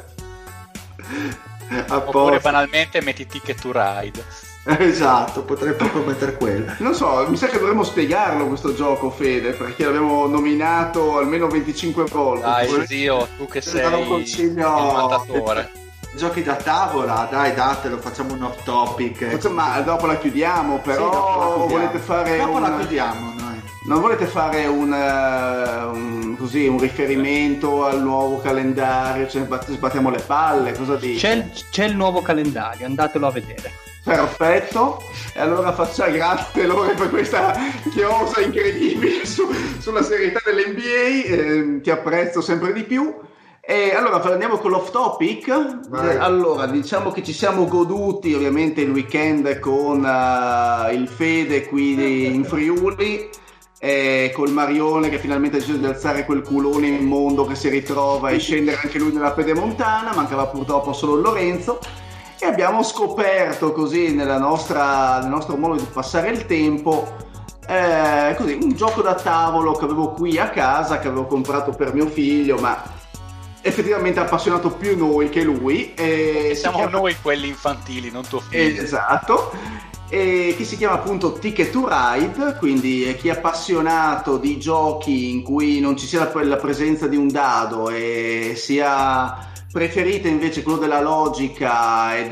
Speaker 5: A
Speaker 6: Oppure
Speaker 5: posto.
Speaker 6: banalmente metti Ticket to Ride.
Speaker 5: Esatto, potrei proprio mettere quello.
Speaker 3: Non so, mi sa che dovremmo spiegarlo questo gioco, Fede, perché l'abbiamo nominato almeno venticinque volte.
Speaker 6: Dai,
Speaker 3: Vorrei-
Speaker 6: zio, tu che sei
Speaker 3: dare un
Speaker 6: il
Speaker 3: consiglio-
Speaker 6: mandatore.
Speaker 5: giochi da tavola, dai, datelo, facciamo un off topic.
Speaker 3: Facciamo, ma dopo la chiudiamo, però
Speaker 5: sì, dopo la chiudiamo.
Speaker 3: Volete fare
Speaker 5: dopo
Speaker 3: un...
Speaker 5: la chiudiamo noi.
Speaker 3: Non volete fare un, uh, un, così, un riferimento al nuovo calendario? Cioè, sbattiamo le palle, cosa dici?
Speaker 1: C'è, c'è il nuovo calendario, andatelo a vedere.
Speaker 3: Perfetto, e allora faccia grazie Lore per questa chiosa incredibile su, sulla serietà dell'N B A, eh, ti apprezzo sempre di più. E allora andiamo con l'off topic.
Speaker 5: Vai.
Speaker 3: Allora diciamo che ci siamo goduti ovviamente il weekend con uh, il Fede qui in Friuli, e col Marione che finalmente ha deciso di alzare quel culone immondo che si ritrova e scendere anche lui nella pedemontana. Mancava purtroppo solo Lorenzo. E abbiamo scoperto così nella nostra, nel nostro modo di passare il tempo eh, così, un gioco da tavolo che avevo qui a casa, che avevo comprato per mio figlio, ma effettivamente ha appassionato più noi che lui. E
Speaker 6: siamo
Speaker 3: chiama...
Speaker 6: noi quelli infantili, non tuo figlio.
Speaker 3: Esatto. E che si chiama appunto Ticket to Ride, quindi chi è appassionato di giochi in cui non ci sia la, la presenza di un dado e sia... preferite invece quello della logica e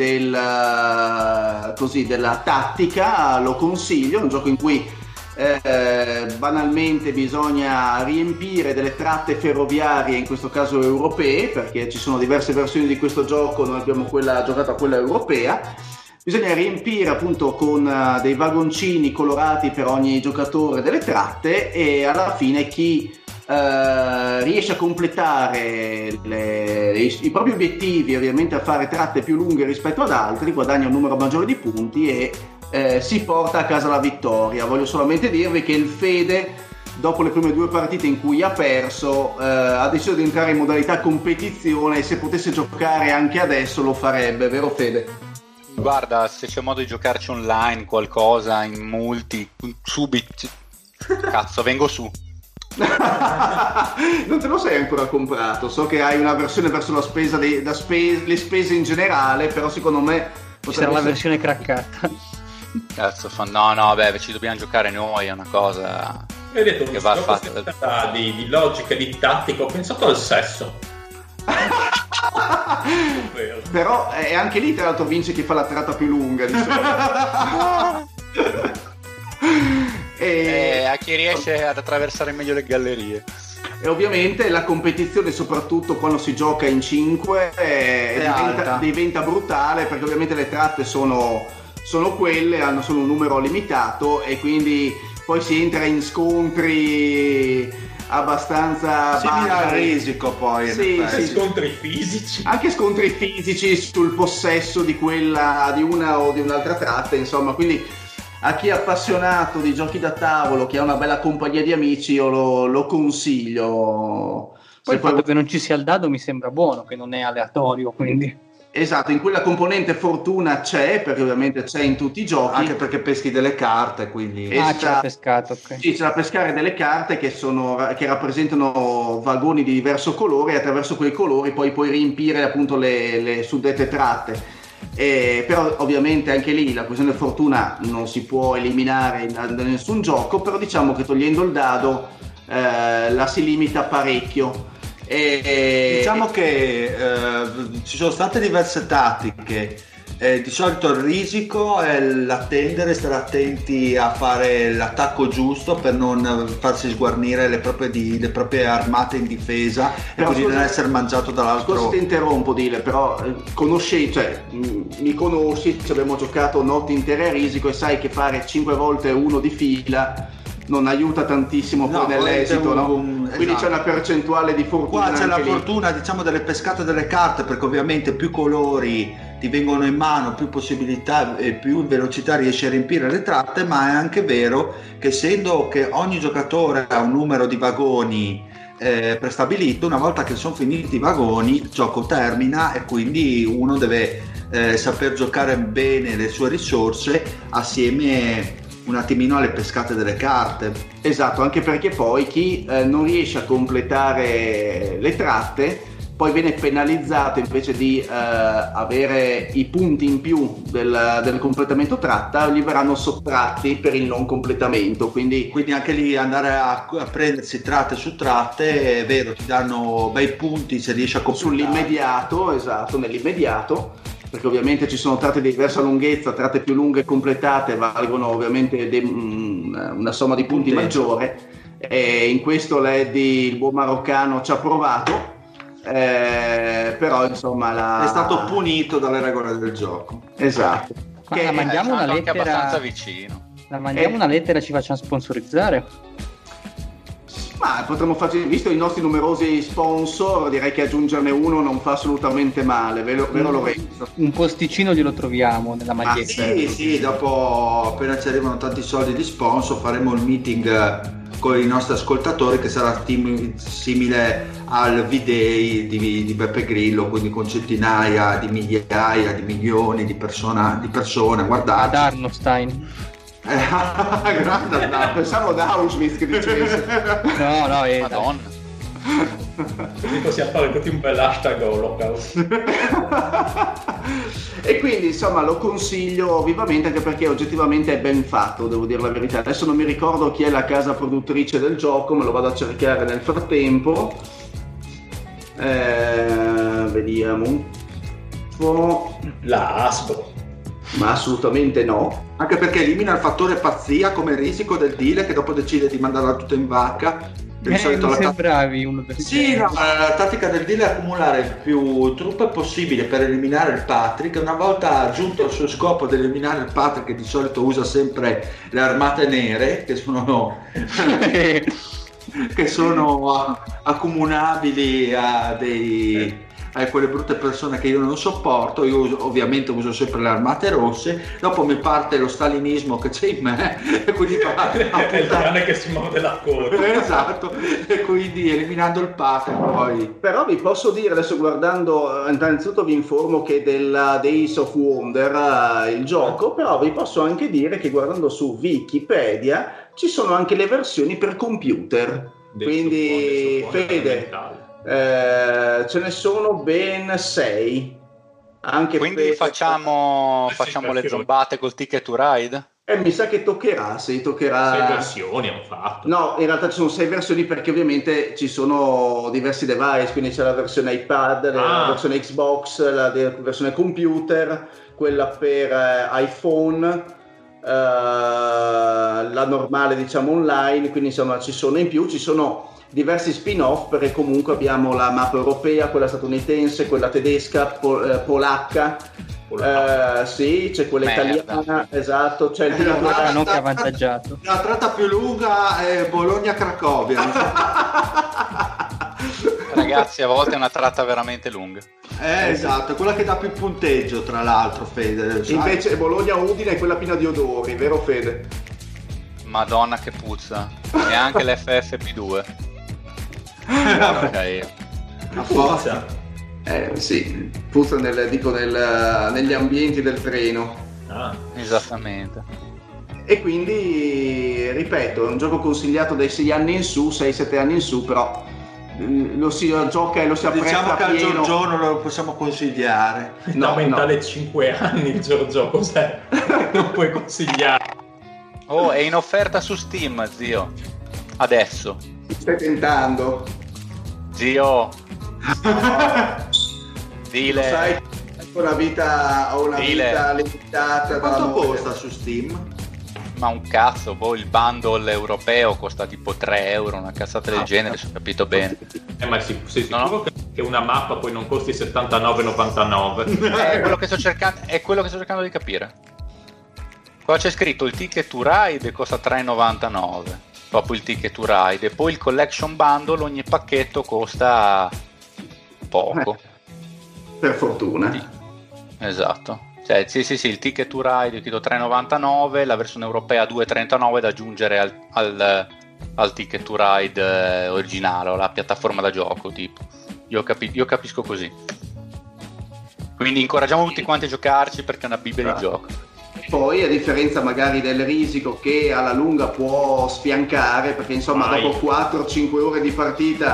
Speaker 3: del, così, della tattica, lo consiglio. È un gioco in cui eh, banalmente bisogna riempire delle tratte ferroviarie, in questo caso europee, perché ci sono diverse versioni di questo gioco, noi abbiamo quella giocata quella europea. Bisogna riempire appunto con uh, dei vagoncini colorati per ogni giocatore delle tratte, e alla fine chi Uh, riesce a completare le, i, i propri obiettivi, ovviamente a fare tratte più lunghe rispetto ad altri, guadagna un numero maggiore di punti e eh, si porta a casa la vittoria. Voglio solamente dirvi che il Fede, dopo le prime due partite in cui ha perso, eh, ha deciso di entrare in modalità competizione, e se potesse giocare anche adesso lo farebbe, vero Fede?
Speaker 6: Guarda, se c'è modo di giocarci online qualcosa in multi subito, cazzo, vengo su.
Speaker 3: Non te lo sei ancora comprato, so che hai una versione verso la spesa, dei, da spe- le spese in generale, però secondo me
Speaker 1: sarà la versione craccata.
Speaker 6: Cazzo, fa... no no beh, ci dobbiamo giocare noi, è una cosa
Speaker 2: Io ho detto
Speaker 6: che
Speaker 2: che
Speaker 6: va fatta
Speaker 2: di, di logica e di tattica, ho pensato al sesso.
Speaker 3: Però è anche lì tra l'altro vince chi fa la tratta più lunga di
Speaker 6: e... eh, a chi riesce ad attraversare meglio le gallerie.
Speaker 3: E ovviamente la competizione, soprattutto quando si gioca in cinque, eh, diventa, diventa brutale, perché ovviamente le tratte sono, sono quelle, hanno solo un numero limitato, e quindi poi si entra in scontri abbastanza
Speaker 5: simile al risico, poi
Speaker 3: sì, sì,
Speaker 2: scontri fisici,
Speaker 3: anche scontri fisici sul possesso di quella, di una o di un'altra tratta, insomma. Quindi a chi è appassionato di giochi da tavolo, che ha una bella compagnia di amici, io lo, lo consiglio.
Speaker 1: Poi
Speaker 3: Se
Speaker 1: il fatto
Speaker 3: poi...
Speaker 1: che non ci sia il dado mi sembra buono, che non è aleatorio, quindi
Speaker 3: esatto, in quella componente fortuna c'è, perché ovviamente c'è in tutti i giochi,
Speaker 5: anche perché peschi delle carte, quindi
Speaker 1: ah, c'è la pescato, ok.
Speaker 3: Sì, c'è da pescare delle carte che sono che rappresentano vagoni di diverso colore, e attraverso quei colori poi puoi riempire appunto le, le suddette tratte. Eh, però ovviamente anche lì la questione fortuna non si può eliminare da nessun gioco, però diciamo che togliendo il dado eh, la si limita parecchio. E,
Speaker 5: diciamo che eh, ci sono state diverse tattiche. Eh, di solito il risico è l'attendere, stare attenti a fare l'attacco giusto per non farsi sguarnire le proprie, di, le proprie armate in difesa, però e quindi non essere mangiato dall'altro.
Speaker 3: Scusa se ti interrompo, Dile, però conosci, cioè, mi conosci, ci abbiamo giocato notti intere a risico e sai che fare cinque volte uno di fila non aiuta tantissimo poi no, nell'esito, un, no? Un, quindi esatto. C'è una percentuale di fortuna.
Speaker 5: Qua c'è la
Speaker 3: lì.
Speaker 5: fortuna, diciamo, delle pescate delle carte, perché ovviamente più colori ti vengono in mano, più possibilità e più velocità riesci a riempire le tratte, ma è anche vero che essendo che ogni giocatore ha un numero di vagoni eh, prestabilito, una volta che sono finiti i vagoni il gioco termina, e quindi uno deve eh, saper giocare bene le sue risorse assieme un attimino alle pescate delle carte.
Speaker 3: Esatto, anche perché poi chi eh, non riesce a completare le tratte poi viene penalizzato invece di eh, avere i punti in più del, del completamento tratta, gli verranno sottratti per il non completamento. Quindi,
Speaker 5: quindi anche lì andare a, a prendersi tratte su tratte, è vero, ti danno bei punti se riesci a completare.
Speaker 3: Sull'immediato, esatto, nell'immediato, perché ovviamente ci sono tratte di diversa lunghezza, tratte più lunghe completate valgono ovviamente de, mh, una somma di punti Punteggio. maggiore, e in questo l'Eddie, il buon maroccano, ci ha provato. Eh, però insomma la...
Speaker 5: è stato punito dalle regole del gioco.
Speaker 3: Esatto.
Speaker 1: Ma che la mandiamo una lettera
Speaker 6: anche abbastanza vicino.
Speaker 1: La mandiamo eh. una lettera e ci facciamo sponsorizzare?
Speaker 3: Ma potremmo farci, visto i nostri numerosi sponsor, direi che aggiungerne uno non fa assolutamente male, vero, vero Lorenzo?
Speaker 1: Un posticino glielo troviamo nella maglietta.
Speaker 5: Ah, sì, sì, dopo appena ci arrivano tanti soldi di sponsor faremo il meeting con i nostri ascoltatori, che sarà tim- simile al V-Day di, di Beppe Grillo, quindi con centinaia di migliaia di milioni di, persona, di persone. Guardate,
Speaker 1: ad Arnostein.
Speaker 5: Eh, grande,
Speaker 3: no, pensavo ad Auschwitz che dicesse.
Speaker 1: No, no, è
Speaker 6: Madonna.
Speaker 2: Così possiamo fare tutti un bel hashtag Holocaust.
Speaker 3: E quindi insomma lo consiglio vivamente, anche perché oggettivamente è ben fatto, devo dire la verità. Adesso non mi ricordo chi è la casa produttrice del gioco, me lo vado a cercare nel frattempo. Eh, vediamo un po'.
Speaker 2: La Hasbro.
Speaker 3: Ma assolutamente no,
Speaker 5: anche perché elimina il fattore pazzia come risico del dealer, che dopo decide di mandarla tutta in vacca.
Speaker 1: Eh, mi sembravi uno del
Speaker 5: Sì, no, la tattica del dealer è accumulare più truppe possibile per eliminare il Patrick. Una volta giunto al suo scopo di eliminare il Patrick, che di solito usa sempre le armate nere, che sono che sono accomunabili a dei a quelle brutte persone che io non sopporto. Io uso, ovviamente uso sempre le armate rosse, dopo mi parte lo stalinismo che c'è in me e quindi va
Speaker 2: è il cane che si morde la coda.
Speaker 5: Esatto, e quindi eliminando il Patrick poi.
Speaker 3: Però vi posso dire, adesso guardando, innanzitutto vi informo che della Days of Wonder uh, il gioco, però vi posso anche dire che guardando su Wikipedia ci sono anche le versioni per computer. Del quindi suppone, Fede, Eh, ce ne sono ben sei. Anche
Speaker 6: quindi
Speaker 3: per...
Speaker 6: facciamo,
Speaker 2: eh,
Speaker 6: facciamo
Speaker 2: sì,
Speaker 6: le zombate col Ticket to Ride?
Speaker 3: Eh, mi sa che toccherà, sì, toccherà.
Speaker 2: Sei versioni hanno fatto.
Speaker 3: No, in realtà ci sono sei versioni, perché ovviamente ci sono diversi device, quindi c'è la versione iPad, la
Speaker 2: ah.
Speaker 3: versione Xbox, la versione computer, quella per eh, iPhone, eh, la normale diciamo online, quindi insomma ci sono in più, ci sono diversi spin-off, perché comunque abbiamo la mappa europea, quella statunitense, quella tedesca, pol- eh, polacca, polacca. Eh, sì, c'è quella
Speaker 6: Merda.
Speaker 3: italiana, esatto, c'è il
Speaker 5: Eh,
Speaker 3: primo
Speaker 5: la,
Speaker 1: non che è avvantaggiato.
Speaker 5: La tratta più lunga è Bologna-Cracovia.
Speaker 6: Ragazzi, a volte è una tratta veramente lunga.
Speaker 5: Eh, esatto, è quella che dà più punteggio, tra l'altro, Fede. Sai?
Speaker 3: Invece Bologna-Udine è quella piena di odori, vero Fede?
Speaker 6: Madonna che puzza. E anche l'F F P due. Ok.
Speaker 5: A forza.
Speaker 3: Eh sì, puzza nel, dico nel, negli ambienti del treno.
Speaker 2: Ah.
Speaker 6: Esattamente.
Speaker 3: E quindi, ripeto, è un gioco consigliato dai sei anni in su, sei sette anni in su, però lo si gioca e lo si apprezza
Speaker 5: diciamo che al
Speaker 3: pieno.
Speaker 5: giorno lo possiamo consigliare.
Speaker 2: No,
Speaker 3: No,
Speaker 2: mentale
Speaker 3: no.
Speaker 2: cinque anni il Giorgio, cos'è? Non puoi consigliare.
Speaker 6: Oh, è in offerta su Steam, zio. Adesso.
Speaker 3: Stai tentando.
Speaker 6: Zio.
Speaker 3: Lo
Speaker 6: Dile.
Speaker 3: sai, ho una vita, ho una
Speaker 6: Dile.
Speaker 3: vita limitata.
Speaker 5: Quanto
Speaker 3: dall'amore.
Speaker 5: costa su Steam?
Speaker 6: Ma un cazzo, boh, il bundle europeo costa tipo tre euro, una cazzata del
Speaker 5: Ah,
Speaker 6: genere, se ho capito bene.
Speaker 2: Eh, ma sei, sei sicuro
Speaker 6: No.
Speaker 2: che, che una mappa poi non costi settantanove virgola novantanove?
Speaker 6: È quello che sto cercando, è quello che sto cercando di capire. Qua c'è scritto il Ticket to Ride costa tre virgola novantanove, proprio il Ticket to Ride, e poi il Collection Bundle, ogni pacchetto costa poco.
Speaker 3: Per fortuna.
Speaker 6: Sì. Esatto. Cioè, sì, sì, sì, il Ticket to Ride, tre virgola novantanove, la versione europea due virgola trentanove da aggiungere al, al, al Ticket to Ride eh, originale, o la piattaforma da gioco, tipo. Io, capi- io capisco così. Quindi incoraggiamo tutti quanti a giocarci, perché è una bibbia di gioco.
Speaker 3: Poi, a differenza magari del risico, che alla lunga può sfiancare, perché insomma
Speaker 2: Mai.
Speaker 3: dopo quattro cinque ore di partita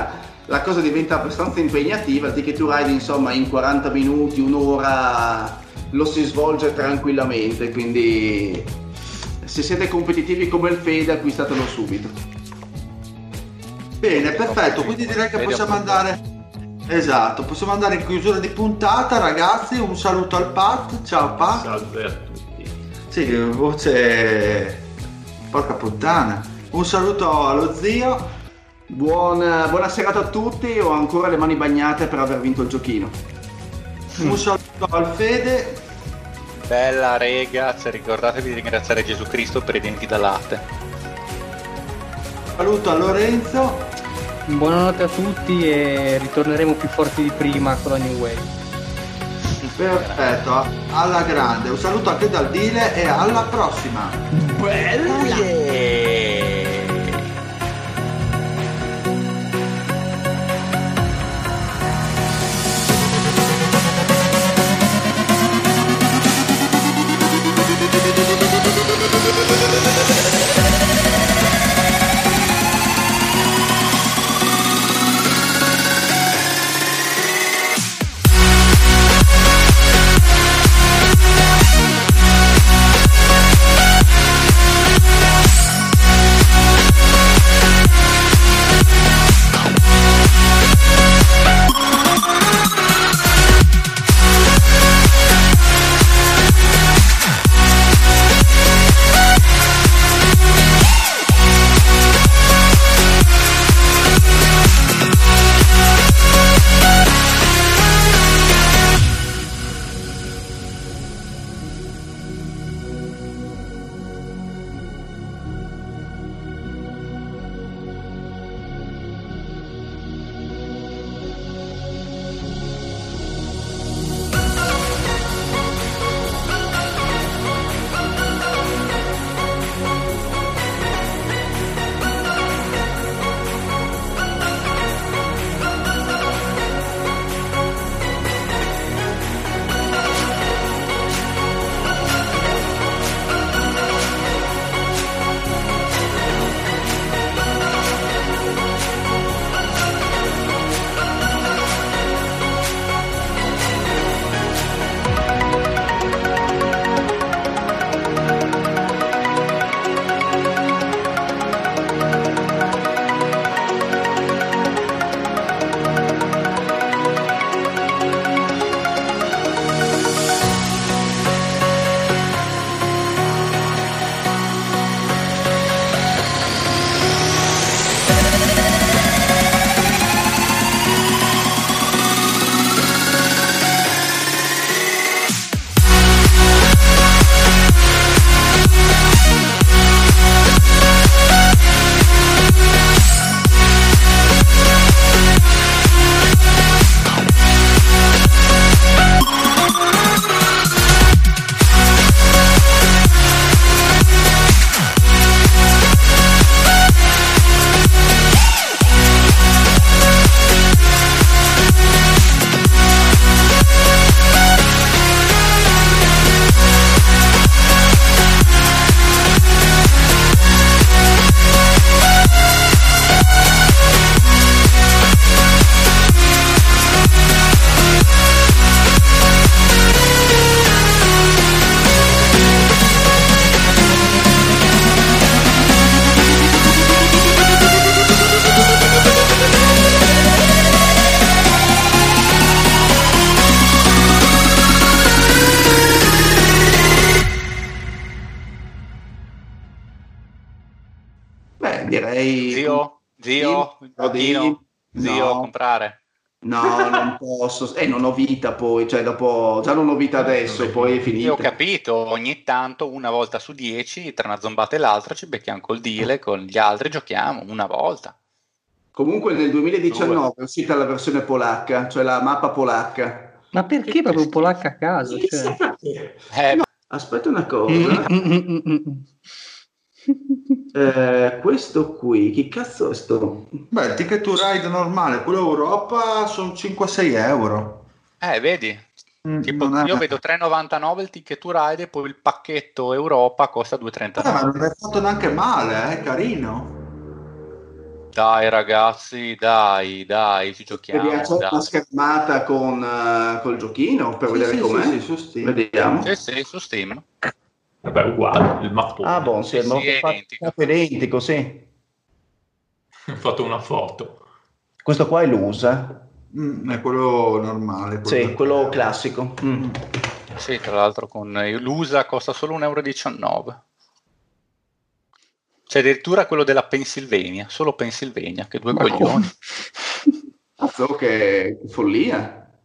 Speaker 3: la cosa diventa abbastanza impegnativa. Il Ticket to Ride, insomma, in quaranta minuti, un'ora lo si svolge tranquillamente, quindi se siete competitivi come il Fede, acquistatelo subito.
Speaker 5: Bene, perfetto, quindi direi che possiamo andare, esatto, possiamo andare in chiusura di puntata, ragazzi. Un saluto al Pat. Ciao Pat.
Speaker 2: Salve a tutti.
Speaker 5: Sì, voce, porca puttana. Un saluto allo zio.
Speaker 3: Buona, buona serata a tutti. Ho ancora le mani bagnate per aver vinto il giochino.
Speaker 5: Un saluto al Fede.
Speaker 6: Bella ragazzi, ricordatevi di ringraziare Gesù Cristo per i denti da latte.
Speaker 5: Saluto a Lorenzo.
Speaker 1: Buonanotte a tutti e ritorneremo più forti di prima con la New Wave.
Speaker 5: Perfetto, alla grande. Un saluto anche dal Dile e alla prossima.
Speaker 6: Bella!
Speaker 3: direi...
Speaker 6: Zio, zio, Dino, zio,
Speaker 3: no.
Speaker 6: comprare.
Speaker 3: No, non posso, e eh, non ho vita poi, cioè dopo, già non ho vita adesso, poi è finita.
Speaker 6: Io ho capito, ogni tanto, una volta su dieci, tra una zombata e l'altra ci becchiamo col deal, con gli altri giochiamo una volta.
Speaker 3: Comunque nel duemiladiciannove è uscita la versione polacca, cioè la mappa polacca.
Speaker 1: Ma perché proprio polacca a caso? Cioè?
Speaker 6: Eh,
Speaker 3: no, aspetta una cosa. Eh, questo qui, chi cazzo è sto?
Speaker 5: Beh, il ticket to ride normale, quello Europa, sono cinque sei euro.
Speaker 6: Eh, vedi?
Speaker 5: Mm,
Speaker 6: tipo,
Speaker 5: è...
Speaker 6: io vedo tre e novantanove il ticket to ride e poi il pacchetto Europa costa due e trentanove.
Speaker 5: Eh, ma non è fatto neanche male, è eh, carino.
Speaker 6: Dai ragazzi, dai, dai, ci giochiamo.
Speaker 3: C'è
Speaker 6: dai.
Speaker 3: una schermata con uh, col giochino per
Speaker 5: Sì,
Speaker 3: vedere
Speaker 5: sì,
Speaker 3: com'è.
Speaker 5: sì, sì, su Steam.
Speaker 3: Vediamo.
Speaker 6: Sì, sì, su Steam.
Speaker 2: Vabbè, uguale, il mappone.
Speaker 7: Ah, buon, sì,
Speaker 6: Sì,
Speaker 7: sì,
Speaker 6: sì, è identico.
Speaker 7: fatto identico, sì.
Speaker 2: Ho fatto una foto.
Speaker 7: Questo qua è l'U S A.
Speaker 5: Mm, è quello normale. Quello
Speaker 7: Sì,
Speaker 5: da
Speaker 7: quello
Speaker 5: tre euro.
Speaker 7: classico. Mm.
Speaker 6: Sì, tra l'altro con l'U S A costa solo un euro e diciannove. C'è addirittura quello della Pennsylvania, solo Pennsylvania, che due
Speaker 3: Ma
Speaker 6: coglioni.
Speaker 3: Cazzo, che follia.